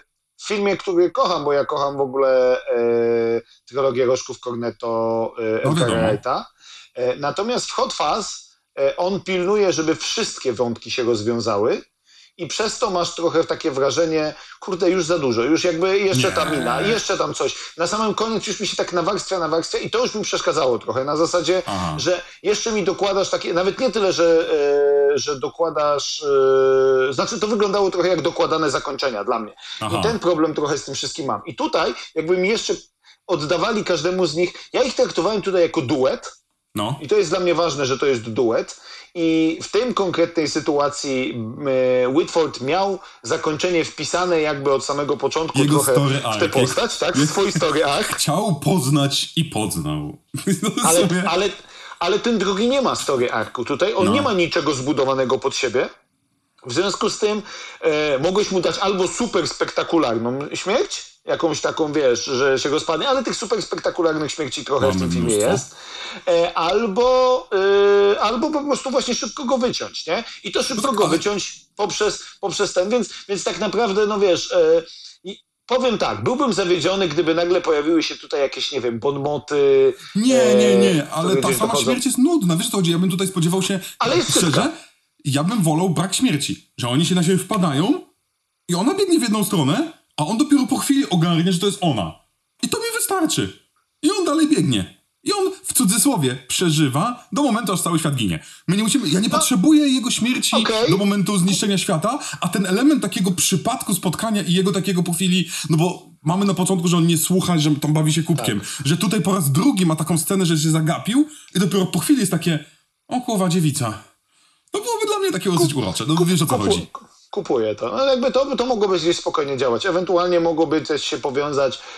w filmie, który kocham, bo ja kocham w ogóle e, trylogię Rożków Cornetto e, No Edgara wiadomo. Wrighta. E, natomiast w Hot Fuzz e, on pilnuje, żeby wszystkie wątki się rozwiązały i przez to masz trochę takie wrażenie, kurde, już za dużo, już jakby jeszcze Nie. ta mina, jeszcze tam coś. Na samym koniec już mi się tak nawarstwia, nawarstwia i to już mi przeszkadzało trochę, na zasadzie, Aha. że jeszcze mi dokładasz takie, nawet nie tyle, że, e, że dokładasz, e, znaczy to wyglądało trochę jak dokładane zakończenia dla mnie. Aha. I ten problem trochę z tym wszystkim mam. I tutaj, jakby mi jeszcze oddawali każdemu z nich, ja ich traktowałem tutaj jako duet, No. i to jest dla mnie ważne, że to jest duet. I w tej konkretnej sytuacji e, Whitford miał zakończenie wpisane jakby od samego początku Jego trochę story w tę arc. postać, tak? W swój story arc. Chciał poznać i poznał. No, w Ale, sumie- ale, ale ten drugi nie ma story arcu tutaj. On No. nie ma niczego zbudowanego pod siebie. W związku z tym e, mogłeś mu dać albo super spektakularną śmierć, jakąś taką, wiesz, że się rozpadnie, ale tych super spektakularnych śmierci trochę Mamy w tym filmie mnóstwo. jest. E, albo, e, albo po prostu właśnie szybko go wyciąć, nie? I to szybko go ale- wyciąć poprzez, poprzez ten, więc, więc tak naprawdę, no wiesz... E, i powiem tak, byłbym zawiedziony, gdyby nagle pojawiły się tutaj jakieś, nie wiem, bonmoty. Nie, nie, nie, e, ale które ta gdzieś sama dochodzą. śmierć jest nudna. Wiesz co chodzi? Ja bym tutaj spodziewał się, Ale jest szczerze, szybka. ja bym wolał brak śmierci. Że oni się na siebie wpadają i ona biegnie w jedną stronę, a on dopiero po chwili ogarnie, że to jest ona. I to mi wystarczy. I on dalej biegnie. I on, w cudzysłowie, przeżywa do momentu, aż cały świat ginie. My nie musimy, ja nie potrzebuję jego śmierci okej. do momentu zniszczenia świata, a ten element takiego przypadku spotkania i jego takiego po chwili, no bo mamy na początku, że on nie słucha, że tam bawi się kubkiem, że tutaj po raz drugi ma taką scenę, że się zagapił i dopiero po chwili jest takie, o kurwa, dziewica. To byłoby dla mnie takie dosyć urocze. No wiesz, o co Kupu- chodzi. Kupuję to. No, jakby to, to mogłoby gdzieś spokojnie działać. Ewentualnie mogłoby też się powiązać e,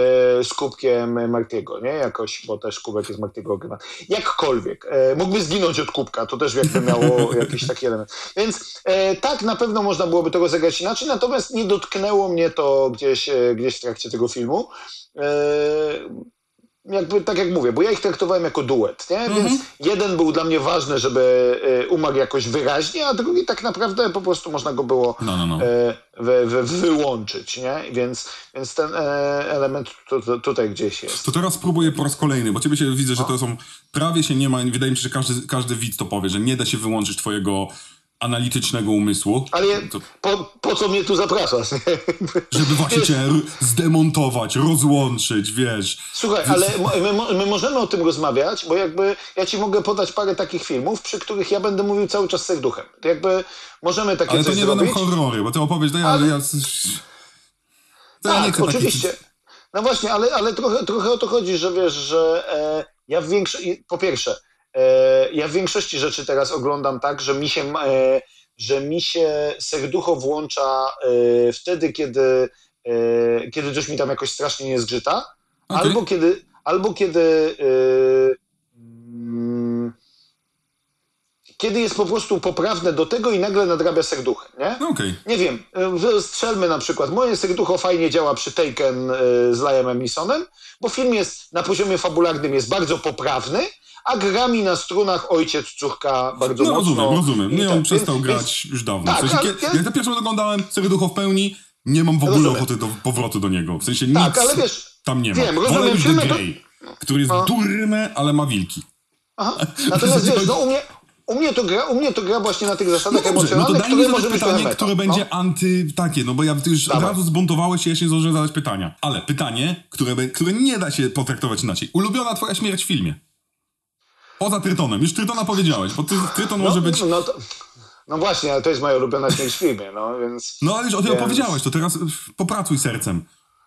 z kubkiem Martiego, nie? Jakoś, bo też kubek jest Martiego ogrywa. Jakkolwiek. E, mógłby zginąć od kubka, to też jakby miało jakiś taki element. Więc e, tak, na pewno można byłoby to rozegrać inaczej, natomiast nie dotknęło mnie to gdzieś, e, gdzieś w trakcie tego filmu. E, jakby tak jak mówię, bo ja ich traktowałem jako duet, nie? Mhm. Więc jeden był dla mnie ważny, żeby e, umarł jakoś wyraźnie, a drugi tak naprawdę po prostu można go było No, no, no. e, wy, wy, wyłączyć, nie? Więc, więc ten e, element tu, tu, tutaj gdzieś jest. To teraz spróbuję po raz kolejny, bo ciebie się widzę, że to są, prawie się nie ma, wydaje mi się, że każdy, każdy widz to powie, że nie da się wyłączyć twojego analitycznego umysłu. Ale je, To, po, po co mnie tu zapraszasz? Nie? żeby właśnie Wiesz, cię r- zdemontować, rozłączyć, wiesz. Słuchaj, ale mo- my, mo- my możemy o tym rozmawiać, bo jakby ja ci mogę podać parę takich filmów, przy których ja będę mówił cały czas serduchem. To jakby możemy takie Ale to coś nie będą zrobić. horrory, bo ty opowiesz, to ja... Ale- ja, to ja nie Tak, chcę takich- oczywiście. No właśnie, ale, ale trochę, trochę o to chodzi, że wiesz, że e, ja w większości, po pierwsze, e, ja w większości rzeczy teraz oglądam tak, że mi się, e, że mi się serducho włącza e, wtedy, kiedy, e, kiedy coś mi tam jakoś strasznie nie zgrzyta, Okej. albo kiedy, albo kiedy e, mm, kiedy jest po prostu poprawne do tego i nagle nadrabia serduchę, nie? No okej. Nie wiem, y, strzelmy na przykład. Moje serducho fajnie działa przy Taken y, z Liamem Neesonem, bo film jest na poziomie fabularnym jest bardzo poprawny, a gra mi na strunach ojciec, córka bardzo No mocno. rozumiem, rozumiem. Nie, I on tak, przestał więc- grać już dawno. Tak, w sensie, ale- kiedy, jak to pierwszy raz oglądałem serducho w pełni, nie mam w ogóle Rozumiem. ochoty do powrotu do niego. W sensie nic Tak, ale wiesz, tam nie ma. wiem, Wolę rozumiem już filmy, The to- Grey, który jest No. durny, ale ma wilki. Aha. Natomiast wiesz, no u mnie, u mnie to gra, u mnie to gra właśnie na tych No zasadach dobrze, no to emocjonalnych, daj mi które zadać może być trochę pytanie, meta. które będzie No. anty takie, no bo ja ty już od Dawaj. razu zbuntowałeś się, ja się nie zdążyłem zadać pytania. Ale pytanie, które, be- które nie da się potraktować inaczej. Ulubiona twoja śmierć w filmie? Poza Trytonem. Już Trytona powiedziałeś, bo ty, Tryton No, może być... no, to, no właśnie, ale to jest moja ulubiona śmierć w filmie, no więc... No ale już o tym Więc- opowiedziałeś, to teraz y, popracuj sercem.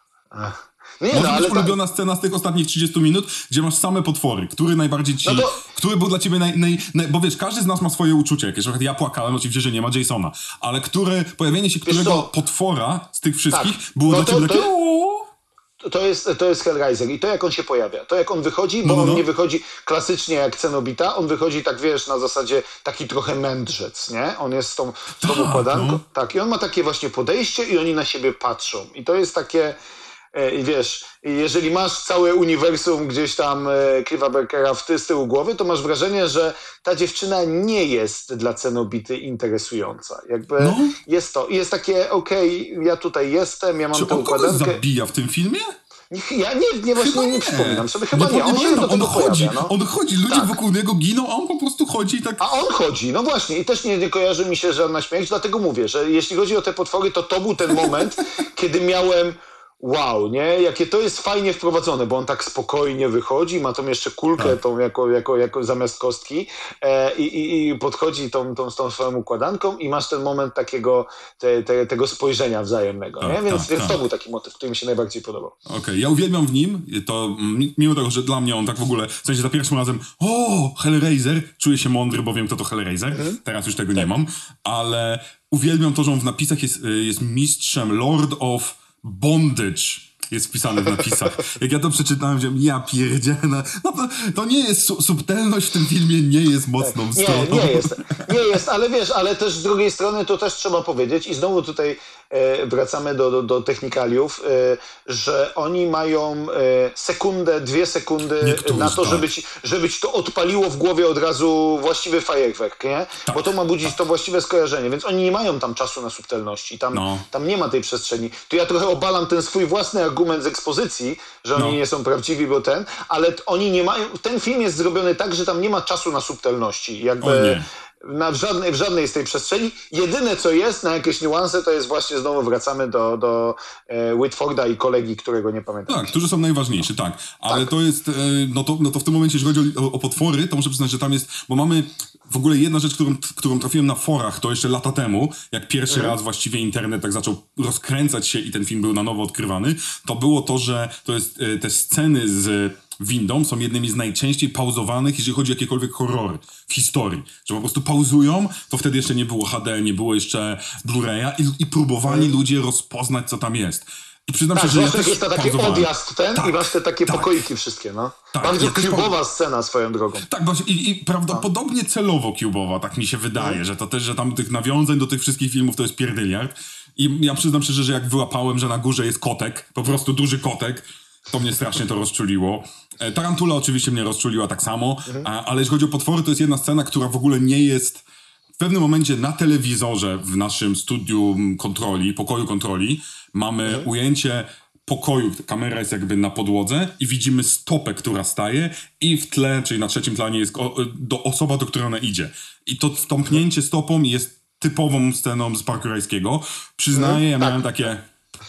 Nie, Może no, ale być ta, ulubiona scena z tych ostatnich trzydziestu minut, gdzie masz same potwory. Który najbardziej ci... No to- Który był dla ciebie naj, naj, naj... Bo wiesz, każdy z nas ma swoje uczucie jakieś. Na przykład ja płakałem oczywiście, że nie ma Jasona. Ale który... Pojawienie się którego co? potwora z tych wszystkich Tak. było No dla to- ciebie takie... to- "Ooo". to- to jest, to jest Hellraiser i to jak on się pojawia, to jak on wychodzi, bo No, no, on no. nie wychodzi klasycznie jak Cenobita, on wychodzi tak, wiesz, na zasadzie taki trochę mędrzec, nie? On jest z tą, z tą Tak, układanką, no. tak, i on ma takie właśnie podejście i oni na siebie patrzą i to jest takie... e, I wiesz, jeżeli masz całe uniwersum gdzieś tam e, Clive'a Barkera w ty, z tyłu głowy, to masz wrażenie, że ta dziewczyna nie jest dla Cenobity interesująca. Jakby No. jest to. I jest takie, okej, ja tutaj jestem, ja mam Czy tę on kogoś układankę. zabija w tym filmie? Ja nie, nie właśnie nie, przypominam sobie. Chyba nie, po- on się pamiętam. do tego on chodzi, pojawia. No. on chodzi, ludzie Tak. wokół niego giną, a on po prostu chodzi i tak... A on chodzi, no właśnie. I też nie, nie kojarzy mi się żadna śmierć, dlatego mówię, że jeśli chodzi o te potwory, to to był ten moment, kiedy miałem wow, nie? Jakie to jest fajnie wprowadzone, bo on tak spokojnie wychodzi, ma tą jeszcze kulkę Tak. tą jako, jako, jako zamiast kostki e, i, i, i podchodzi tą, tą, z tą swoją układanką i masz ten moment takiego, te, te, tego spojrzenia wzajemnego, Tak, nie? Więc, tak, więc tak. to był taki motyw, który mi się najbardziej podobał. Okej, ja uwielbiam w nim, to mm, mimo tego, że dla mnie on tak w ogóle, w sensie za pierwszym razem, o, Hellraiser, czuję się mądry, bo wiem, kto to Hellraiser, Mhm. teraz już tego nie mam, ale uwielbiam to, że on w napisach jest, y, jest mistrzem Lord of Bondage. Jest wpisane w napisach. Jak ja to przeczytałem, że ja pierdzielę. No to, to nie jest, su- subtelność w tym filmie nie jest mocną stroną. Nie, nie jest, nie jest, ale wiesz, ale też z drugiej strony to też trzeba powiedzieć i znowu tutaj e, wracamy do, do, do technikaliów, e, że oni mają e, sekundę, dwie sekundy Niektórzy, na to, tak. żeby, ci, żeby ci to odpaliło w głowie od razu właściwy fajerwerk, nie? Tak, Bo to ma budzić to właściwe skojarzenie, więc oni nie mają tam czasu na subtelności, tam, No. tam nie ma tej przestrzeni. To ja trochę obalam ten swój własny argument z ekspozycji, że oni No. nie są prawdziwi, bo ten, ale t- oni nie mają, ten film jest zrobiony tak, że tam nie ma czasu na subtelności, jakby... O nie. Na, w, żadnej, w żadnej z tej przestrzeni. Jedyne, co jest na jakieś niuanse, to jest właśnie, znowu wracamy do, do e, Whitforda i kolegi, którego nie pamiętam. Tak, którzy są najważniejsi, tak. Ale Tak. to jest, e, no to, no to w tym momencie, jeżeli chodzi o, o potwory, to muszę przyznać, że tam jest, bo mamy w ogóle jedna rzecz, którą, którą trafiłem na forach, to jeszcze lata temu, jak pierwszy raz właściwie internet tak zaczął rozkręcać się i ten film był na nowo odkrywany, to było to, że to jest e, te sceny z windą są jednymi z najczęściej pauzowanych, jeżeli chodzi o jakiekolwiek horrory w historii. Że po prostu pauzują, to wtedy jeszcze nie było H D, nie było jeszcze Blu-raya i, i próbowali ludzie rozpoznać, co tam jest. I przyznam Tak, się, że ja zwłaszcza też jak jest to taki pauzowałem. odjazd ten Tak, i masz te takie tak. pokoiki wszystkie, no. Tak, Bardzo ja też klubowa scena swoją drogą. Tak, właśnie i, i prawdopodobnie celowo cube'owa, tak mi się wydaje, że to też, że tam tych nawiązań do tych wszystkich filmów to jest pierdyliard. I ja przyznam szczerze, że jak wyłapałem, że na górze jest kotek, po prostu duży kotek, to mnie strasznie to rozczuliło. E, Tarantula oczywiście mnie rozczuliła tak samo, a, ale jeśli chodzi o potwory, to jest jedna scena, która w ogóle nie jest w pewnym momencie na telewizorze w naszym studium kontroli, pokoju kontroli, mamy ujęcie pokoju, kamera jest jakby na podłodze i widzimy stopę, która staje i w tle, czyli na trzecim planie jest o, do, osoba, do której ona idzie. I to stąpnięcie stopą jest typową sceną z Parku Rajskiego. Przyznaję, ja miałem takie...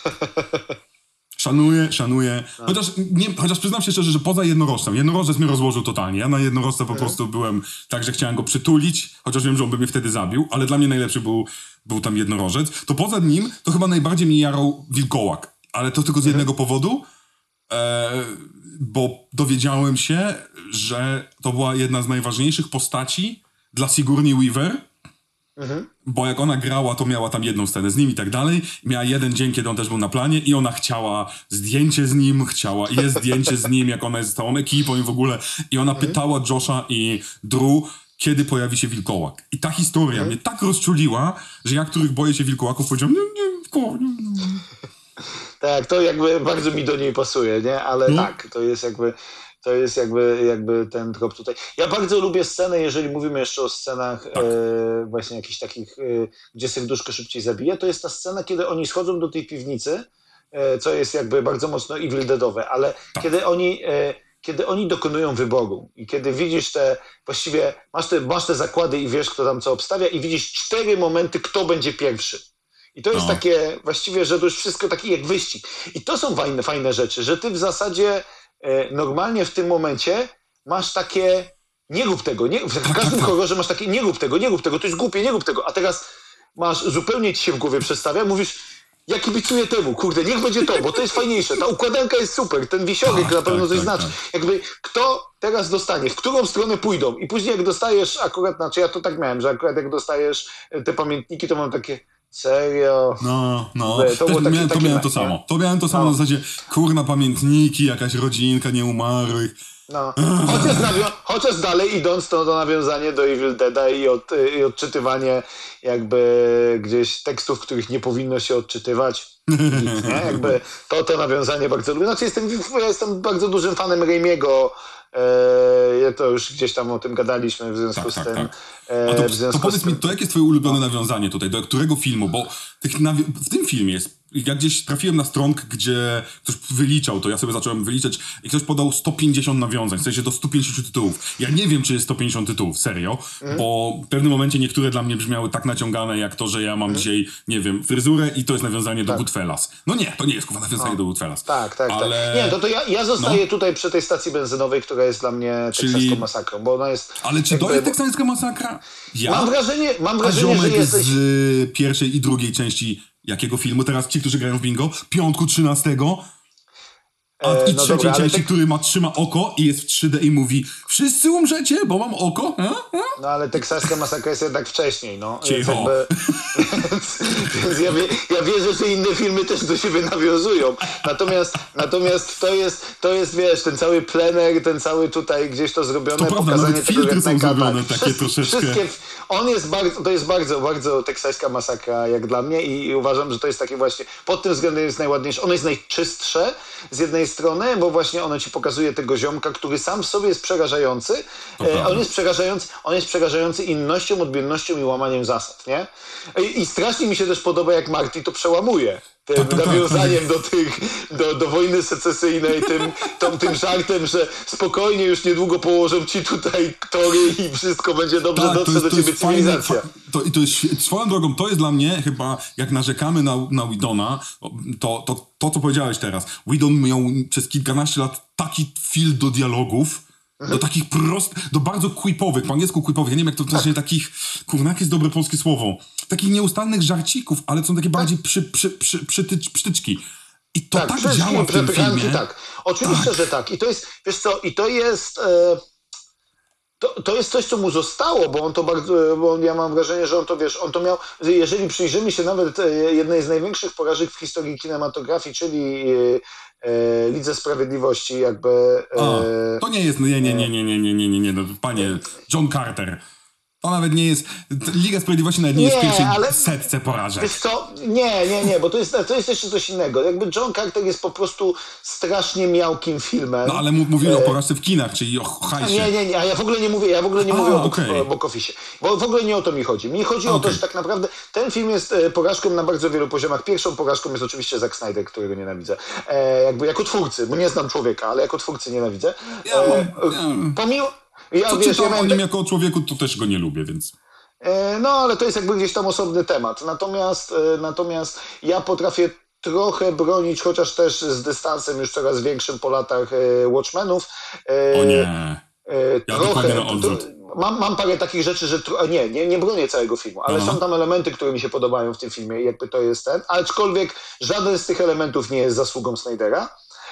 Szanuję, szanuję. Chociaż, nie, chociaż przyznam się szczerze, że poza jednorożcem, jednorożec mnie rozłożył totalnie. Ja na jednorożce po prostu byłem tak, że chciałem go przytulić, chociaż wiem, że on by mnie wtedy zabił, ale dla mnie najlepszy był, był tam jednorożec. To poza nim, to chyba najbardziej mi jarał wilkołak. Ale to tylko z jednego powodu, e, bo dowiedziałem się, że to była jedna z najważniejszych postaci dla Sigourney Weaver, bo jak ona grała, to miała tam jedną scenę z nim i tak dalej. Miała jeden dzień, kiedy on też był na planie i ona chciała zdjęcie z nim, chciała, jest zdjęcie z nim, jak ona jest z całą ekipą i w ogóle. I ona pytała Josha i Drew, kiedy pojawi się wilkołak. I ta historia Mhm. mnie tak rozczuliła, że ja, których boję się wilkołaków, powiedziałem, nie, nie, wilkołak, nie, nie. Tak, to jakby bardzo mi do niej pasuje, nie? Ale No. tak, to jest jakby to jest jakby, jakby ten trop tutaj. Ja bardzo lubię scenę, jeżeli mówimy jeszcze o scenach Tak. e, właśnie jakichś takich, e, gdzie serduszko szybciej zabije, to jest ta scena, kiedy oni schodzą do tej piwnicy, e, co jest jakby bardzo mocno Evil Deadowe, ale Tak. kiedy oni e, kiedy oni dokonują wyboru i kiedy widzisz te, właściwie masz te, masz te zakłady i wiesz, kto tam co obstawia i widzisz cztery momenty, kto będzie pierwszy. I to jest No. takie właściwie, że to już wszystko taki jak wyścig. I to są fajne, fajne rzeczy, że ty w zasadzie e, normalnie w tym momencie masz takie nie rób tego, nie, w każdym horrorze masz takie nie rób tego, nie rób tego, to jest głupie, nie rób tego, a teraz masz, zupełnie ci się w głowie przestawia, mówisz, ja kibicuję temu, kurde, niech będzie to, bo to jest fajniejsze, ta układanka jest super, ten wisiorek Tak, na pewno tak, coś tak, znaczy. tak. Jakby kto teraz dostanie, w którą stronę pójdą i później jak dostajesz akurat, znaczy ja to tak miałem, że akurat jak dostajesz te pamiętniki, to mam takie serio? No, no. To Też było takie- miałem, to takie miałem to nie? samo. To miałem to samo No. w zasadzie, kurna, pamiętniki, jakaś rodzinka nieumarłych. No. Chociaż, nawią- chociaż dalej idąc to, to nawiązanie do Evil Deada i, od, i odczytywanie jakby gdzieś tekstów, których nie powinno się odczytywać. Nic, nie? Jakby to, to nawiązanie bardzo lubię. Znaczy jestem, ja jestem bardzo dużym fanem Raimiego. E, to już gdzieś tam o tym gadaliśmy w związku Tak, z tak, tym. tak. e, A to, w związku to powiedz z tym, mi, to jakie jest twoje ulubione nawiązanie tutaj, do którego filmu? Bo tych nawi- w tym filmie jest, ja gdzieś trafiłem na stronkę, gdzie ktoś wyliczał to, ja sobie zacząłem wyliczać i ktoś podał sto pięćdziesiąt nawiązań, w sensie do stu pięćdziesięciu tytułów. Ja nie wiem, czy jest sto pięćdziesiąt tytułów, serio, Mhm. bo w pewnym momencie niektóre dla mnie brzmiały tak naciągane, jak to, że ja mam dzisiaj, nie wiem, fryzurę i to jest nawiązanie do Mhm. Tak. Goodfellas. No nie, to nie jest kurwa nawiązanie do Goodfellas. Tak, tak, Ale... tak. Nie, to, to ja, ja zostaję tutaj przy tej stacji benzynowej, która jest dla mnie Czyli- teksańską masakrą, bo ona jest... Ale czy to jakby- jest teksańska masakra? Ja? Mam wrażenie, mam A wrażenie, że ziomek jesteś... z y, pierwszej i drugiej części jakiego filmu? Teraz ci, którzy grają w bingo? Piątku trzynastego? A E, i no trzeciej dobra, ale części, tak- który ma, trzyma oko i jest w trzy D i mówi wszyscy umrzecie, bo mam oko? A? A? No ale teksańska masakra jest jednak wcześniej, no. Więc, Cicho. jakby, więc, więc ja, wie, ja wierzę, że inne filmy też do siebie nawiązują. Natomiast, natomiast to jest, to jest, wiesz, ten cały plener, ten cały tutaj gdzieś to zrobione, To prawda, pokazanie nawet tego filtry są rednecka, zrobione tak. takie Wszyst- troszeczkę- Wszystkie, on jest bardzo, to jest bardzo, bardzo teksańska masakra jak dla mnie i, i uważam, że to jest takie właśnie, pod tym względem jest najładniejsze. Ono jest najczystsze z jednej strony, bo właśnie ono ci pokazuje tego ziomka, który sam w sobie jest przerażający. To E, prawda. on jest przerażający, on jest przerażający innością, odmiennością i łamaniem zasad, nie? I, i strasznie mi się też podoba, jak Marty to przełamuje. Tym Tak, tak, tak, nawiązaniem do tych, do, do wojny secesyjnej, tym, tą, tym żartem, że spokojnie już niedługo położą ci tutaj tory i wszystko będzie dobrze, Tak, to dotrze jest, do to ciebie jest fajne. cywilizacja. Fa- to, I to jest świe- swoją drogą, to jest dla mnie chyba, jak narzekamy na, na Widona, to, to, to co powiedziałeś teraz. Widon miał przez kilkanaście lat taki feel do dialogów, do takich prost, do bardzo quipowych, po angielsku quipowych, ja nie wiem jak to znaczy, takich, kurna, jakie jest dobre polskie słowo, takich nieustannych żarcików, ale to są takie bardziej przy, przy, przy, przytycz, przytyczki. I to tak, wszystkie działa w tym przepychanki, filmie. tak. Oczywiście, Tak. że tak. I to jest, wiesz co, i to jest... E... To, to jest coś, co mu zostało, bo on to bardzo, bo ja mam wrażenie, że on to, wiesz, on to miał, jeżeli przyjrzymy się nawet e, jednej z największych porażek w historii kinematografii, czyli e, e, Lidze Sprawiedliwości, jakby... E, A, to nie jest, nie, nie, nie, nie, nie, nie, nie, nie, nie, no, panie, John Carter. To nawet nie jest, Liga Sprawiedliwości nawet nie, jest w Nie, pierwszej ale- setce porażek. Wiesz co? Nie, nie, nie, bo to jest, to jest jeszcze coś innego. Jakby John Carter jest po prostu strasznie miałkim filmem. No ale mu- mówimy o porażce w kinach, czyli o hajsie. Nie, nie, nie, a ja w ogóle nie mówię, ja w ogóle nie A, mówię o okej. box office, bo w ogóle nie o to mi chodzi. Mi chodzi o to, Okej. że tak naprawdę ten film jest e, porażką na bardzo wielu poziomach. Pierwszą porażką jest oczywiście Zack Snyder, którego nienawidzę. E, jakby jako twórcy, bo nie znam człowieka, ale jako twórcy nienawidzę. Ja E, mam- ja- pomimo... Ja, Co wiesz, ja czytam o miałem nim tak- jako o człowieku, to też go nie lubię, więc... E, No, ale to jest jakby gdzieś tam osobny temat. Natomiast, e, natomiast ja potrafię trochę bronić, chociaż też z dystansem już coraz większym po latach e, Watchmenów. E, O nie. e, Ja dokładnie na to- odwrót. mam, mam parę takich rzeczy, że tro- nie, nie, nie bronię całego filmu, ale Aha. są tam elementy, które mi się podobają w tym filmie i jakby to jest ten, aczkolwiek żaden z tych elementów nie jest zasługą Snydera.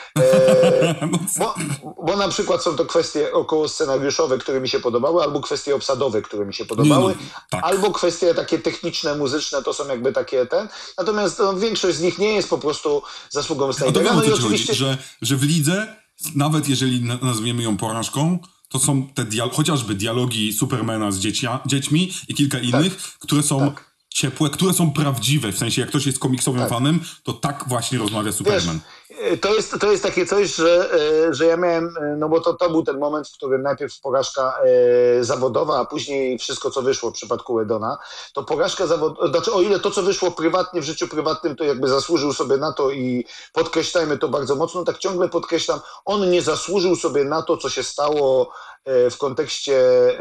E, No bo, bo na przykład są to kwestie około scenariuszowe, które mi się podobały, albo kwestie obsadowe, które mi się podobały, Nie, no, tak. albo kwestie takie techniczne, muzyczne, to są jakby takie ten. Natomiast no, większość z nich nie jest po prostu zasługą A to Snydera. wiem, o No co i ci chodzi, oczywiście że, że w lidze, nawet jeżeli na- nazwiemy ją porażką, to to są te dia- chociażby dialogi Supermana z dziecia- dziećmi i kilka innych, tak. które są tak. ciepłe, które są prawdziwe. W sensie, jak ktoś jest komiksowym tak. fanem, to tak właśnie rozmawia Superman. Wiesz, to jest, to jest takie coś, że, że ja miałem, no bo to, to był ten moment, w którym najpierw porażka e, zawodowa, a później wszystko, co wyszło w przypadku Wedona, to porażka zawodowa, znaczy o ile to, co wyszło prywatnie, w życiu prywatnym, to jakby zasłużył sobie na to i podkreślajmy to bardzo mocno, tak ciągle podkreślam, on nie zasłużył sobie na to, co się stało e, w kontekście e,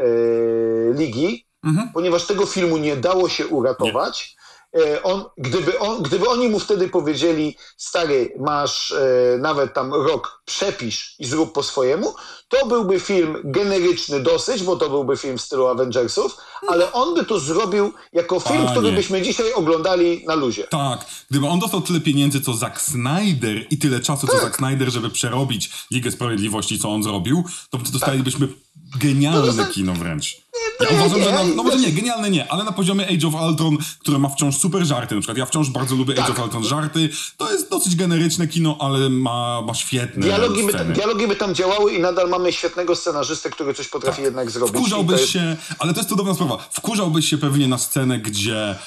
Ligi, mhm. ponieważ tego filmu nie dało się uratować. Nie. On, gdyby, on, gdyby oni mu wtedy powiedzieli, stary, masz e, nawet tam rok, przepisz i zrób po swojemu, to byłby film generyczny dosyć, bo to byłby film w stylu Avengersów, ale on by to zrobił jako film, Panie. który byśmy dzisiaj oglądali na luzie. Tak, gdyby on dostał tyle pieniędzy, co Zack Snyder i tyle czasu, tak. co Zack Snyder, żeby przerobić Ligę Sprawiedliwości, co on zrobił, to dostalibyśmy tak. genialne no, kino wręcz. Ja nie, uważam, nie, że na, no może nie, nie, genialne nie, ale na poziomie Age of Ultron, które ma wciąż super żarty, na przykład ja wciąż bardzo lubię tak. Age of Ultron żarty, to jest dosyć generyczne kino, ale ma, ma świetne dialogi by, sceny. By, dialogi by tam działały i nadal mamy świetnego scenarzystę, który coś potrafi tak. jednak zrobić. Wkurzałbyś jest... się, ale to jest cudowna sprawa, wkurzałbyś się pewnie na scenę, gdzie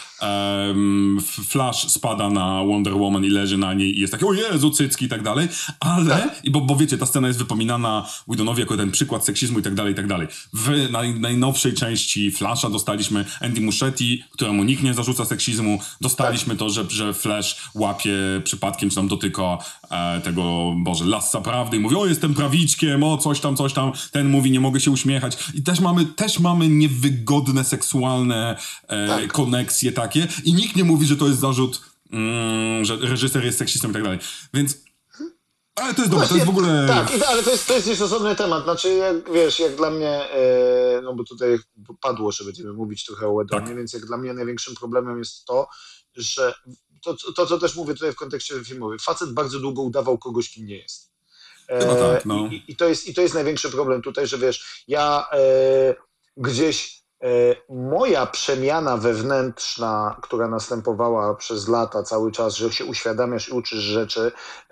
um, Flash spada na Wonder Woman i leży na niej i jest taki, o Jezu, cycki i tak dalej, ale, tak. i bo, bo wiecie, ta scena jest wypominana Whedonowi jako ten przykład seksizmu i tak dalej, i tak dalej. W naj, najnowszej części Flasha dostaliśmy Andy Muschietti, któremu nikt nie zarzuca seksizmu, dostaliśmy tak. to, że, że Flash łapie przypadkiem, czy tam dotyka e, tego, Boże, lassa prawdy i mówi, o jestem prawiczkiem, o coś tam, coś tam, ten mówi, nie mogę się uśmiechać i też mamy, też mamy niewygodne, seksualne e, tak. koneksje takie i nikt nie mówi, że to jest zarzut, mm, że reżyser jest seksistą i tak dalej, więc ale to jest dobre, to jest w ogóle... Tak, i, ale to jest, to jest już osobny temat. Znaczy, jak wiesz, jak dla mnie, e, no bo tutaj padło, że będziemy mówić trochę o Wedonie, tak. więc jak dla mnie największym problemem jest to, że to, to, co też mówię tutaj w kontekście filmowym, facet bardzo długo udawał kogoś, kim nie jest. E, Chyba tak, no. i, i, to jest, I to jest największy problem tutaj, że wiesz, ja e, gdzieś moja przemiana wewnętrzna, która następowała przez lata cały czas, że się uświadamiasz i uczysz rzeczy,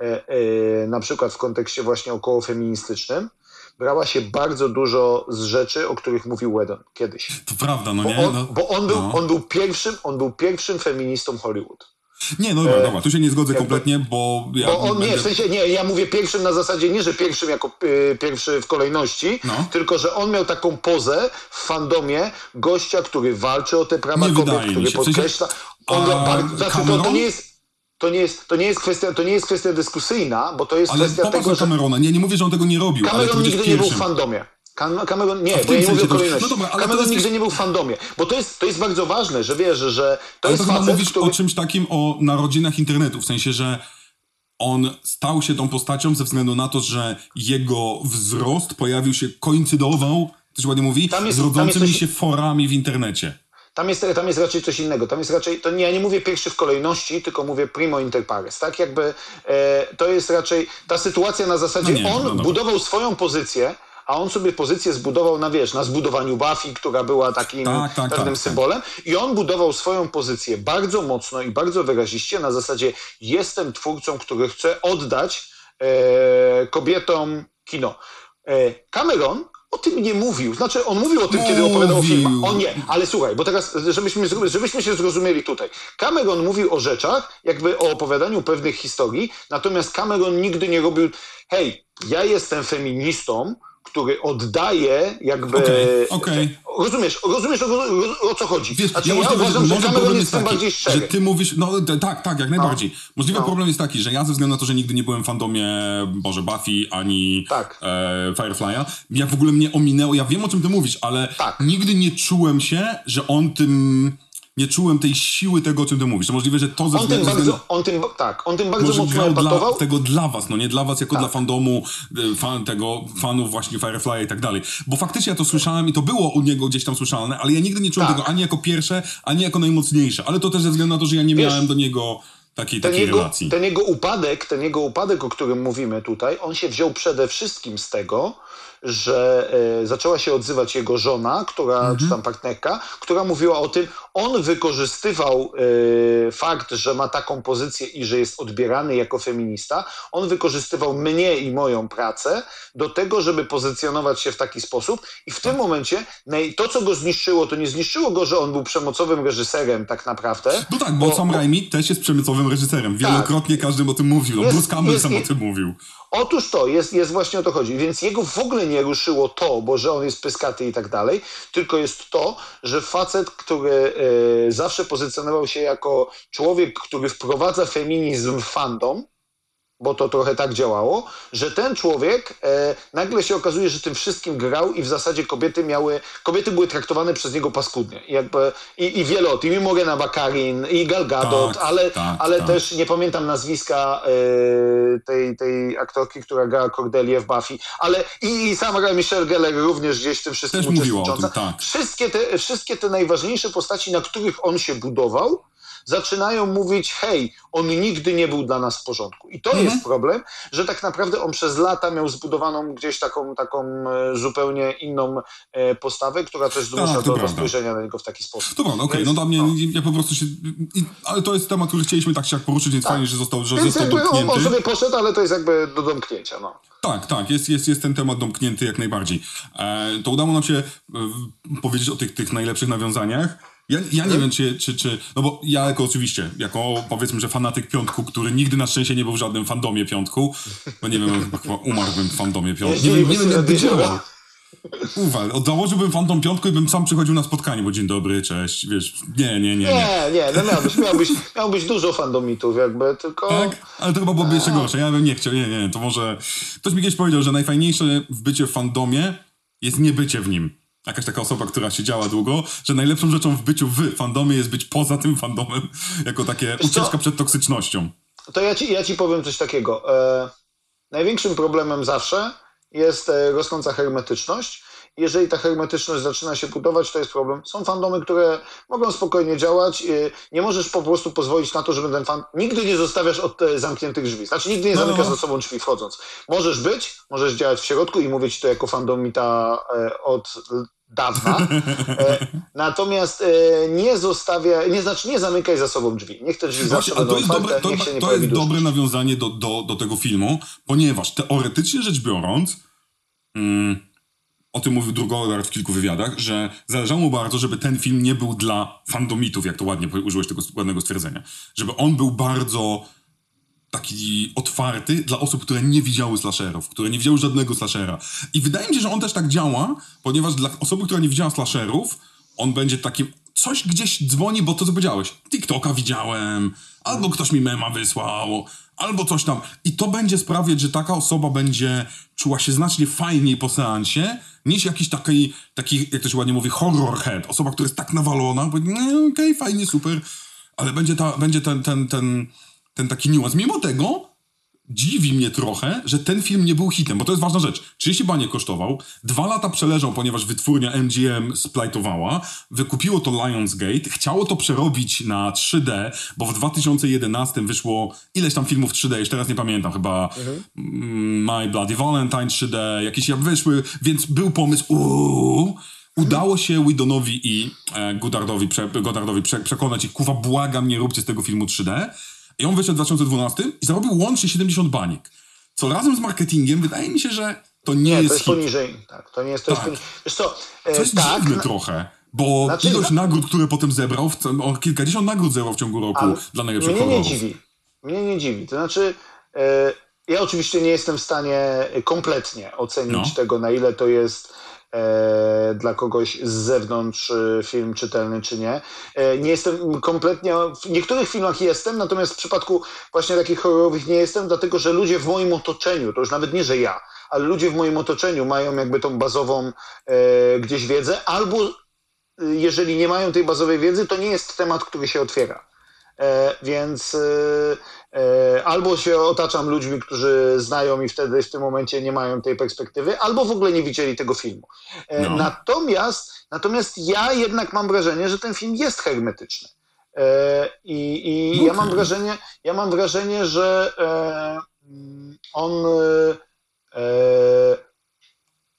na przykład w kontekście właśnie około feministycznym, brała się bardzo dużo z rzeczy, o których mówił Whedon kiedyś. To prawda, no bo nie? On, no, bo on był, no. on był pierwszym, on był pierwszym feministą Hollywood. Nie, no dobra, e, dobra, tu się nie zgodzę jakby, kompletnie, bo... Ja bo on będę... nie, w sensie, nie, ja mówię pierwszym na zasadzie nie, że pierwszym jako y, pierwszy w kolejności, no. tylko że on miał taką pozę w fandomie gościa, który walczy o te prawa nie kobiet, który się. podkreśla... W sensie, on a, bardzo, znaczy, to, to nie jest... To nie, jest, to, nie jest kwestia, to nie jest kwestia dyskusyjna, bo to jest ale kwestia tego, że... Camerona. Nie, nie mówię, że on tego nie robił, Cameron ale to nigdy nie był w fandomie. Cameron, nie, bo ja nie mówię o kolejności. No dobra, ale Cameron jest... nigdy nie był w fandomie, bo to jest, to jest bardzo ważne, że wiesz, że to ale jest to facet, mówisz który... o czymś takim, o narodzinach internetu, w sensie, że on stał się tą postacią ze względu na to, że jego wzrost pojawił się, koincydował, to się ładnie mówi, jest, z rodzącymi coś... się forami w internecie. Tam jest, tam jest raczej coś innego. Tam jest raczej, to nie, ja nie mówię pierwszy w kolejności, tylko mówię primo inter pares. Tak jakby e, to jest raczej ta sytuacja na zasadzie, no nie, on no, no. budował swoją pozycję, a on sobie pozycję zbudował na, wiesz, na zbudowaniu Buffy, która była takim tak, tak, pewnym tak, symbolem. tak. I on budował swoją pozycję bardzo mocno i bardzo wyraziście na zasadzie jestem twórcą, który chce oddać e, kobietom kino. E, Cameron o tym nie mówił. Znaczy, on mówił o tym, mówił. kiedy opowiadał o filmach. On nie, ale słuchaj, bo teraz, żebyśmy, żebyśmy się zrozumieli tutaj. Cameron mówił o rzeczach, jakby o opowiadaniu pewnych historii, natomiast Cameron nigdy nie robił, hej, ja jestem feministą, który oddaje jakby... Okej, okay, okay. Rozumiesz, rozumiesz o, o, o co chodzi? Wiesz, znaczy, ja, ja możliwe, uważam, że, że Cameron jest tym bardziej szczery. Że ty mówisz, no tak, tak, jak najbardziej. No. Możliwy no. problem jest taki, że ja ze względu na to, że nigdy nie byłem w fandomie, Boże, Buffy, ani tak. e, Firefly'a, ja w ogóle mnie ominęło, ja wiem o czym ty mówisz, ale tak. nigdy nie czułem się, że on tym... Nie czułem tej siły tego, o czym ty mówisz. To możliwe, że to ze on tym bardzo, względu... on tym, tak, on tym bardzo może mocno empatował. Dla, tego dla was, no nie dla was jako tak. dla fandomu, fan, tego fanów właśnie Firefly i tak dalej. Bo faktycznie ja to słyszałem i to było u niego gdzieś tam słyszalne, ale ja nigdy nie czułem tak. tego ani jako pierwsze, ani jako najmocniejsze. Ale to też ze względu na to, że ja nie Wiesz, miałem do niego takiej, ten takiej jego, relacji. Ten jego upadek, ten jego upadek, o którym mówimy tutaj, on się wziął przede wszystkim z tego, że e, zaczęła się odzywać jego żona, która, Mhm. czy tam partnerka, która mówiła o tym, on wykorzystywał e, fakt, że ma taką pozycję i że jest odbierany jako feminista, on wykorzystywał mnie i moją pracę do tego, żeby pozycjonować się w taki sposób i w tym momencie naj- to, co go zniszczyło, to nie zniszczyło go, że on był przemocowym reżyserem tak naprawdę. No tak, bo, Sam Raimi też jest przemysłowym reżyserem. Wielokrotnie każdy o tym mówił. No, Jest- Bruce Campbell jest- sam o jest- tym mówił. Otóż to, jest, jest właśnie o to chodzi. Więc jego w ogóle nie ruszyło to, bo że on jest pyskaty i tak dalej, tylko jest to, że facet, który e, zawsze pozycjonował się jako człowiek, który wprowadza feminizm w fandom, bo to trochę tak działało, że ten człowiek e, nagle się okazuje, że tym wszystkim grał i w zasadzie kobiety miały, kobiety były traktowane przez niego paskudnie. I, jakby, i, i wiele o tym, i Morena Baccarin, i Gal Gadot, Tak, ale, tak, ale tak. też nie pamiętam nazwiska e, tej, tej aktorki, która grała Cordelię w Buffy, ale i, i sama Michelle Gellar również gdzieś w tym wszystkim Też mówiła o tym, uczestnicząca. tak. Wszystkie te, wszystkie te najważniejsze postaci, na których on się budował, zaczynają mówić, hej, on nigdy nie był dla nas w porządku. I to Mhm. jest problem, że tak naprawdę on przez lata miał zbudowaną gdzieś taką, taką e, zupełnie inną e, postawę, która też zmusza Tak, to do, do prawda. spojrzenia na niego w taki sposób. Dobra, no okej, Więc, no dla mnie, no. ja po prostu się... I, ale to jest temat, który chcieliśmy tak się jak poruszyć, więc Tak. fajnie, że został, że Więc został jakby on, on domknięty. sobie poszedł, ale to jest jakby do domknięcia. No. Tak, tak, jest, jest, jest ten temat domknięty jak najbardziej. E, to udało nam się e, powiedzieć o tych, tych najlepszych nawiązaniach. Ja, ja nie wiem, czy, czy, czy... No bo ja jako oczywiście, jako powiedzmy, że fanatyk Piątku, który nigdy na szczęście nie był w żadnym fandomie Piątku, bo nie wiem, chyba, chyba umarłbym w fandomie Piątku. Nie wiem, nie wiem jak by działał. Uwal, założyłbym fandom Piątku i bym sam przychodził na spotkanie, bo dzień dobry, cześć, wiesz, nie, nie, nie, nie. Nie, nie, no miałbyś, miałbyś, miałbyś dużo fandomitów jakby, tylko... Tak? Ale to chyba byłoby jeszcze gorsze. Ja bym nie chciał. Nie, nie, to może... Ktoś mi kiedyś powiedział, że najfajniejsze w bycie w fandomie jest nie bycie w nim. Jakaś taka osoba, która siedziała długo, że najlepszą rzeczą w byciu w fandomie jest być poza tym fandomem, jako takie Wiesz co? ucieczka przed toksycznością. To ja ci, ja ci powiem coś takiego. E, największym problemem zawsze jest e, rosnąca hermetyczność. Jeżeli ta hermetyczność zaczyna się budować, to jest problem. Są fandomy, które mogą spokojnie działać. E, nie możesz po prostu pozwolić na to, żeby ten fan... Nigdy nie zostawiasz od e, zamkniętych drzwi. Znaczy nigdy nie No. zamykasz za sobą drzwi wchodząc. Możesz być, możesz działać w środku i mówię ci to jako fandomita e, od dawna. E, natomiast e, nie zostawia, nie znaczy nie zamykaj za sobą drzwi. Niech te drzwi zawsze Właśnie, ale będą to jest otwarte, dobre, to, niech się nie to pojawi jest dobre duszność. nawiązanie do, do, do tego filmu, ponieważ teoretycznie rzecz biorąc, mm, o tym mówił Drugolard w kilku wywiadach, że zależało mu bardzo, żeby ten film nie był dla fandomitów, jak to ładnie użyłeś tego ładnego stwierdzenia. Żeby on był bardzo taki otwarty dla osób, które nie widziały slasherów, które nie widziały żadnego slashera. I wydaje mi się, że on też tak działa, ponieważ dla osoby, która nie widziała slasherów, on będzie takim... Coś gdzieś dzwoni, bo to co powiedziałeś. TikToka widziałem, albo ktoś mi mema wysłał, albo coś tam. I to będzie sprawiać, że taka osoba będzie czuła się znacznie fajniej po seansie, niż jakiś taki, taki jak to się ładnie mówi, horror head. Osoba, która jest tak nawalona, bo no, okej, okay, fajnie, super, ale będzie, ta, będzie ten, ten, ten, ten taki niuans. Mimo tego dziwi mnie trochę, że ten film nie był hitem, bo to jest ważna rzecz. trzydzieści baniek kosztował, dwa lata przeleżał, ponieważ wytwórnia M G M splajtowała, wykupiło to Lionsgate, chciało to przerobić na trzy D, bo w dwa tysiące jedenastym wyszło ileś tam filmów trzy D, już teraz nie pamiętam, chyba mhm. My Bloody Valentine trzy D, jakieś jak wyszły, więc był pomysł, uuu, udało się Whedonowi i e, Goddardowi, prze, Goddardowi prze, przekonać ich, kuwa, błagam, nie róbcie z tego filmu trzy D. I on wyszedł w dwa tysiące dwunastym i zarobił łącznie siedemdziesiąt baniek. Co razem z marketingiem wydaje mi się, że to nie, Nie, jest to jest hit. poniżej. Tak, to nie jest, to Tak. jest poniżej. Wiesz co, e, Co jest tak, dziwne na- trochę, bo Znaczy, ilość na- nagród, które potem zebrał, w, on kilkadziesiąt nagród zebrał w ciągu roku ale dla najlepszych mnie nie horrorów. dziwi. Mnie nie dziwi. To znaczy, e, ja oczywiście nie jestem w stanie kompletnie ocenić No. tego, na ile to jest e, dla kogoś z zewnątrz e, film czytelny, czy nie. E, nie jestem kompletnie... W niektórych filmach jestem, natomiast w przypadku właśnie takich horrorowych nie jestem, dlatego że ludzie w moim otoczeniu, to już nawet nie, że ja, ale ludzie w moim otoczeniu mają jakby tą bazową e, gdzieś wiedzę, albo e, jeżeli nie mają tej bazowej wiedzy, to nie jest temat, który się otwiera. E, więc e, e, albo się otaczam ludźmi, którzy znają i wtedy w tym momencie nie mają tej perspektywy, albo w ogóle nie widzieli tego filmu. E, No. natomiast, natomiast ja jednak mam wrażenie, że ten film jest hermetyczny. E, I i ja mam Okej. wrażenie, ja mam wrażenie, że e, mm, on e,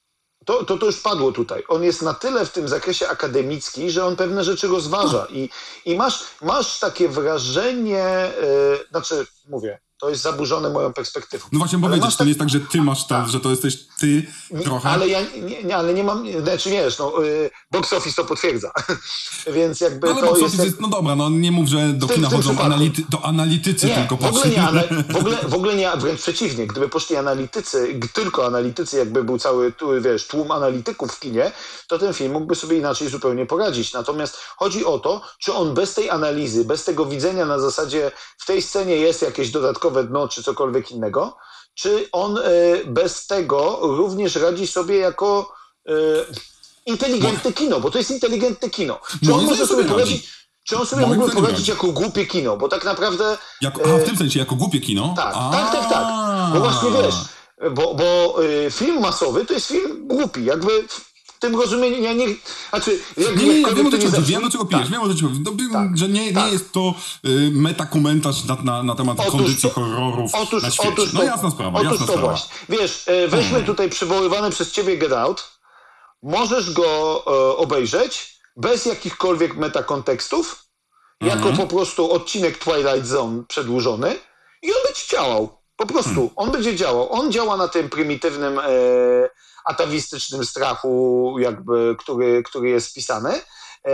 to, to, to już padło tutaj. On jest na tyle w tym zakresie akademicki, że on pewne rzeczy rozważa i, i masz, masz takie wrażenie, yy, znaczy mówię, to jest zaburzone moją perspektywą. No właśnie Ale powiedzieć, masz to tak- nie jest tak, że ty masz to, że to jesteś ty trochę. Ale ja nie, nie, ale nie mam, znaczy wiesz, no, yy, box office to potwierdza, więc jakby No ale to box jest... office jest, no dobra, no nie mów, że do tym- kina w tym chodzą przypadku. anality, to analitycy Nie, tylko w ogóle poszli. nie, ale, w ogóle, w ogóle nie, wręcz przeciwnie. Gdyby poszli analitycy, g- tylko analitycy, jakby był cały, tu, wiesz, tłum analityków w kinie, to ten film mógłby sobie inaczej zupełnie poradzić. Natomiast chodzi o to, czy on bez tej analizy, bez tego widzenia na zasadzie w tej scenie jest jakieś dodatkowe dno, czy cokolwiek innego, czy on y, bez tego również radzi sobie jako y, inteligentne kino, bo to jest inteligentne kino. Czy Moim on może zdaniem sobie sobie poradzić, radzi. czy on sobie Moim mógłby zdaniem poradzić radzi. jako głupie kino, bo tak naprawdę... Jako, a, w tym sensie, jako głupie kino? Tak, A. tak, tak, tak. Bo właśnie wiesz, bo, bo y, film masowy to jest film głupi, jakby w tym rozumieniu, ja nie... Znaczy, jak, Nie, nie, nie, jakkolwiek wiem o to co ci chodzi, zabrzmi- wiem do czego pijesz, tak. wiem o co ci chodzi. No, wiem, Tak, że nie, tak. nie jest to y, metakomentarz na, na, na temat Otóż kondycji to- horrorów Otóż, na świecie. otóż No to, jasna sprawa, otóż jasna to sprawa. właśnie. Wiesz, e, weźmy Hmm. tutaj przywoływany przez ciebie Get Out, możesz go e, obejrzeć bez jakichkolwiek metakontekstów, jako Mhm. po prostu odcinek Twilight Zone przedłużony i on będzie działał. Po prostu, Hmm. on będzie działał. On działa na tym prymitywnym, e, atawistycznym strachu, jakby, który, który jest wpisany e,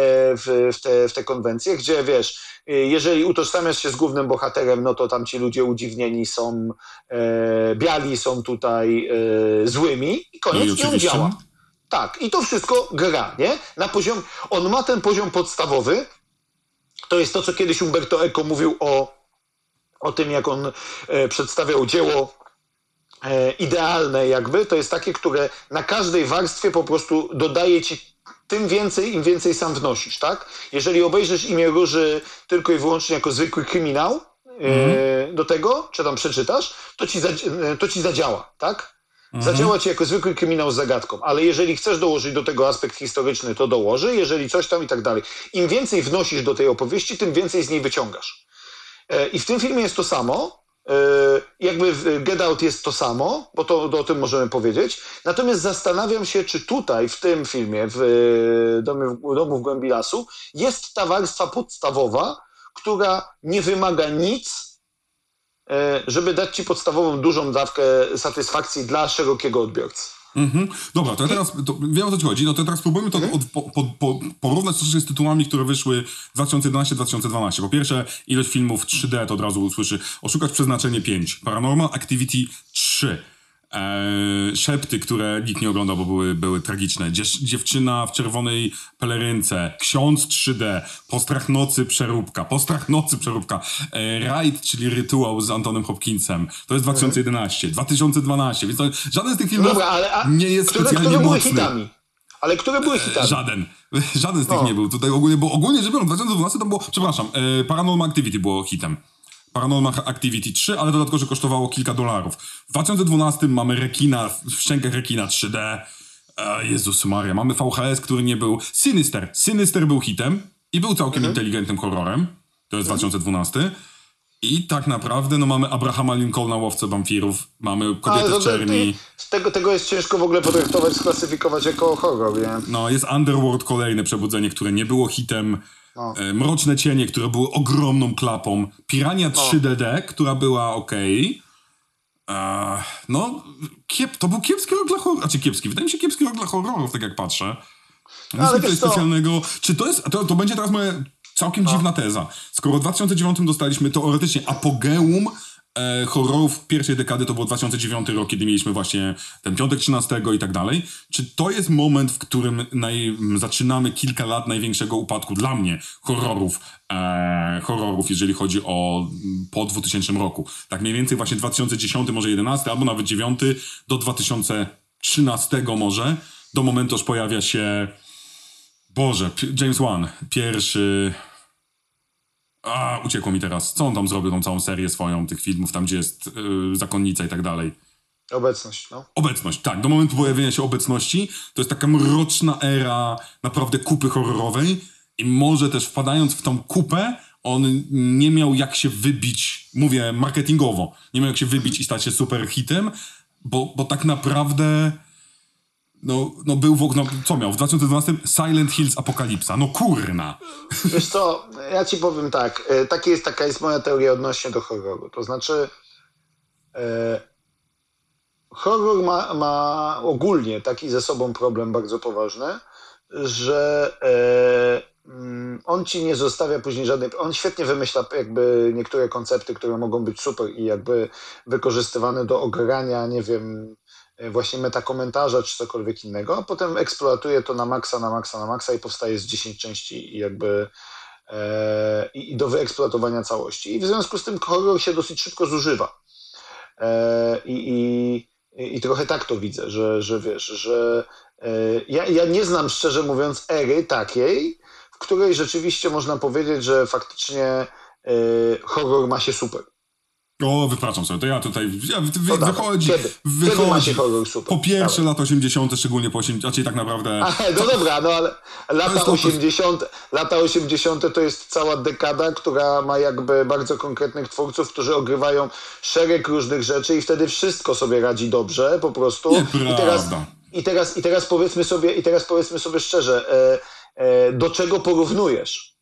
w, w, te, w te konwencje, gdzie wiesz, e, jeżeli utożsamiasz się z głównym bohaterem, no to tam ci ludzie udziwnieni są e, biali, są tutaj e, złymi i No koniec, i i on oczywiście. działa. Tak, i to wszystko gra, nie? Na poziom, on ma ten poziom podstawowy, to jest to, co kiedyś Umberto Eco mówił o, o tym, jak on e, przedstawiał dzieło e, idealne jakby, to jest takie, które na każdej warstwie po prostu dodaje ci tym więcej, im więcej sam wnosisz, tak? Jeżeli obejrzysz Imię Róży tylko i wyłącznie jako zwykły kryminał e, do tego, czy tam przeczytasz, to ci, zadzi- e, to ci zadziała, tak? Zadziała ci jako zwykły kryminał z zagadką, ale jeżeli chcesz dołożyć do tego aspekt historyczny, to dołoży, jeżeli coś tam i tak dalej. Im więcej wnosisz do tej opowieści, tym więcej z niej wyciągasz. E, I w tym filmie jest to samo, e, jakby w Get Out jest to samo, bo to, to o tym możemy powiedzieć. Natomiast zastanawiam się, czy tutaj w tym filmie, w e, Domie, w Domu w Głębi Lasu, jest ta warstwa podstawowa, która nie wymaga nic, e, żeby dać ci podstawową, dużą dawkę satysfakcji dla szerokiego odbiorcy. Mhm. Dobra, to ja teraz, to wiem o co ci chodzi, no to teraz spróbujmy to Mhm. od, po, po, po, porównać troszeczkę z tytułami, które wyszły dwa tysiące jedenaście dwa tysiące dwanaście. Po pierwsze, ilość filmów trzy D to od razu usłyszy Oszukać Przeznaczenie pięć, Paranormal Activity trzy, eee, Szepty, które nikt nie oglądał, bo były, były tragiczne, Dziew, Dziewczyna w czerwonej pelerynce, Ksiądz trzy D, Postrach nocy Przeróbka, Postrach nocy Przeróbka, eee, Raid, czyli Rytuał z Antonem Hopkinsem, to jest dwa tysiące jedenaście, dwa tysiące dwanaście, więc to, żaden z tych filmów Dobra, ale a, nie jest które, specjalnie które były mocny. hitami? Ale które były hitami? Żaden. Żaden z tych No. nie był. Tutaj ogólnie, bo ogólnie rzecz biorąc, dwa tysiące dwunasty to było, przepraszam, e, Paranormal Activity było hitem. Paranormal Activity trzy, ale dodatkowo, że kosztowało kilka dolarów. W dwa tysiące dwunastym mamy rekina, w szczękach rekina trzy D. E, Jezus Maria, mamy V H S, który nie był. Sinister. Sinister był hitem i był całkiem Mhm. inteligentnym horrorem. To jest dwa tysiące dwunasty. I tak naprawdę, no mamy Abrahama Lincolna, Łowcę Wampirów, mamy Kobietę Ale w to- czerni. Z tego, tego jest ciężko w ogóle potraktować, sklasyfikować jako horror, nie? No, jest Underworld, kolejne przebudzenie, które nie było hitem. No. E, Mroczne cienie, które były ogromną klapą. Pirania trzy D D, która była okej. E, No, kiep, to był kiepski rok dla horrorów. Znaczy kiepski, wydaje mi się kiepski rok dla horrorów, tak jak patrzę. Nic Ale tutaj wiesz co? specjalnego. Czy to jest, to, to będzie teraz moja całkiem dziwna teza. Skoro w dwa tysiące dziewiątym dostaliśmy teoretycznie apogeum e, horrorów pierwszej dekady, to był dwa tysiące dziewiąty rok, kiedy mieliśmy właśnie ten Piątek trzynastego i tak dalej. Czy to jest moment, w którym naj, zaczynamy kilka lat największego upadku dla mnie horrorów, e, horrorów, jeżeli chodzi o mm, po dwutysięcznym roku? Tak mniej więcej właśnie dwa tysiące dziesiąty, może jedenasty, albo nawet dziewiąty do dwa tysiące trzynastego może, do momentu, aż pojawia się Boże, P- James Wan, pierwszy... A, uciekło mi teraz. Co on tam zrobił, tą całą serię swoją tych filmów, tam gdzie jest yy, zakonnica i tak dalej. Obecność, no. Obecność, tak. Do momentu pojawienia się obecności to jest taka mroczna era naprawdę kupy horrorowej i może też wpadając w tą kupę on nie miał jak się wybić, mówię marketingowo, nie miał jak się wybić i stać się super hitem, bo, bo tak naprawdę No, no był w no, co miał? W dwa tysiące dwunastym Silent Hills Apokalipsa. No kurna. Wiesz co, ja ci powiem tak, e, taki jest, taka jest moja teoria odnośnie do horroru. To znaczy e, horror ma, ma ogólnie taki ze sobą problem bardzo poważny, że e, mm, on ci nie zostawia później żadnej... On świetnie wymyśla jakby niektóre koncepty, które mogą być super i jakby wykorzystywane do ogrania, nie wiem, e, właśnie metakomentarza czy cokolwiek innego, a potem eksploatuje to na maksa, na maksa, na maksa i powstaje z dziesięć części i jakby e, i, i do wyeksploatowania całości. I w związku z tym horror się dosyć szybko zużywa. E, i, i, I trochę tak to widzę, że, że wiesz, że e, ja, ja nie znam, szczerze mówiąc, ery takiej, w której rzeczywiście można powiedzieć, że faktycznie e, horror ma się super. O, wypraszam sobie, to ja tutaj, ja, wy, To dawaj. wychodzi, Kiedy? wychodzi, Kiedy ma się horror super? po pierwsze Dawaj. lata osiemdziesiąte, szczególnie po osiemdziesiątych, raczej tak naprawdę... A, no dobra, no ale lata to- to- osiemdziesiąte, lata osiemdziesiąte to jest cała dekada, która ma jakby bardzo konkretnych twórców, którzy ogrywają szereg różnych rzeczy i wtedy wszystko sobie radzi dobrze, po prostu. I teraz, Nieprawda. i teraz, i teraz powiedzmy sobie, i teraz powiedzmy sobie szczerze, e, e, do czego porównujesz?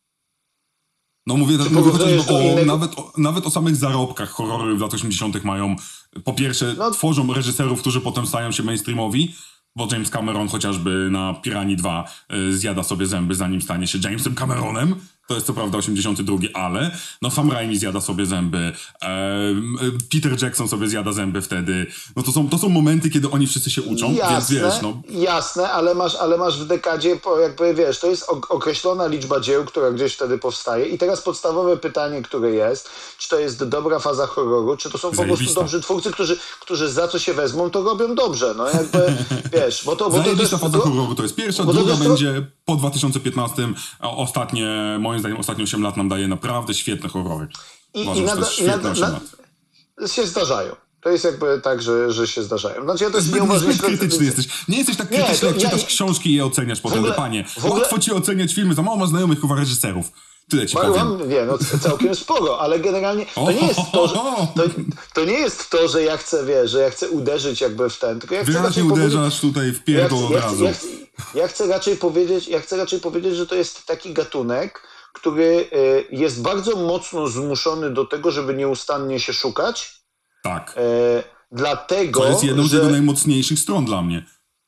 No mówię, Czy mówię porównujesz chociażby do o, innego- nawet, o, nawet o samych zarobkach horrory w latach osiemdziesiątych mają, po pierwsze, No. tworzą reżyserów, którzy potem stają się mainstreamowi, bo James Cameron chociażby na Piranii dwa y, zjada sobie zęby, zanim stanie się Jamesem Cameronem. To jest co prawda osiemdziesiąty drugi, ale no Sam Raimi zjada sobie zęby, e, e, Peter Jackson sobie zjada zęby wtedy. No to są, to są momenty, kiedy oni wszyscy się uczą, Jasne, więc wiesz, no... jasne, ale masz, ale masz w dekadzie, po- jakby wiesz, to jest ok- określona liczba dzieł, która gdzieś wtedy powstaje i teraz podstawowe pytanie, które jest, czy to jest dobra faza horroru, czy to są po prostu Zajebista. dobrzy twórcy, którzy, którzy za co się wezmą, to robią dobrze, no jakby, wiesz, bo to... Bo to Zajebista też- faza to- horroru to jest pierwsza, bo to druga też to- będzie po dwa tysiące piętnastym, a ostatnie, moim zdaniem ostatnie osiem lat nam daje naprawdę świetne horrory. I, Uważam, i że to nada, jest i świetne nada, osiem na, lat. się zdarzają. To jest jakby tak, że, że się zdarzają. Znaczy ja też nie Zbyt, uważam, zbyt krytyczny jesteś. Nie jesteś tak Nie, krytyczny, to jak ja- czytasz książki i je oceniasz potem, ogóle- panie. w ogóle- Łatwo ci oceniać filmy, za mało masz znajomych chyba reżyserów. Tyle ci Mam, powiem. mam, nie, no c- całkiem sporo, ale generalnie to nie jest to, że, to, to nie jest to, że ja chcę, wiesz, że ja chcę uderzyć jakby w ten, tylko ja chcę Wyraźnie raczej powiedzieć, uderzasz tutaj w ja pierdol chcę, od ja, chcę, razu. ja, chcę, ja chcę raczej powiedzieć, ja chcę raczej powiedzieć, że to jest taki gatunek, który y, jest bardzo mocno zmuszony do tego, żeby nieustannie się szukać, Tak. y, dlatego, To jest jedną z że jego najmocniejszych stron dla mnie.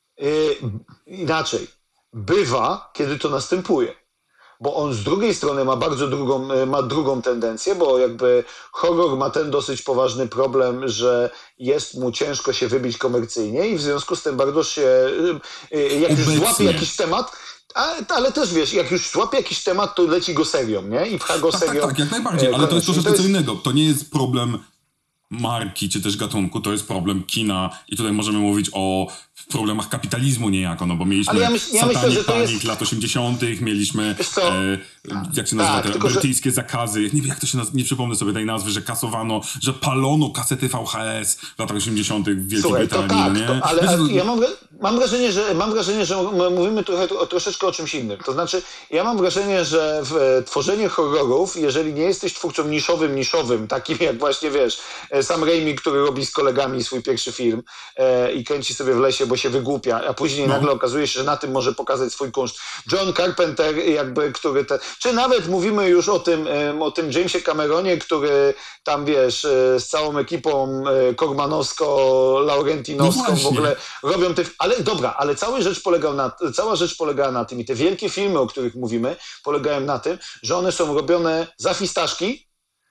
y, inaczej, bywa, kiedy to następuje. Bo on z drugiej strony ma bardzo drugą, y, ma drugą tendencję, bo jakby horror ma ten dosyć poważny problem, że jest mu ciężko się wybić komercyjnie i w związku z tym bardzo się, y, y, jak już Obecnie. złapie jakiś temat, a, ale też wiesz, jak już złapie jakiś temat, to leci go serią, nie? I pcha go Tak, tak, serią. tak, jak najbardziej, e, ale to jest koniecznie. troszeczkę co innego. To nie jest problem marki, czy też gatunku, to jest problem kina i tutaj możemy mówić o problemach kapitalizmu niejako, no bo mieliśmy Ale ja myśl- ja Satanic myślę, że to Panic jest- lat osiemdziesiątych, mieliśmy, Wiesz co? e, jak się nazywa, Tak, te tylko że- brytyjskie zakazy, nie wiem jak to się nazywa, nie przypomnę sobie tej nazwy, że kasowano, że palono kasety V H S w latach osiemdziesiątych w Wielkiej Słuchaj, to Brytanii, tak, no nie? to, ale, Wiesz, ale to- ja mam, wra- mam wrażenie, że mam wrażenie, że m- mówimy trochę o, troszeczkę o czymś innym. To znaczy, ja mam wrażenie, że w e, tworzenie horrorów, jeżeli nie jesteś twórcą niszowym, niszowym, takim jak właśnie, wiesz, e, Sam Raimi, który robi z kolegami swój pierwszy film e, i kręci sobie w lesie, bo się wygłupia, a później No. nagle okazuje się, że na tym może pokazać swój kunszt. John Carpenter, jakby, który te... Czy nawet mówimy już o tym, em, o tym Jamesie Cameronie, który tam, wiesz, e, z całą ekipą e, Kormanowsko-Laurentinowską No w właśnie. ogóle robią te... Ale dobra, ale cała rzecz, polegał na, cała rzecz polegała na tym i te wielkie filmy, o których mówimy, polegają na tym, że one są robione za fistaszki,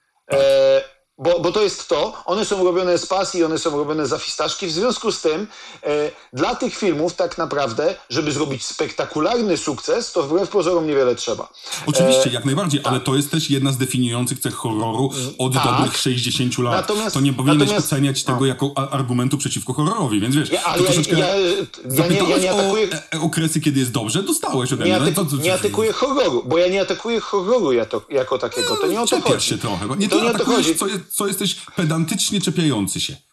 e, bo, bo to jest to, one są robione z pasji, one są robione za fistaszki, w związku z tym e, dla tych filmów tak naprawdę, żeby zrobić spektakularny sukces, to wbrew pozorom niewiele trzeba. Oczywiście, E, jak najbardziej, ale to jest też jedna z definiujących cech horroru od Tak. dobrych sześćdziesięciu lat. Natomiast- to nie powinieneś natomiast- oceniać tego no. jako a- argumentu przeciwko horrorowi, więc wiesz, Ja, ale to ja, troszeczkę ja, ja, nie, zapytałeś ja nie atakuję... o e- okresy, kiedy jest dobrze, dostałeś ode Nie, mnie. No i atyku, to- to- nie atakuję horroru, bo ja nie atakuję horroru jako, jako takiego. To nie o to Czepiasz chodzi. się trochę, bo nie To to nie o to atakujesz, chodzi. co, je- co jesteś pedantycznie czepiający się.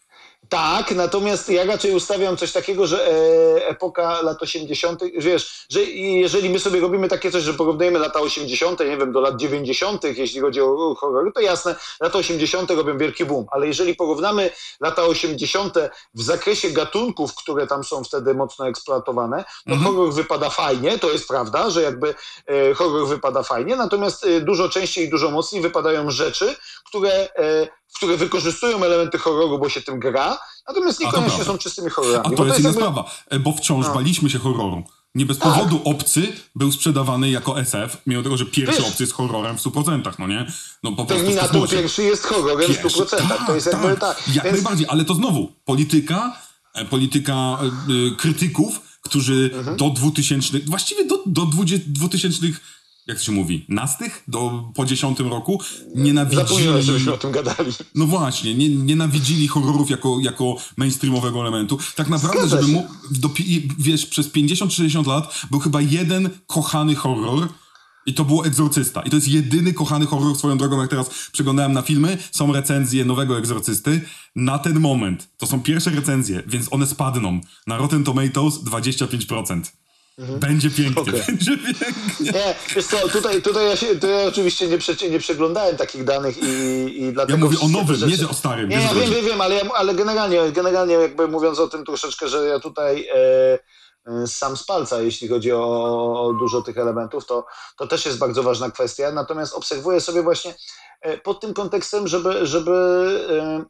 Tak, natomiast ja raczej ustawiam coś takiego, że e, epoka lat osiemdziesiątych, wiesz, że jeżeli my sobie robimy takie coś, że porównujemy lata osiemdziesiąte, nie wiem, do lat dziewięćdziesiątych, jeśli chodzi o horrory, to jasne, lata osiemdziesiąte robią wielki boom, ale jeżeli porównamy lata osiemdziesiąte w zakresie gatunków, które tam są wtedy mocno eksploatowane, to mhm. horror wypada fajnie, to jest prawda, że jakby e, horror wypada fajnie, natomiast e, dużo częściej i dużo mocniej wypadają rzeczy, które, e, które wykorzystują elementy horroru, bo się tym gra, natomiast niekoniecznie są czystymi horrorami. A to, to jest jest inna jakby... sprawa, bo wciąż no. baliśmy się horroru. Nie bez tak. powodu Obcy był sprzedawany jako S F, mimo tego, że pierwszy Wiesz, Obcy jest horrorem w stu procentach, no nie? No po prostu Terminator pierwszy jest horrorem w stu procentach. Tak, to jest jakby tak. tak. Jak Więc... najbardziej, ale to znowu, polityka, polityka y, krytyków, którzy mhm. do dwutysięcznych, właściwie do, do dwutysięcznych, jak to się mówi, nastych, do, po dziesiątym roku, nienawidzili... Zapomniałem, żebyśmy o tym gadali. No właśnie, nie, nienawidzili horrorów jako, jako mainstreamowego elementu. Tak naprawdę, Zgadza żeby się. mu, do, wiesz, przez pięćdziesiąt sześćdziesiąt lat był chyba jeden kochany horror i to było Egzorcysta. I to jest jedyny kochany horror, swoją drogą, jak teraz przeglądałem na filmy, są recenzje nowego Egzorcysty. Na ten moment, to są pierwsze recenzje, więc one spadną. Na Rotten Tomatoes dwadzieścia pięć procent. Będzie pięknie, okay. będzie pięknie. Nie, wiesz co, tutaj, tutaj ja, się, to ja oczywiście nie, prze, nie przeglądałem takich danych i, i dlatego... Ja mówię o nowym, rzeczy... nie o starym. Nie, ja wiem, wiem, wiem, ale, ja, ale generalnie, generalnie jakby mówiąc o tym troszeczkę, że ja tutaj e, e, sam z palca, jeśli chodzi o, o dużo tych elementów, to, to też jest bardzo ważna kwestia, natomiast obserwuję sobie właśnie e, pod tym kontekstem, żeby... żeby e,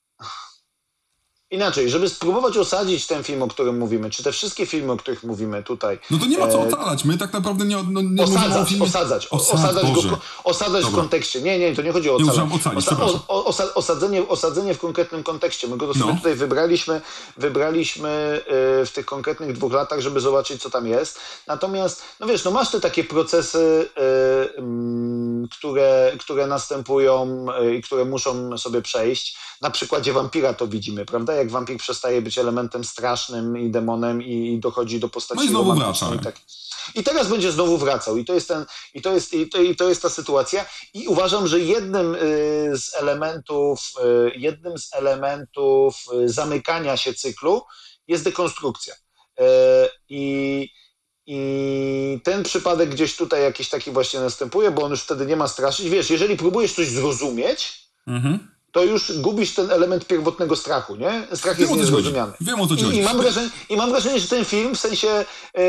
Inaczej, żeby spróbować osadzić ten film, o którym mówimy, czy te wszystkie filmy, o których mówimy tutaj. No to nie ma co ocalać, my tak naprawdę nie, no, nie osadzać, mówimy o filmie... Osadzać, Osad, osadzać, Boże. go, osadzać w kontekście. Nie, nie, to nie chodzi o nie ocalać. ocalić Osa, o, o, osa, osadzenie, osadzenie w konkretnym kontekście. My go sobie no. tutaj wybraliśmy, wybraliśmy yy, w tych konkretnych dwóch latach, żeby zobaczyć, co tam jest. Natomiast, no wiesz, no masz te takie procesy, yy, yy, które, które następują i yy, które muszą sobie przejść. Na przykładzie wampira to widzimy, prawda? Jak wampir przestaje być elementem strasznym i demonem i dochodzi do postaci no i znowu romantycznej. wraca. I, tak. I teraz będzie znowu wracał. I to jest, ten, i to jest, i to, i to jest ta sytuacja. I uważam, że jednym y, z elementów, y, jednym z elementów y, zamykania się cyklu jest dekonstrukcja. Y, I I ten przypadek gdzieś tutaj jakiś taki właśnie następuje, bo on już wtedy nie ma straszyć. Wiesz, jeżeli próbujesz coś zrozumieć, mhm. to już gubisz ten element pierwotnego strachu, nie? Strach jest niezrozumiany. Wiem, o co ci I, chodzi. I mam wrażenie, I mam wrażenie, że ten film, w sensie,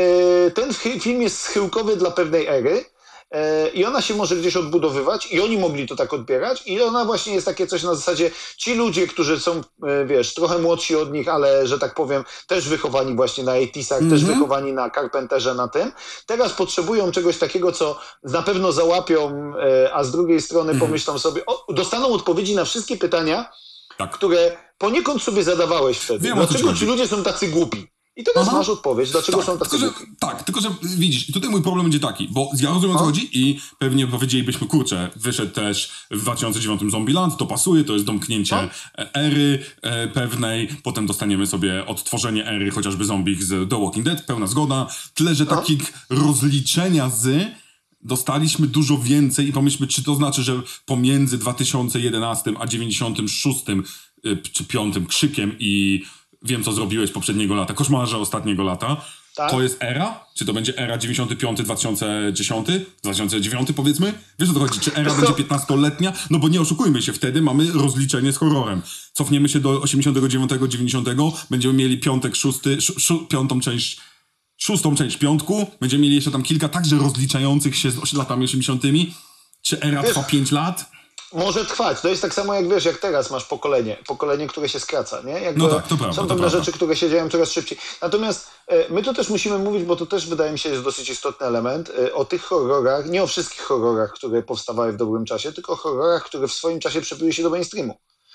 e, ten film jest schyłkowy dla pewnej ery e, i ona się może gdzieś odbudowywać i oni mogli to tak odbierać i ona właśnie jest takie coś na zasadzie, ci ludzie, którzy są, e, wiesz, trochę młodsi od nich, ale, że tak powiem, też wychowani właśnie na osiemdziesiątych, mm-hmm. też wychowani na Carpenterze, na tym, teraz potrzebują czegoś takiego, co na pewno załapią, e, a z drugiej strony mm-hmm. pomyślą sobie, o, dostaną odpowiedzi na wszystkie pytania, tak. które poniekąd sobie zadawałeś wtedy. Wiem, dlaczego ci ludzie są tacy głupi? I teraz Aha. masz odpowiedź, dlaczego tak, są tacy tylko, głupi. że, tak, tylko że widzisz, i tutaj mój problem będzie taki, bo ja rozumiem, o co chodzi i pewnie powiedzielibyśmy, kurczę, wyszedł też w dwa tysiące dziewiątym Zombieland, to pasuje, to jest domknięcie o? ery e, pewnej, potem dostaniemy sobie odtworzenie ery chociażby zombie z The Walking Dead, pełna zgoda, tyle, że takich rozliczenia z... dostaliśmy dużo więcej i pomyślmy, czy to znaczy, że pomiędzy dwa tysiące jedenastym a dziewięćdziesiątym szóstym y, czy piątym Krzykiem i Wiem, co zrobiłeś poprzedniego lata, Koszmarze ostatniego lata, tak? To jest era? Czy to będzie era dziewięćdziesiąty piąty, dwa tysiące dziesiąty, dwa tysiące dziewiąty powiedzmy? Wiesz, o co chodzi? Czy era będzie piętnastoletnia? No bo nie oszukujmy się, wtedy mamy rozliczenie z horrorem. Cofniemy się do osiemdziesiątego dziewiątego, dziewięćdziesiątego, będziemy mieli piątek, szósty, sz, sz, piątą część, szóstą część piątku, będziemy mieli jeszcze tam kilka także rozliczających się z latami osiemdziesiątymi. Czy era trwa pięć lat? Może trwać. To jest tak samo jak wiesz, jak teraz masz pokolenie. Pokolenie, które się skraca, nie? Jakby no tak, to prawda. Są to pewne prawda. rzeczy, które się dzieją coraz szybciej. Natomiast e, my to też musimy mówić, bo to też wydaje mi się jest dosyć istotny element, e, o tych horrorach, nie o wszystkich horrorach, które powstawały w dobrym czasie, tylko o horrorach, które w swoim czasie przebiły się do mainstreamu.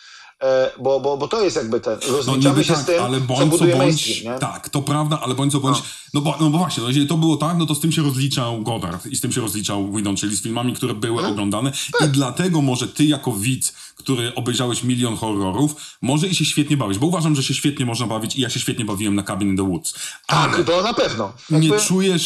E, bo, bo, bo to jest jakby ten, rozliczamy no się tak, z tym, ale bądź co buduje co bądź, mainstream, nie? Tak, to prawda, ale bądź co bądź, no, no, bo, no bo właśnie, no, jeżeli to było tak, no to z tym się rozliczał Goddard i z tym się rozliczał Whedon, czyli z filmami, które były hmm. oglądane tak. I dlatego może ty jako widz, który obejrzałeś milion horrorów, może i się świetnie bawić, bo uważam, że się świetnie można bawić i ja się świetnie bawiłem na Cabin in the Woods. Ale tak, to na pewno. Jakby... Nie czujesz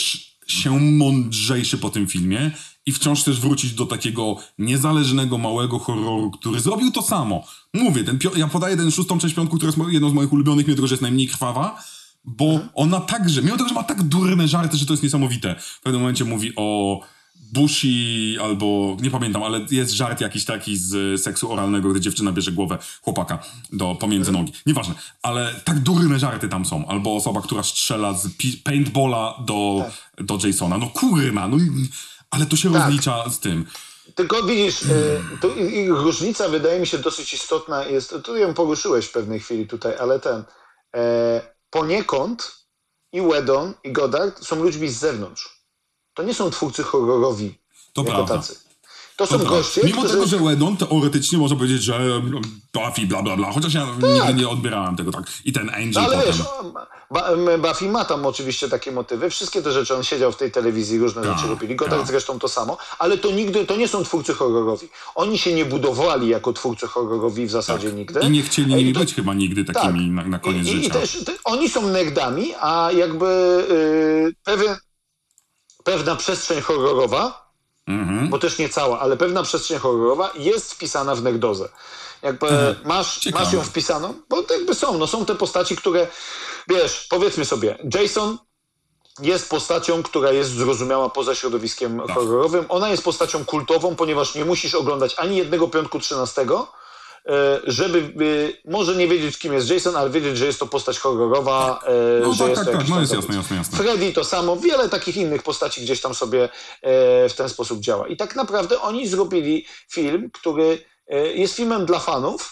się mądrzejszy po tym filmie i wciąż chcesz wrócić do takiego niezależnego, małego horroru, który zrobił to samo. Mówię, ten pio- ja podaję ten szóstą część piątku, która jest mo- jedną z moich ulubionych, mimo tego, że jest najmniej krwawa, bo mhm. ona także, mimo tego, że ma tak durne żarty, że to jest niesamowite. W pewnym momencie mówi o Bushi albo, nie pamiętam, ale jest żart jakiś taki z seksu oralnego, gdzie dziewczyna bierze głowę chłopaka do pomiędzy nogi. Nieważne, ale tak durne żarty tam są. Albo osoba, która strzela z pi- paintballa do, tak. do Jasona. No kurna, no ale to się tak. rozlicza z tym. Tylko widzisz, hmm. to ich różnica wydaje mi się dosyć istotna jest, tu ją poruszyłeś w pewnej chwili tutaj, ale ten e, poniekąd i Whedon i Goddard są ludźmi z zewnątrz. To nie są twórcy horrorowi. To prawda. Tacy. To, to są goście, Mimo którzy... tego, że Whedon teoretycznie można powiedzieć, że Buffy bla bla bla, chociaż ja tak. nigdy nie odbierałem tego tak. I ten Angel no, ale potem. Wiesz, Buffy ma tam oczywiście takie motywy. Wszystkie te rzeczy, on siedział w tej telewizji, różne ta, rzeczy robili. Goddard ta. zresztą to samo. Ale to nigdy, to nie są twórcy horrorowi. Oni się nie budowali jako twórcy horrorowi w zasadzie tak. nigdy. I nie chcieli nimi to... być chyba nigdy takimi tak. na, na koniec I, życia. I też, te, oni są nerdami, a jakby yy, pewien, pewna przestrzeń horrorowa, Mhm. bo też nie cała, ale pewna przestrzeń horrorowa jest wpisana w nerdozę. Jakby mhm. masz, masz ją wpisaną, bo to jakby są, no są te postaci, które, wiesz, powiedzmy sobie, Jason jest postacią, która jest zrozumiała poza środowiskiem tak. horrorowym. Ona jest postacią kultową, ponieważ nie musisz oglądać ani jednego piątku trzynastego, żeby może nie wiedzieć, kim jest Jason, ale wiedzieć, że jest to postać horrorowa. No że tak, jest tak, tak, no jest jasne, jasne, jasne. Freddy to samo, wiele takich innych postaci gdzieś tam sobie w ten sposób działa. I tak naprawdę oni zrobili film, który jest filmem dla fanów,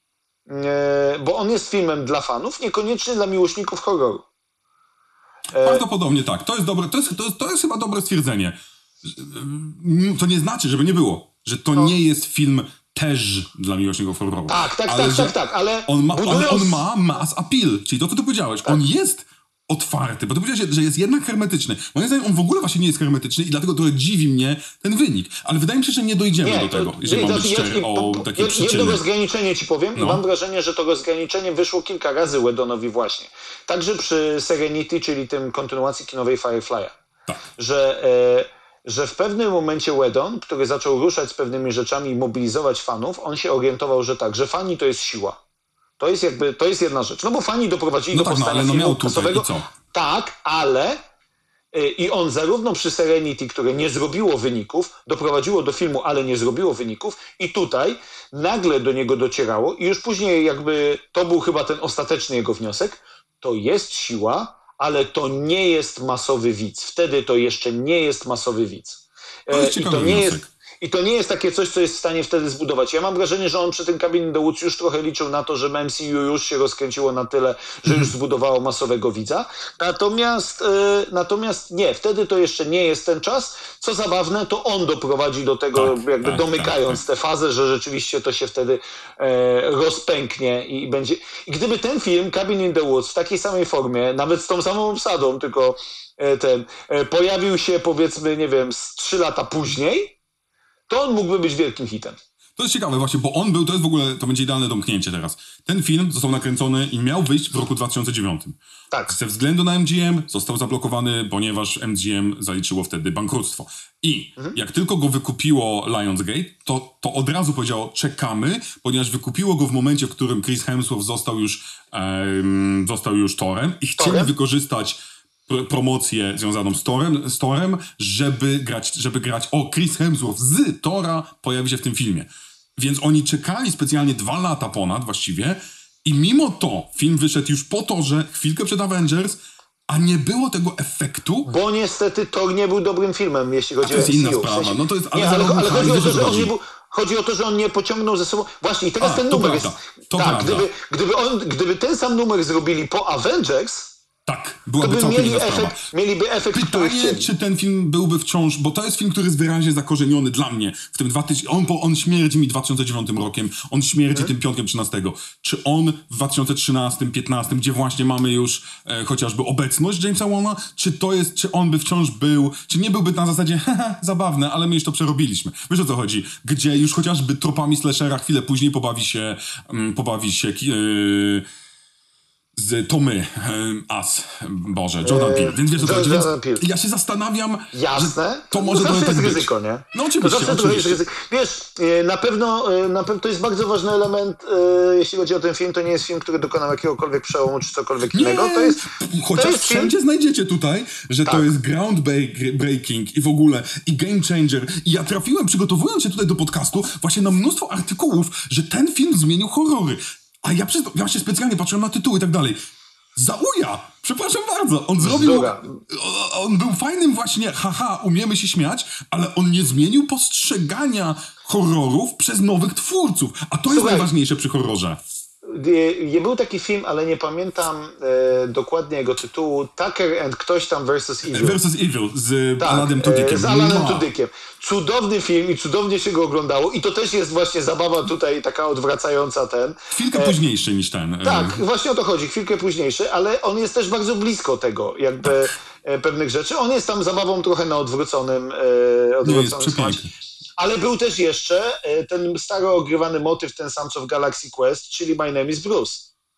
bo on jest filmem dla fanów, niekoniecznie dla miłośników horroru. Prawdopodobnie tak. To jest dobre, to jest, to jest, to jest chyba dobre stwierdzenie. To nie znaczy, żeby nie było, że to no. nie jest film też dla miłośników horroru. Tak, tak, ale tak, tak, tak, ale... On ma, budując... ale on ma mass appeal, czyli to, co ty powiedziałeś. Tak. On jest otwarty, bo ty powiedziałeś, że jest jednak hermetyczny. Moim zdaniem on w ogóle właśnie nie jest hermetyczny i dlatego trochę dziwi mnie ten wynik. Ale wydaje mi się, że nie dojdziemy nie, do tego, jeżeli mam być szczery ja, o takiej przyczyny. Jedno rozgraniczenie ci powiem no. i mam wrażenie, że to rozgraniczenie wyszło kilka razy Whedonowi właśnie. Także przy Serenity, czyli tym kontynuacji kinowej Firefly'a. Tak. Że... E, że w pewnym momencie Whedon, który zaczął ruszać z pewnymi rzeczami i mobilizować fanów, on się orientował, że tak, że fani to jest siła. To jest jakby, to jest jedna rzecz. No bo fani doprowadzili no do tak, powstania no, ale filmu no kasowego. I co? Tak, ale yy, i on zarówno przy Serenity, które nie zrobiło wyników, doprowadziło do filmu, ale nie zrobiło wyników i tutaj nagle do niego docierało i już później jakby to był chyba ten ostateczny jego wniosek, to jest siła, ale to nie jest masowy widz. Wtedy to jeszcze nie jest masowy widz. To jest I to nie jest, I to nie jest takie coś, co jest w stanie wtedy zbudować. Ja mam wrażenie, że on przy tym Cabin in the Woods już trochę liczył na to, że M C U już się rozkręciło na tyle, że już zbudowało masowego widza. Natomiast, yy, natomiast nie, wtedy to jeszcze nie jest ten czas. Co zabawne, to on doprowadzi do tego, tak, jakby tak, domykając tak, tak. tę fazę, że rzeczywiście to się wtedy e, rozpęknie i będzie... I gdyby ten film, Cabin in the Woods, w takiej samej formie, nawet z tą samą obsadą, tylko e, ten, e, pojawił się powiedzmy, nie wiem, z trzy lata później, to on mógłby być wielkim hitem. To jest ciekawe właśnie, bo on był, to jest w ogóle, to będzie idealne domknięcie teraz. Ten film został nakręcony i miał wyjść w roku dwa tysiące dziewiątym. Tak. Ze względu na M G M został zablokowany, ponieważ M G M zaliczyło wtedy bankructwo. I mhm. jak tylko go wykupiło Lionsgate, to, to od razu powiedziało, czekamy, ponieważ wykupiło go w momencie, w którym Chris Hemsworth został już, um, został już Thorem i chcieli Torem? wykorzystać promocję związaną z Thorem, z Thorem żeby, grać, żeby grać o, Chris Hemsworth z Thora pojawi się w tym filmie. Więc oni czekali specjalnie dwa lata ponad właściwie i mimo to film wyszedł już po Thorze, chwilkę przed Avengers, a nie było tego efektu. Bo niestety Thor nie był dobrym filmem, jeśli chodzi o M C U. To jest inna w sensie, sprawa. No to jest, ale nie, ale, ale chodzi, o to, że on nie był, chodzi. chodzi o to, że on nie pociągnął ze sobą... Właśnie i teraz a, ten numer prawda, jest... To tak, prawda. gdyby, gdyby, on, gdyby ten sam numer zrobili po Avengers... Tak, byłaby by całkiem mieli inna sprawa. efekt, mieliby efekt, Pytanie, który chcieli. czy ten film byłby wciąż, bo to jest film, który jest wyraźnie zakorzeniony dla mnie w tym dwa tysiące, on, on śmierdzi mi dwa tysiące dziewiątym rokiem, on śmierdzi hmm? tym piątkiem trzynastego. Czy on w dwa tysiące trzynastym, piętnastym, gdzie właśnie mamy już e, chociażby obecność Jamesa Wana, czy to jest, czy on by wciąż był, czy nie byłby na zasadzie haha, zabawne, ale my już to przerobiliśmy. Wiesz o co chodzi? Gdzie już chociażby tropami slashera chwilę później pobawi się, um, pobawi się... Yy, Z, to my, e, as, Boże, Jordan Peele. Więc wiesz, o co chodzi, więc ja się zastanawiam, Jasne. że to może to trochę jest tak być. ryzyko, nie? No oczywiście, to oczywiście. oczywiście. Ryzyko. Wiesz, na pewno, na pewno to jest bardzo ważny element, jeśli chodzi o ten film. To nie jest film, który dokonał jakiegokolwiek przełomu, czy cokolwiek innego. To jest, chociaż to jest wszędzie film... znajdziecie tutaj, że tak. to jest groundbreaking i w ogóle, i game changer. I ja trafiłem, przygotowując się tutaj do podcastu, właśnie na mnóstwo artykułów, że ten film zmienił horrory. A ja, przez, ja się specjalnie patrzyłem na tytuły i tak dalej. Zauja! Przepraszam bardzo, on zrobił... On, on był fajnym właśnie, haha, umiemy się śmiać, ale on nie zmienił postrzegania horrorów przez nowych twórców. A to jest Słuchaj, najważniejsze przy horrorze. Nie był taki film, ale nie pamiętam e, dokładnie jego tytułu. Tucker and ktoś tam versus Evil. Versus Evil z tak, Alanem Tudykiem. Z Alanem Tudykiem. Cudowny film i cudownie się go oglądało. I to też jest właśnie zabawa tutaj taka odwracająca ten. Chwilkę e, późniejszy niż ten. Tak, właśnie o to chodzi. Chwilkę późniejszy, ale on jest też bardzo blisko tego, jakby tak. pewnych rzeczy. On jest tam zabawą trochę na odwróconym e, odwróconym smacie. Ale był też jeszcze ten staro ogrywany motyw, ten Sons of Galaxy Quest, czyli My Name is Bruce.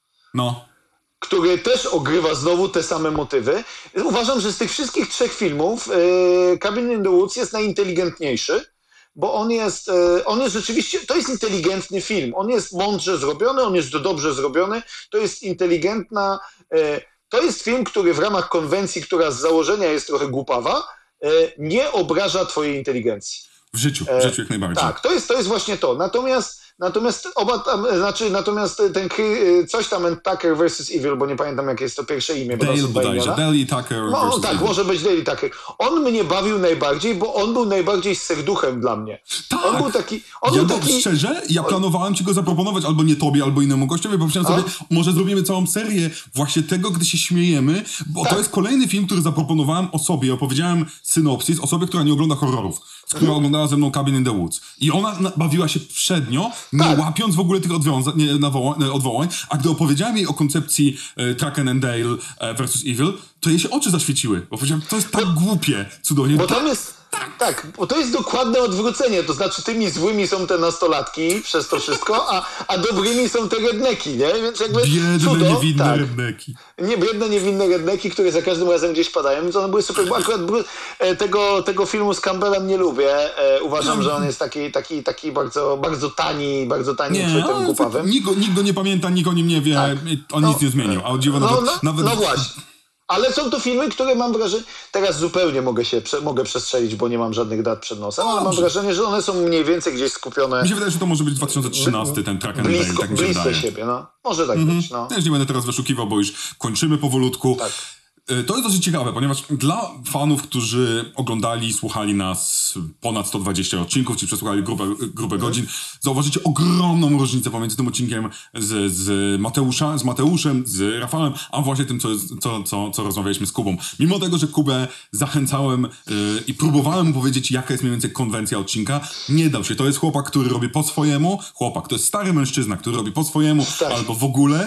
No. Który też ogrywa znowu te same motywy. Uważam, że z tych wszystkich trzech filmów yy, Cabin in the Woods jest najinteligentniejszy, bo on jest, yy, on jest rzeczywiście, to jest inteligentny film. On jest mądrze zrobiony, on jest dobrze zrobiony, to jest inteligentna, yy, to jest film, który w ramach konwencji, która z założenia jest trochę głupawa, yy, nie obraża twojej inteligencji. W życiu, w życiu jak najbardziej. E, tak, to jest, to jest właśnie to. Natomiast, natomiast oba tam, znaczy, natomiast ten coś tam and Tucker versus Evil, bo nie pamiętam jakie jest to pierwsze imię. Dale bodajże, Dale i Tucker no, versus tak, Evil. może być Dale i Tucker. On mnie bawił najbardziej, bo on był najbardziej serduchem dla mnie. Tak. On był taki... On ja był taki... Szczerze, ja planowałem ci go zaproponować albo nie tobie, albo innemu gościowi, bo myślałem sobie, może zrobimy całą serię właśnie tego, gdy się śmiejemy, bo tak. to jest kolejny film, który zaproponowałem osobie, opowiedziałem synopsis, osobie, która nie ogląda horrorów, z którą mhm. oglądała ze mną Cabin in the Woods. I ona na, bawiła się przednio, nie tak. łapiąc w ogóle tych odwiąza- nie, nawoła- odwołań, a gdy opowiedziałem jej o koncepcji e, Tucker and Dale e, versus Evil, to jej się oczy zaświeciły, bo powiedziałem, to jest tak bo, głupie, cudownie. Bo tam jest... Tak. tak, bo to jest dokładne odwrócenie, to znaczy tymi złymi są te nastolatki przez to wszystko, a, a dobrymi są te redneki, nie? Więc jakby biedne, cudo, niewinne tak. redneki. Nie, biedne, niewinne redneki, które za każdym razem gdzieś padają, więc one były super, bo akurat tego, tego filmu z Campbellem nie lubię, e, uważam, że on jest taki, taki, taki bardzo, bardzo tani, bardzo tani uchwytem głupawym. Nikt go, nikt go nie pamięta, nikt o nim nie wie, tak. on no, nic nie zmienił, a o dziwo no, nawet... no, nawet... no właśnie. Ale są to filmy, które mam wrażenie, teraz zupełnie mogę się mogę przestrzelić, bo nie mam żadnych dat przed nosem, ale mam wrażenie, że one są mniej więcej gdzieś skupione. Mi się wydaje, że to może być dwa tysiące trzynasty, ten Track and Dale, tak mi się blisko wydaje. siebie, no. Może tak mm-hmm. być, no. Ja już nie będę teraz wyszukiwał, bo już kończymy powolutku. Tak. To jest dosyć ciekawe, ponieważ dla fanów, którzy oglądali, słuchali nas ponad sto dwadzieścia odcinków, ci przesłuchali grupę, grupę godzin, zauważycie ogromną różnicę pomiędzy tym odcinkiem z, z, Mateusza, z Mateuszem, z Rafałem, a właśnie tym, co, co, co, co rozmawialiśmy z Kubą. Mimo tego, że Kubę zachęcałem yy, i próbowałem mu powiedzieć, jaka jest mniej więcej konwencja odcinka, nie dał się. To jest chłopak, który robi po swojemu, chłopak, to jest stary mężczyzna, który robi po swojemu, tak. albo w ogóle...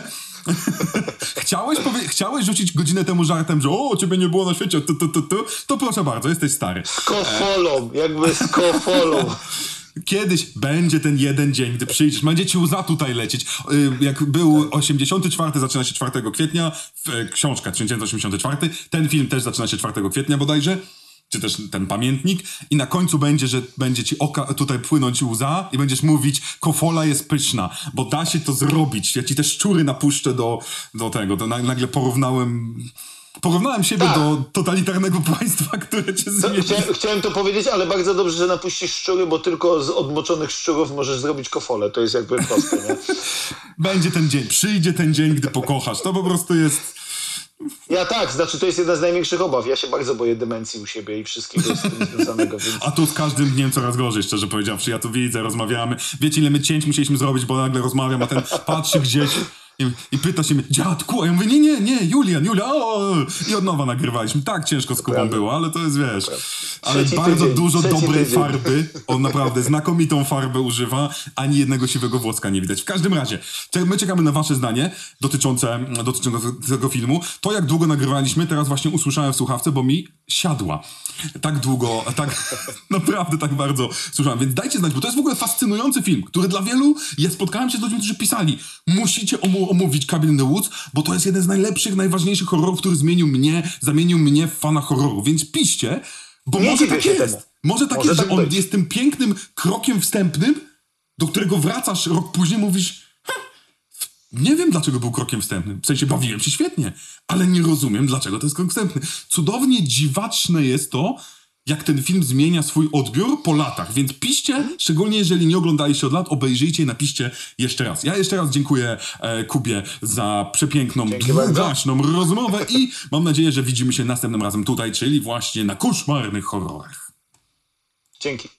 chciałeś, powie- chciałeś rzucić godzinę temu żartem, że o, ciebie nie było na świecie, tu, tu, tu, tu, to proszę bardzo, jesteś stary. Z kofolą, e... jakby z kofolą. Kiedyś będzie ten jeden dzień, gdy przyjdziesz, będzie ci łza tutaj lecieć. Jak był osiemdziesiąty czwarty, zaczyna się czwartego kwietnia, książka tysiąc dziewięćset osiemdziesiąty czwarty, ten film też zaczyna się czwartego kwietnia bodajże, czy też ten pamiętnik i na końcu będzie, że będzie ci oka tutaj płynąć łza i będziesz mówić, kofola jest pyszna, bo da się to zrobić. Ja ci te szczury napuszczę do, do tego, to nagle porównałem... Porównałem siebie tak. do totalitarnego państwa, które cię zmieni. Chciałem, chciałem to powiedzieć, ale bardzo dobrze, że napuścisz szczury, bo tylko z odmoczonych szczurów możesz zrobić kofolę. To jest jakby proste, nie? Będzie ten dzień, przyjdzie ten dzień, gdy pokochasz. To po prostu jest... Ja tak, znaczy to jest jedna z największych obaw. Ja się bardzo boję demencji u siebie i wszystkiego z tym związanego. Więc... A tu z każdym dniem coraz gorzej, szczerze powiedziawszy. Ja tu widzę, rozmawiamy. Wiecie, ile my cięć musieliśmy zrobić, bo nagle rozmawiam, a ten patrzy gdzieś... I, I pyta się mnie, dziadku, a ja mówię, nie, nie, nie, Julian, Julian, o! I od nowa nagrywaliśmy. Tak ciężko z Kubą było, ale to jest, wiesz, ale trzeci bardzo tydzień, dużo dobrej tydzień. farby. On naprawdę znakomitą farbę używa, ani jednego siwego włoska nie widać. W każdym razie, my czekamy na wasze zdanie dotyczące, dotyczące tego filmu. To, jak długo nagrywaliśmy, teraz właśnie usłyszałem w słuchawce, bo mi siadła. Tak długo, tak naprawdę tak bardzo słuchałem. Więc dajcie znać, bo to jest w ogóle fascynujący film, który dla wielu, ja spotkałem się z ludźmi, którzy pisali, musicie o, koniecznie omówić Cabin in the Woods, bo to jest jeden z najlepszych, najważniejszych horrorów, który zmienił mnie, zamienił mnie w fana horroru. Więc piszcie, bo Nie może dziwię tak się jest. temu. Może tak Może jest, tak że on być. jest tym pięknym krokiem wstępnym, do którego wracasz rok później, mówisz, "Ha, nie wiem, dlaczego był krokiem wstępnym. W sensie bawiłem się świetnie, ale nie rozumiem, dlaczego to jest krok wstępny. Cudownie dziwaczne jest to, jak ten film zmienia swój odbiór po latach. Więc piszcie, szczególnie jeżeli nie oglądaliście od lat, obejrzyjcie i napiszcie jeszcze raz. Ja jeszcze raz dziękuję e, Kubie za przepiękną, Dzięki bardzo. długaśną rozmowę i mam nadzieję, że widzimy się następnym razem tutaj, czyli właśnie na koszmarnych horrorach. Dzięki.